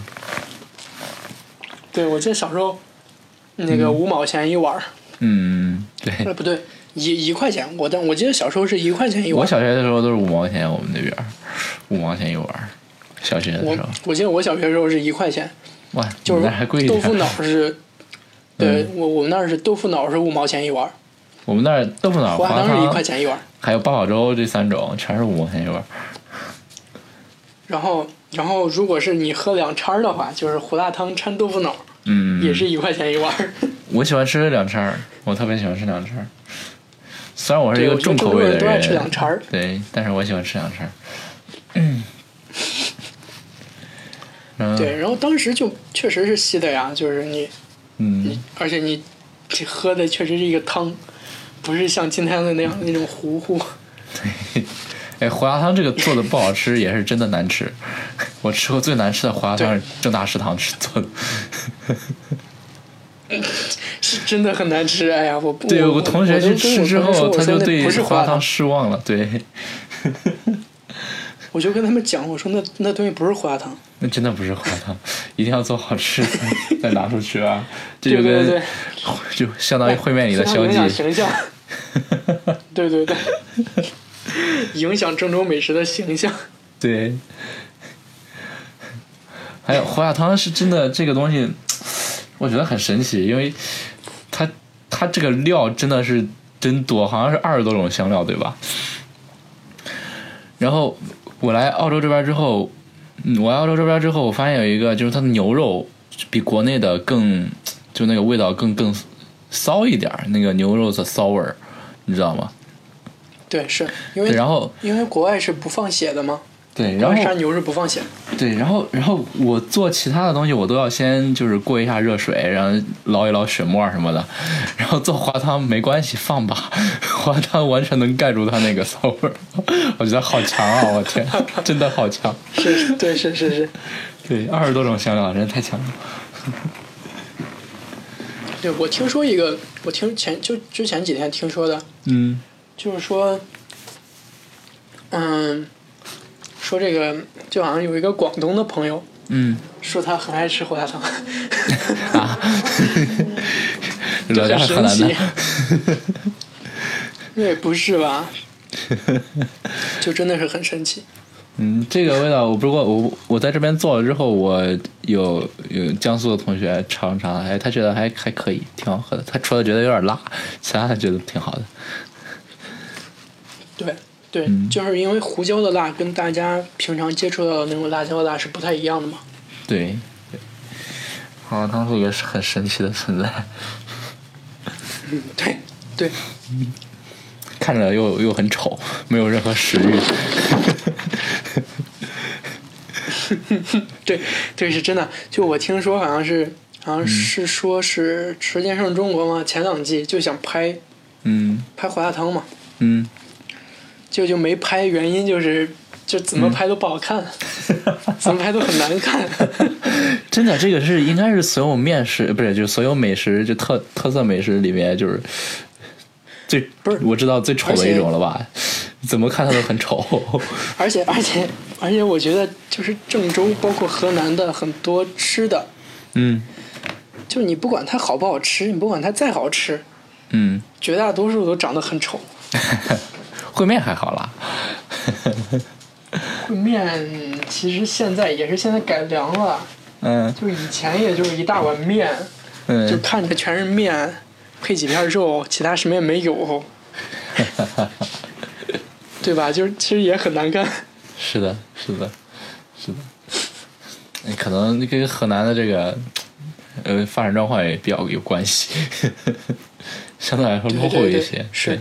对，我记得小时候那个五毛钱一碗， 嗯，对， 不对，一一块钱，我但我记得小时候是一块钱一碗， 我小学的时候都是五毛钱，我们那边五毛钱一碗。小学的时候， 我我记得我小学的时候是一块钱， 哇， 就是豆腐脑是，对、 嗯、 我我们那儿是豆腐脑是五毛钱一碗， 我们那儿豆腐脑、 胡辣汤是一块钱一碗， 还有八宝粥这三种全是五毛钱一碗。 然后然后如果是你喝两掺的话，就是胡辣汤掺豆腐脑， 嗯， 也是一块钱一碗。 我喜欢吃两掺，我特别喜欢吃两掺。虽然我是一个重口味的人， 都爱吃两掺， 对，但是我喜欢吃两掺。嗯。 对，然后当时就确实是稀的呀，就是你， 嗯， 你而且你喝的确实是一个汤，不是像今天的那样那种糊糊。 对，哎，胡辣汤这个做的不好吃，也是真的难吃。我吃过最难吃的胡辣汤是正大食堂吃做的。 是真的很难吃。哎呀，我不对我我同学去吃之后，他就对花花汤失望了。对， 我就跟他们讲，我说那那东西不是花汤， 那真的不是花汤，一定要做好吃再拿出去啊！这就跟对对对就相当于烩面里的消记。 形象。对对对，影响郑州美食的形象。 对。还有花汤是真的，这个东西我觉得很神奇，因为它它这个料真的是真多，好像是二十多种香料，对吧？然后我来澳洲这边之后，嗯，我来澳洲这边之后，我发现有一个就是它的牛肉比国内的更，就那个味道更更骚一点，那个牛肉的骚味儿，你知道吗？ 对，是因为然后因为国外是不放血的吗？ 对，然后山牛是不放血。 对，然后然后我做其他的东西，我都要先就是过一下热水，然后捞一捞血沫什么的。然后做花汤没关系，放吧，花汤完全能盖住它那个骚味儿。我觉得好强啊！我天，真的好强。 是，对，是是是。 对，二十多种香料，真的太强了。 对，我听说一个，我听前就之前几天听说的， 嗯， 就是说，嗯。说这个就好像有一个广东的朋友， 嗯， 说他很爱吃花汤， 啊， 就很神奇，那也不是吧？就真的是很神奇。 嗯，这个味道，我不过我我在这边做了之后，我有有江苏的同学尝尝，哎，他觉得还还可以，挺好喝的。他除了觉得有点辣，其他他觉得挺好的。 对。对、 嗯， 就是因为胡椒的辣跟大家平常接触到的那种辣椒的辣是不太一样的嘛。 对，对，花汤是一个很神奇的存在。 嗯，对，对。 看着又又很丑，没有任何食欲。 对，对，是真的。就我听说，好像是，好像是说是《舌尖上中国》嘛，前两季就想拍， 嗯， 拍胡辣汤嘛， 嗯。 就就没拍，原因就是就怎么拍都不好看，嗯、怎么拍都很难看。 真的，这个是应该是所有面食不是，就所有美食就特特色美食里面就是最不是我知道最丑的一种了吧？怎么看它都很丑。 而且而且而且，我觉得就是郑州包括河南的很多吃的， 嗯， 就你不管它好不好吃，你不管它再好吃， 嗯， 绝大多数都长得很丑。 烩面还好啦。 烩面其实现在也是现在改良了， 嗯， 就以前也就是一大碗面， 嗯， 就看着全是面，配几片肉，其他什么也没有，对吧？就是其实也很难干。 是的，是的，是的。可能跟河南的这个呃发展状况也比较有关系，相对来说落后一些。 对对对是。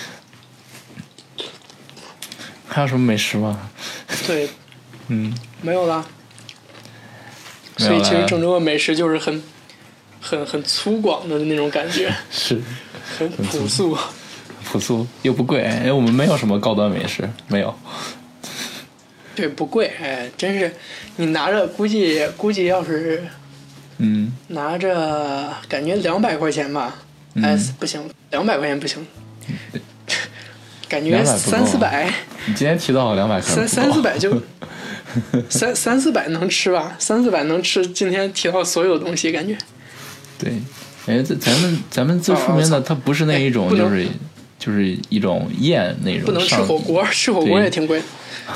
还有什么美食吗？ 对， 嗯， 没有啦。所以其实郑州的美食就是很、很、很粗犷的那种感觉， 是， 很朴素， 朴素又不贵。哎，我们没有什么高端美食，没有。 对，不贵，哎，真是，你拿着估计估计要是， 嗯， 拿着感觉两百块钱吧， 嗯、 哎，不行，两百块钱不行。感觉三四百， 你今天提到两百， 三三四百就三三四百能吃吧？三四百能吃今天提到所有东西，感觉。 对，哎，咱们咱们最出名的，它不是那一种，就是、哎、就是一种宴那种。 不能吃火锅，吃火锅也挺贵。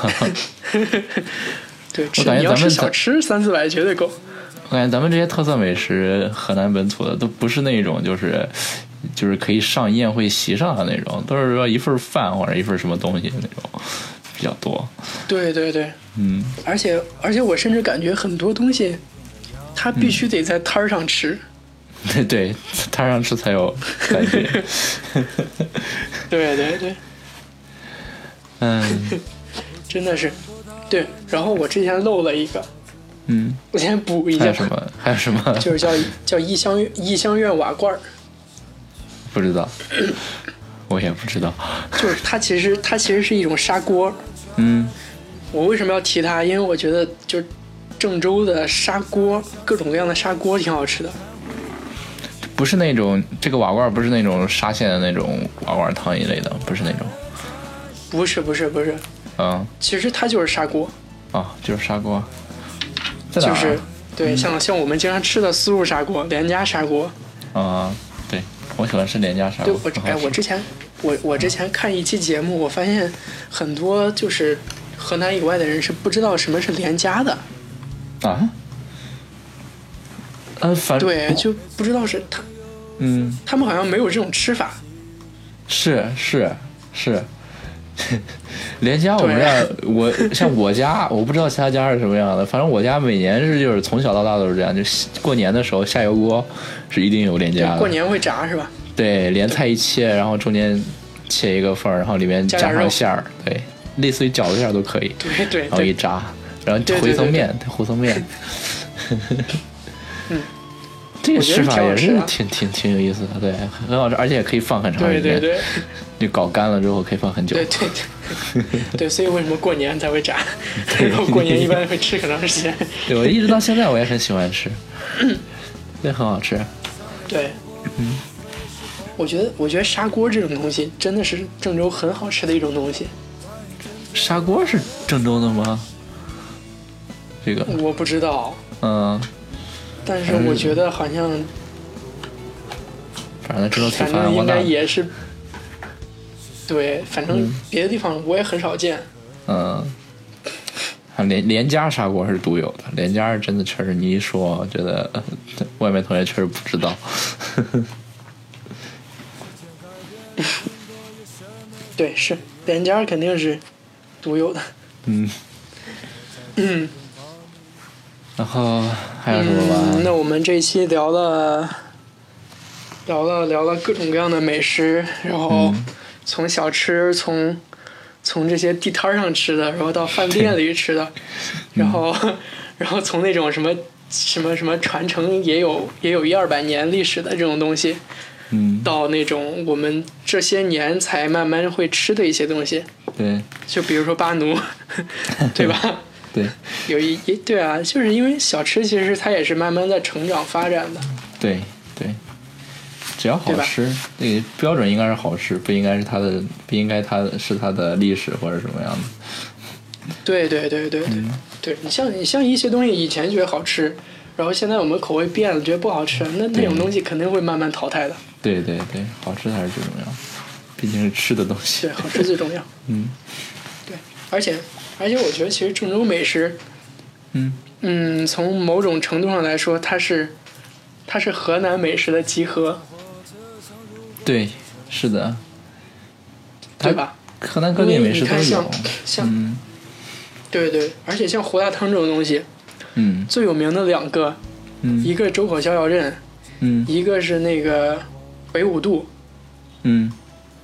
对， 我感觉咱们小吃三四百绝对够。 我感觉咱们这些特色美食，河南本土的都不是那种就是。就是可以上宴会席上的那种，都是说一份饭或者一份什么东西那种比较多。 对对对， 嗯， 而且而且我甚至感觉很多东西，它必须得在摊儿上吃。 对、嗯、对，摊上吃才有感觉。 对对对， 嗯， 真的是，对。然后我之前漏了一个， 嗯， 我先补一下。 还有什么？还有什么？ 就是叫叫异乡异乡院瓦罐儿。 不知道，我也不知道。 就是它其实它其实是一种砂锅。 嗯。 我为什么要提它？因为我觉得就郑州的砂锅，各种各样的砂锅挺好吃的。 不是那种这个瓦罐不是那种沙县的那种瓦罐汤一类的，不是那种。 不是不是不是， 嗯， 其实它就是砂锅。 啊，就是砂锅。在哪儿啊？ 就是对，像像我们经常吃的丝路砂锅、连家砂锅。 啊，对，我喜欢吃连家砂对， 锅。 我哎，我之前我我之前看一期节目，我发现很多就是河南以外的人是不知道什么是连家的。 啊？呃，反对，就不知道是他， 嗯， 他们好像没有这种吃法。 是是是。连家我们家，我像我家，我不知道其他家是什么样的，反正我家每年是就是从小到大都是这样，就过年的时候下油锅是一定有连家的。 过年会炸是吧？ 对，连菜一切，然后中间切一个缝，然后里面加上馅儿，对，类似于饺子馅儿都可以。 对对。 然后一炸，然后回层面，回层面。 嗯。 这个吃法也是挺挺挺有意思的，对，很好吃，而且也可以放很长时间。 对对对， 你搞干了之后可以放很久。 对对对，对，所以为什么过年才会炸？然后过年一般会吃很长时间。 对，我一直到现在我也很喜欢吃，也很好吃。 对，嗯，我觉得我觉得砂锅这种东西真的是郑州很好吃的一种东西。 砂锅是郑州的吗？这个我不知道。 嗯。 但是我觉得好像， 反正郑州挺反正应该也是，对，反正别的地方我也很少见。 嗯，连连家砂锅是独有的，连家是真的确实，你一说，我觉得、呃、外面同学确实不知道。 对，是连家肯定是独有的。 嗯。 嗯。 然后还有什么吧、 嗯？那我们这一期聊了，聊了聊了各种各样的美食，然后从小吃，从从这些地摊上吃的，然后到饭店里吃的，然后然后从那种什么什么什么传承也有也有一二百年历史的这种东西， 嗯， 到那种我们这些年才慢慢会吃的一些东西， 对， 就比如说巴奴，对吧？ 对， 有一对啊，就是因为小吃其实它也是慢慢在成长发展的。 对对，只要好吃，那个标准应该是好吃，不应该是它的，不应该它的是它的历史或者什么样的。 对对对对对，嗯、对你像你像一些东西以前觉得好吃，然后现在我们口味变了，觉得不好吃，那那种东西肯定会慢慢淘汰的。 对对对，好吃才是最重要，毕竟是吃的东西。 对，好吃最重要。 嗯， 对，而且。而且我觉得，其实郑州美食， 嗯嗯，从某种程度上来说，它是，它是河南美食的集合。 对，是的， 对吧？ 河南各地美食都有。 像像、嗯，对对，而且像胡辣汤这种东西， 嗯， 最有名的两个， 嗯， 一个周口逍遥镇， 嗯， 一个是那个北五渡， 嗯，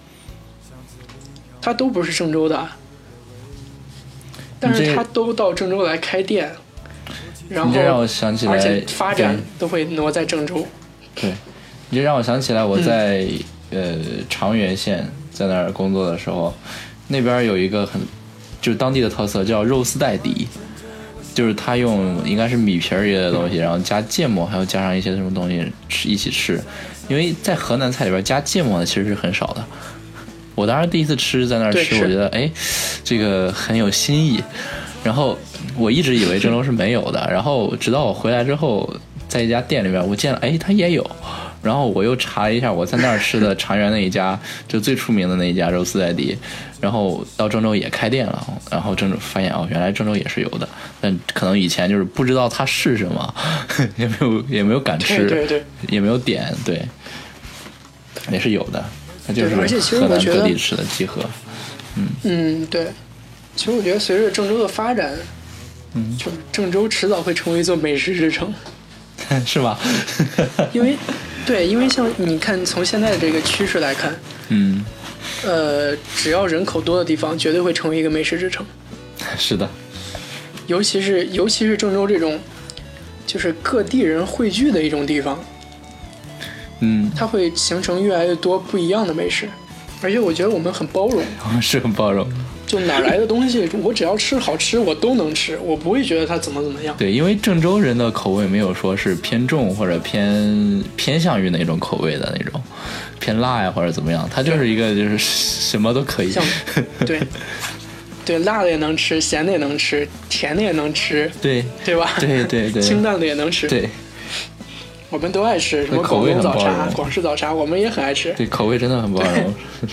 它都不是郑州的。但是他都到郑州来开店，然后让我想起来， 而且发展都会挪在郑州。 对，你这让我想起来我在、嗯、呃长垣县在那儿工作的时候，那边有一个很就是当地的特色叫肉丝带底，就是他用应该是米皮儿一类的东西，然后加芥末，还有加上一些什么东西吃一起吃。因为在河南菜里边加芥末的其实是很少的。我当时第一次吃在那儿吃，我觉得哎，这个很有新意。然后我一直以为郑州是没有的，然后直到我回来之后，在一家店里面我见了，哎，它也有。然后我又查了一下我在那儿吃的长垣那一家，就最出名的那一家肉丝带底，然后到郑州也开店了，然后郑州发现哦，原来郑州也是有的，但可能以前就是不知道它是什么，也没有也没有敢吃， 对对对， 也没有点，对，也是有的。它就是河南各地吃的集合。嗯嗯，对。其实我觉得随着郑州的发展， 嗯， 就郑州迟早会成为一座美食之城， 是吧？ 因为，对，因为像你看，从现在的这个趋势来看， 嗯， 呃，只要人口多的地方，绝对会成为一个美食之城。 是的。 尤其是尤其是郑州这种，就是各地人汇聚的一种地方。 嗯， 它会形成越来越多不一样的美食，而且我觉得我们很包容。 我们是很包容。 就哪来的东西，我只要吃好吃，我都能吃，我不会觉得它怎么怎么样。 对，因为郑州人的口味没有说是偏重或者偏偏向于哪种口味的那种，偏辣呀或者怎么样，它就是一个就是什么都可以。 像对对，辣的也能吃，咸的也能吃，甜的也能吃， 对对吧？ 对对对， 清淡的也能吃。 对， 我们都爱吃，什么口味广东早茶、 很包容广式早茶，我们也很爱吃。 对，口味真的很包容。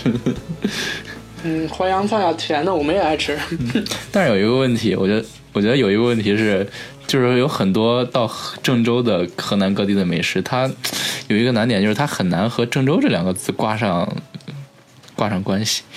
嗯，淮扬菜啊，甜的我们也爱吃。 但是有一个问题，我觉得，我觉得有一个问题是，就是有很多到郑州的河南各地的美食，它有一个难点，就是它很难和郑州这两个字挂上挂上关系。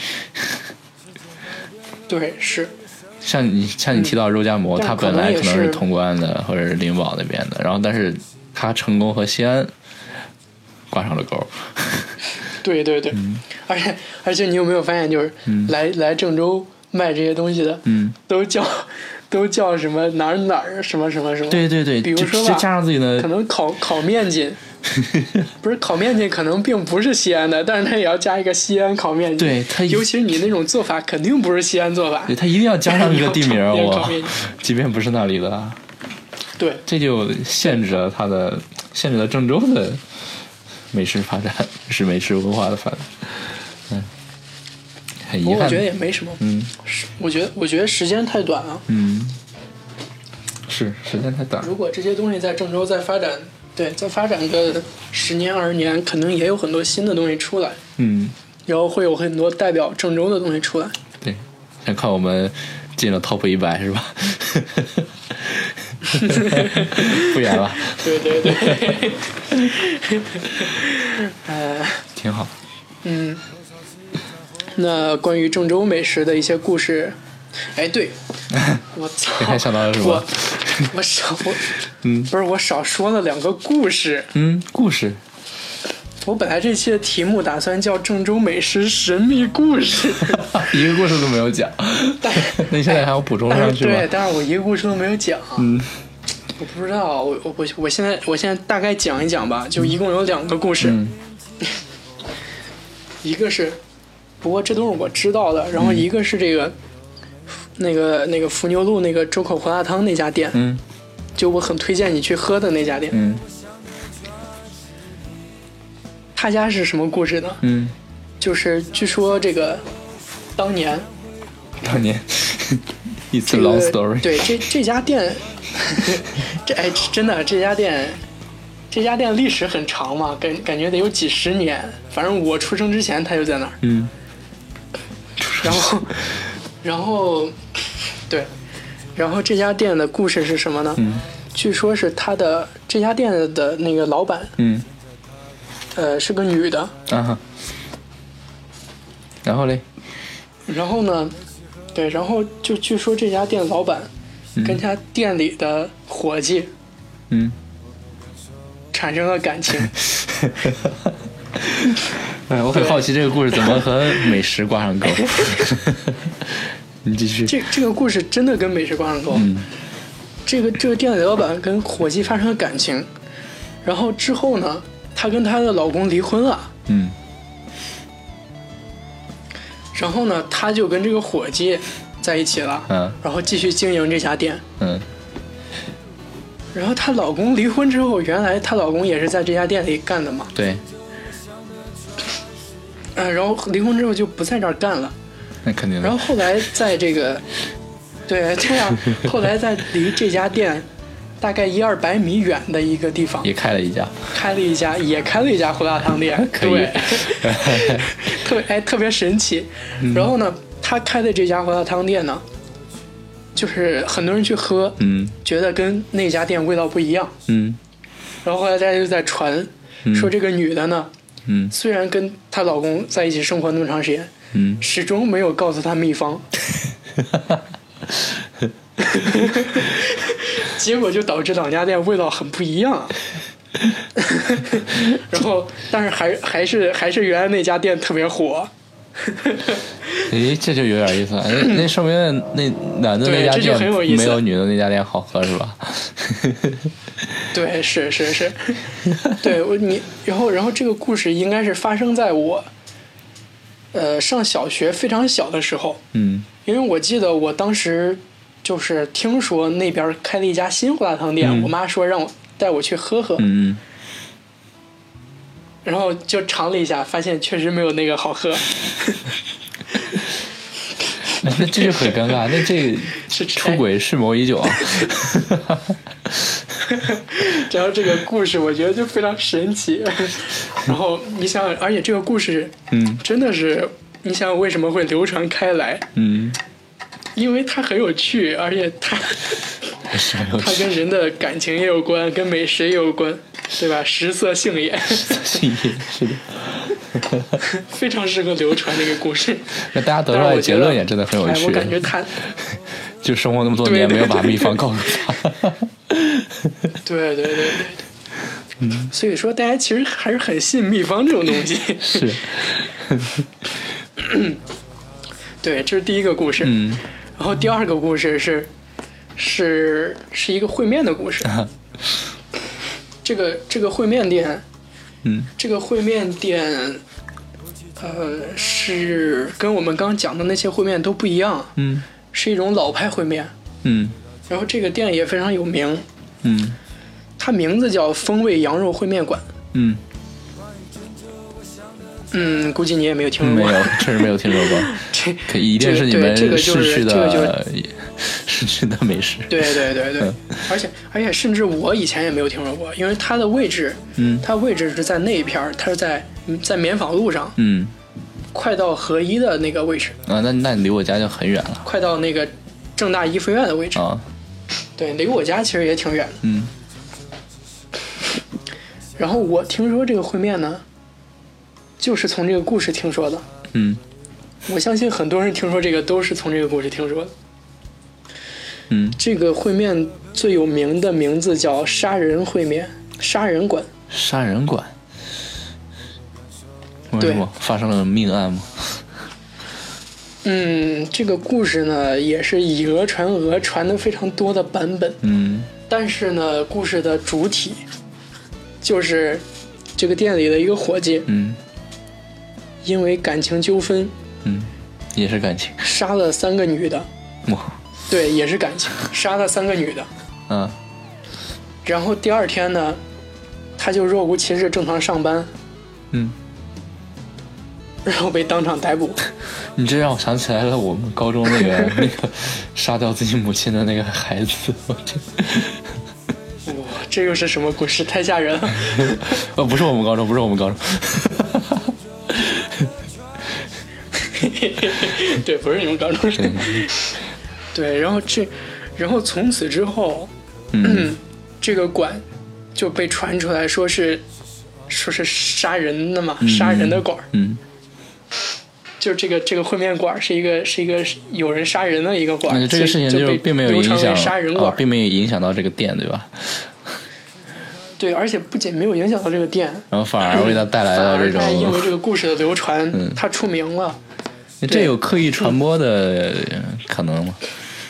对，是。 像你像你提到肉夹馍， 嗯、 它本来可能是是潼关的或者是灵宝那边的，然后但是它成功和西安挂上了钩。 对对对、嗯，而且而且你有没有发现，就是来、嗯、来郑州卖这些东西的， 嗯， 都叫都叫什么哪儿哪儿什么什么什么？ 对对对， 比如说吧， 加上自己的可能烤烤面筋，不是烤面筋，可能并不是西安的，但是它也要加一个西安烤面筋。 对，它尤其是你那种做法，肯定不是西安做法。 对，它一定要加上一个地名，我即便不是那里的。 对， 这就限制了它的，限制了郑州的美食发展，是美食文化的发展。嗯，很遗憾。 我觉得也没什么。 嗯， 我觉得我觉得时间太短了。 嗯，是时间太短。 如果这些东西在郑州再发展，对，再发展个十年二十年，可能也有很多新的东西出来。 嗯， 然后会有很多代表郑州的东西出来。 对，先看我们进了 top 一百是吧？不远了。 对对对。呃， 挺好。 嗯，那关于郑州美食的一些故事，哎，对，我操， 你还想到了什么？ 我我少我，嗯，不是我少说了两个故事。 嗯，故事。 我本来这期的题目打算叫郑州美食神秘故事， 一个故事都没有讲。 但那你现在还要补充上去吗？ 对，但是我一个故事都没有讲。 嗯， 我不知道，我我我现在我现在大概讲一讲吧，就一共有两个故事。 嗯， 一个是，不过这都是我知道的，然后一个是这个，嗯、那个那个福牛路那个周口胡辣汤那家店， 嗯， 就我很推荐你去喝的那家店， 嗯， 他家是什么故事呢？ 嗯， 就是据说这个当年， 当年一次 long story，、 这个、对，这这家店，这哎真的这家店。这家店历史很长嘛，感感觉得有几十年，反正我出生之前它就在那儿。 嗯。 然后，然后，对，然后这家店的故事是什么呢？ 嗯。 据说是他的这家店的那个老板， 嗯。 呃，是个女的。 啊哈。然后嘞？ 然后呢？对，然后就据说这家店老板跟他店里的伙计， 嗯。 产生了感情。 哎，我很好奇这个故事怎么和美食挂上钩。你继续。 这这个故事真的跟美食挂上钩。 嗯。 这个这个店里老板跟伙计发生了感情，然后之后呢，她跟她的老公离婚了。 嗯。 然后呢，她就跟这个伙计在一起了。 嗯。 然后继续经营这家店。 嗯。 然后她老公离婚之后，原来她老公也是在这家店里干的嘛。 对。 嗯，然后离婚之后就不在这儿干了。 那肯定的。 然后后来在这个，对对啊，后来在离这家店大概一二百米远的一个地方也开了一家， 开了一家也开了一家胡辣汤店，对，特别哎特别神奇。 嗯、 然后呢，他开的这家胡辣汤店呢，就是很多人去喝， 嗯， 觉得跟那家店味道不一样， 嗯， 然后后来大家就在传、嗯、说这个女的呢， 嗯， 虽然跟她老公在一起生活那么长时间， 嗯， 始终没有告诉她秘方，结果就导致两家店味道很不一样。然后，但是还还是还是原来那家店特别火。 诶，这就有点意思了。哎，那说明那男的那家店没有女的那家店好喝是吧？ 对，是是是，对我你，然后然后这个故事应该是发生在我，呃，上小学非常小的时候。 嗯。 因为我记得我当时就是听说那边开了一家新胡辣汤店， 嗯我妈说让我带我去喝喝， 嗯， 然后就尝了一下，发现确实没有那个好喝。 那这就很尴尬，那这个是出轨蓄谋已久啊。 然后这个故事我觉得就非常神奇。然后你想，而且这个故事， 嗯， 真的是，你想为什么会流传开来？ 嗯， 因为它很有趣，而且它它跟人的感情也有关，跟美食也有关，对吧？食色性也， 性也是的。 非常适合流传的一个故事。 那大家得出来的结论也真的很有趣。 哎、我感觉他就生活那么多年没有把秘方告诉他。 对对对对对，嗯，所以说大家其实还是很信秘方这种东西。 是。 对，这是第一个故事。 嗯。 然后第二个故事是是是一个烩面的故事。这个这个烩面店。 嗯， 这个烩面店，呃，是跟我们刚讲的那些烩面都不一样。 嗯， 是一种老派烩面。 嗯， 然后这个店也非常有名。 嗯， 它名字叫风味羊肉烩面馆。 嗯， 嗯，估计你也没有听说过。 没有，确实没有听说过。 这可一定是你们市区的、 这个就是市区的美食。 对对对对， 嗯、 而且而且甚至我以前也没有听说过，因为它的位置， 嗯， 它位置是在那一片，它是在在棉纺路上， 嗯， 快到合一的那个位置。 啊，那那你离我家就很远了。 快到那个正大医学院的位置。 啊， 对，离我家其实也挺远的。 嗯。 然后我听说这个烩面呢，就是从这个故事听说的。 嗯。 我相信很多人听说这个都是从这个故事听说的。 嗯， 这个烩面最有名的名字叫杀人烩面，杀人馆。 杀人馆？为什么发生了命案吗？ 嗯，这个故事呢也是以讹传讹，传的非常多的版本。 嗯， 但是呢，故事的主体就是这个店里的一个伙计， 嗯， 因为感情纠纷， 嗯，也是感情， 杀了三个女的。 哇， 对，也是感情，杀了三个女的。 嗯， 然后第二天呢，他就若无其事正常上班， 嗯， 然后被当场逮捕。 你这让我想起来了，我们高中那个那个杀掉自己母亲的那个孩子。哇， 这又是什么故事？太吓人了。 呃，不是我们高中，不是我们高中。 对，不是你们高中生。对，然后这，然后从此之后，嗯，这个馆就被传出来说是，说是杀人的嘛， 嗯、 杀人的馆。 嗯。 就这个这个烩面馆是一个是一个有人杀人的一个馆， 那这个事情就并没有影响杀人馆、 哦，并没有影响到这个店，对吧？ 对，而且不仅没有影响到这个店， 然后反而为它带来了这种， 因为这个故事的流传， 嗯、 它出名了。 这有刻意传播的可能吗？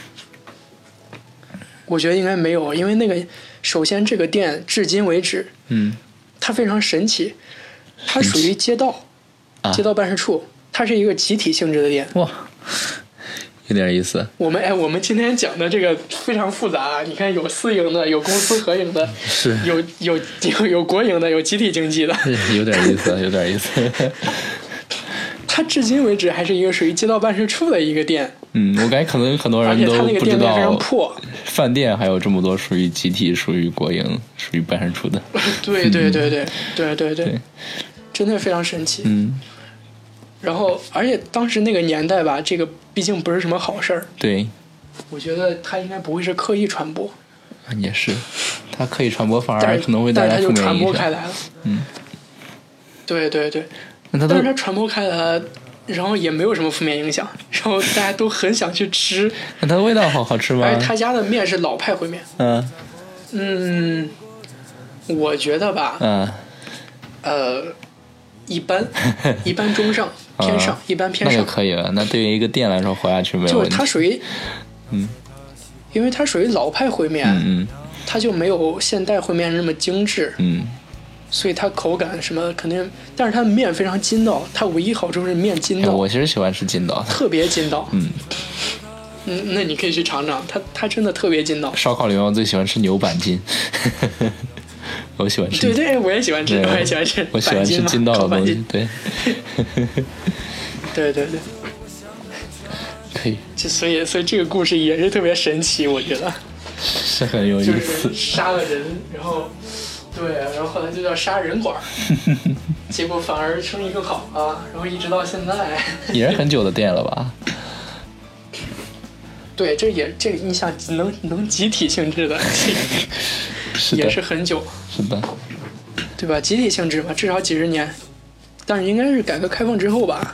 我觉得应该没有，因为那个首先这个店至今为止， 嗯， 它非常神奇，它属于街道， 啊、 街道办事处。它是一个集体性质的店， 哇，有点意思。 我们哎，我们今天讲的这个非常复杂啊！你看，有私营的，有公司合营的， 是有有有有国营的，有集体经济的， 有点意思，有点意思。 它至今为止还是一个属于街道办事处的一个店。 嗯，我感觉可能很多人都不知道，饭店还有这么多属于集体、属于国营、属于办事处的。 对对对对、嗯、对对对， 对真的非常神奇。 嗯。 然后，而且当时那个年代吧，这个毕竟不是什么好事儿。 对， 我觉得他应该不会是刻意传播。 也是，他刻意传播反而可能会带来负面影响。 但是他就传播开来了。 嗯， 对对对。 那他但是他传播开来了，然后也没有什么负面影响，然后大家都很想去吃。 那它的味道好好吃吗？ 而且他家的面是老派烩面。 嗯。 嗯，我觉得吧。 嗯。 呃，一般，一般中上。偏上、嗯、一般偏上， 那就可以了。那对于一个店来说，活下去没有问题。 就是它属于， 嗯， 因为它属于老派烩面， 嗯嗯， 它就没有现代烩面那么精致， 嗯， 所以它口感什么肯定，但是它的面非常筋道，它唯一好处是面筋道。 哎、我其实喜欢吃筋道， 特别筋道。 嗯嗯，那你可以去尝尝，它它真的特别筋道。 烧烤里面我最喜欢吃牛板筋，我喜欢吃。 对对，我也喜欢吃，我也喜欢吃。 我喜欢吃筋道的东西，对。 对对对。 可以。 就所以所以这个故事也是特别神奇，我觉得。 是很有意思。 就是杀了人，然后。对，然后后来就叫杀人馆，结果反而生意更好啊，然后一直到现在。 也是很久的店了吧？ 对，这也这个你想能能集体性质的， 是的也是很久， 是的， 对吧？集体性质嘛，至少几十年，但是应该是改革开放之后吧？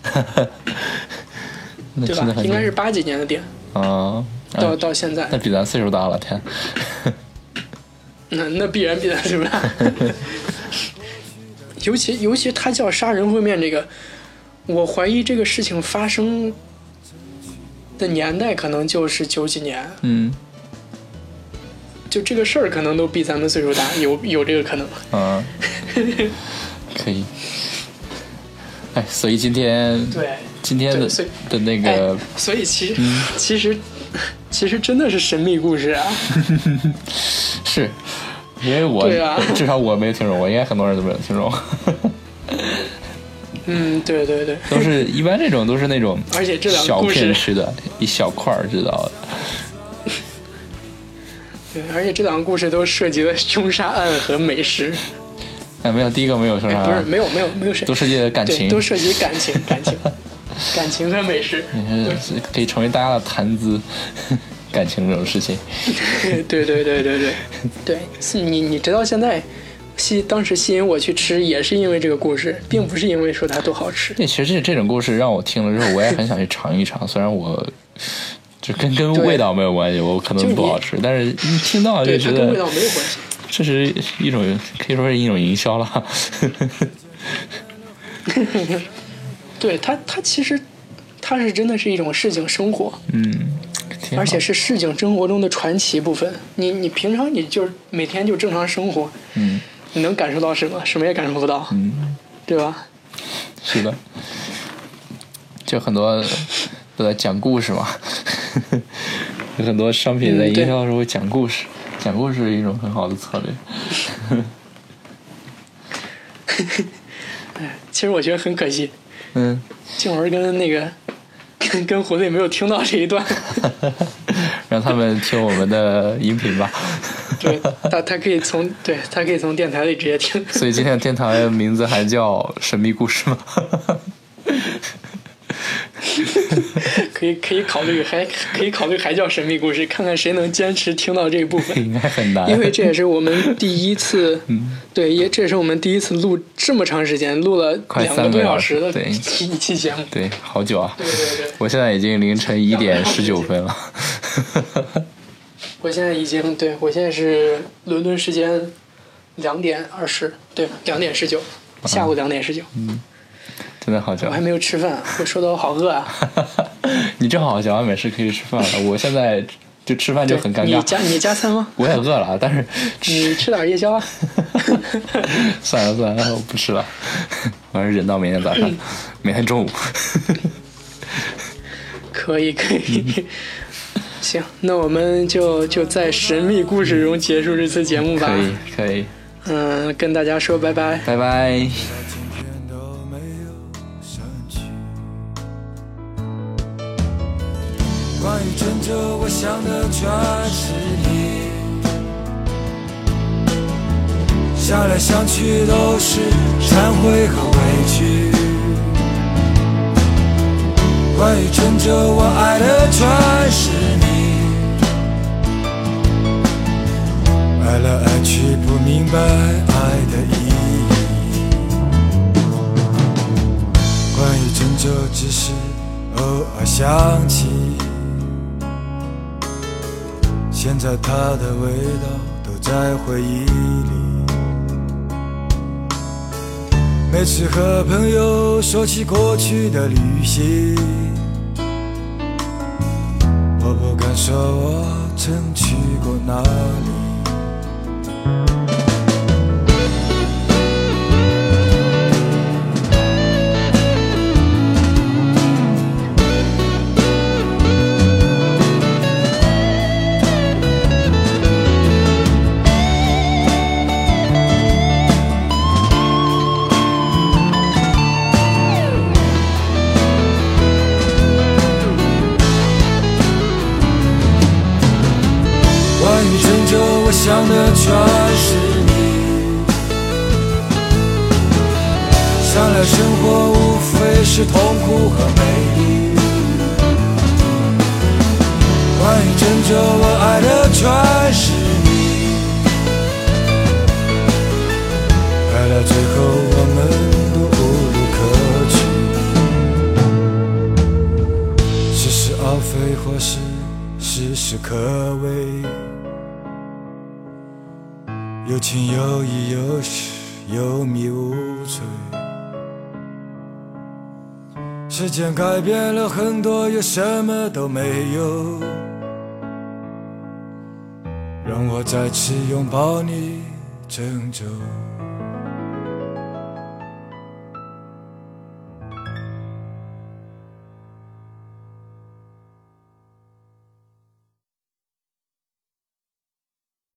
对吧？应该是八几年的店啊， 到啊到现在， 那比咱岁数大了，天。 那那必然比咱岁数大。尤其尤其他叫杀人烩面这个，我怀疑这个事情发生的年代可能就是九几年， 嗯， 就这个事儿可能都比咱们岁数大，有有这个可能。 啊，可以。哎，所以今天对今天的的那个、 哎，所以其实、嗯、其实其实真的是神秘故事啊。 是。因为我、啊、至少我没有听说过，应该很多人都没有听说过。 嗯，对对对， 都是一般这种都是那种， 而且这两个故事小片吃的，一小块知道的。 对，而且这两个故事都涉及了凶杀案和美食。 哎，没有，第一个没有凶杀案、 哎，不是没有没有没有谁， 都涉及了感情， 都涉及感情感情感情和美食， 可以成为大家的谈资。感情这种事情， 对对对对对对，你你直到现在吸当时吸引我去吃，也是因为这个故事，并不是因为说它多好吃。 对，其实这这种故事让我听了之后，我也很想去尝一尝。虽然我就跟跟味道没有关系，我可能不好吃，但是一听到就觉得跟味道没有关系。 这是一种可以说是一种营销了。 对它，它其实它是真的是一种市井生活。 嗯。 而且是市井生活中的传奇部分。你你平常你就是每天就正常生活， 嗯， 你能感受到什么？什么也感受不到， 嗯， 对吧？ 是的，就很多都在讲故事嘛，有很多商品在营销的时候会讲故事，嗯、讲故事是一种很好的策略。 哎，其实我觉得很可惜， 嗯， 静文跟那个。跟跟胡子也没有听到这一段， 让他们听我们的音频吧。 对，他他可以从对他可以从电台里直接听。 所以今天的电台的名字还叫神秘故事吗？ 可以可以考虑，还可以考虑还叫神秘故事，看看谁能坚持听到这一部分。 应该很难， 因为这也是我们第一次， 嗯、 对，也这也是我们第一次录这么长时间，录了两个多小时的对一期节目， 对，好久啊！ 对对对， 我现在已经凌晨一点十九分了。 我现在已经对我现在是伦敦时间两点二十，对，两点十九，下午两点十九。 嗯。真的好久， 我还没有吃饭，我说的我好饿啊！ 你正好讲完美食可以吃饭了，我现在就吃饭就很尴尬。 你加你加餐吗？ 我也饿了，但是你吃点夜宵啊。 算了算了，我不吃了，我还是忍到明天早上，嗯、明天中午。 可以可以，嗯、行，那我们就就在神秘故事中结束这次节目吧。 可以可以。 嗯，跟大家说拜拜， 拜拜。 关于真正我想的全是你，想来想去都是忏悔和委屈。关于真正我爱的全是你，爱来爱去不明白爱的意义。关于真正只是偶尔想起，现在它的味道都在回忆里。每次和朋友说起过去的旅行，我不敢说我曾去过哪里。 想的全是你，想来生活无非是痛苦和美丽，关于真正我爱的全是你，爱到最后我们都无路可去，似是而非或是事事可为，有情有义有时有迷无醉，时间改变了很多，又什么都没有，让我再次拥抱你郑州。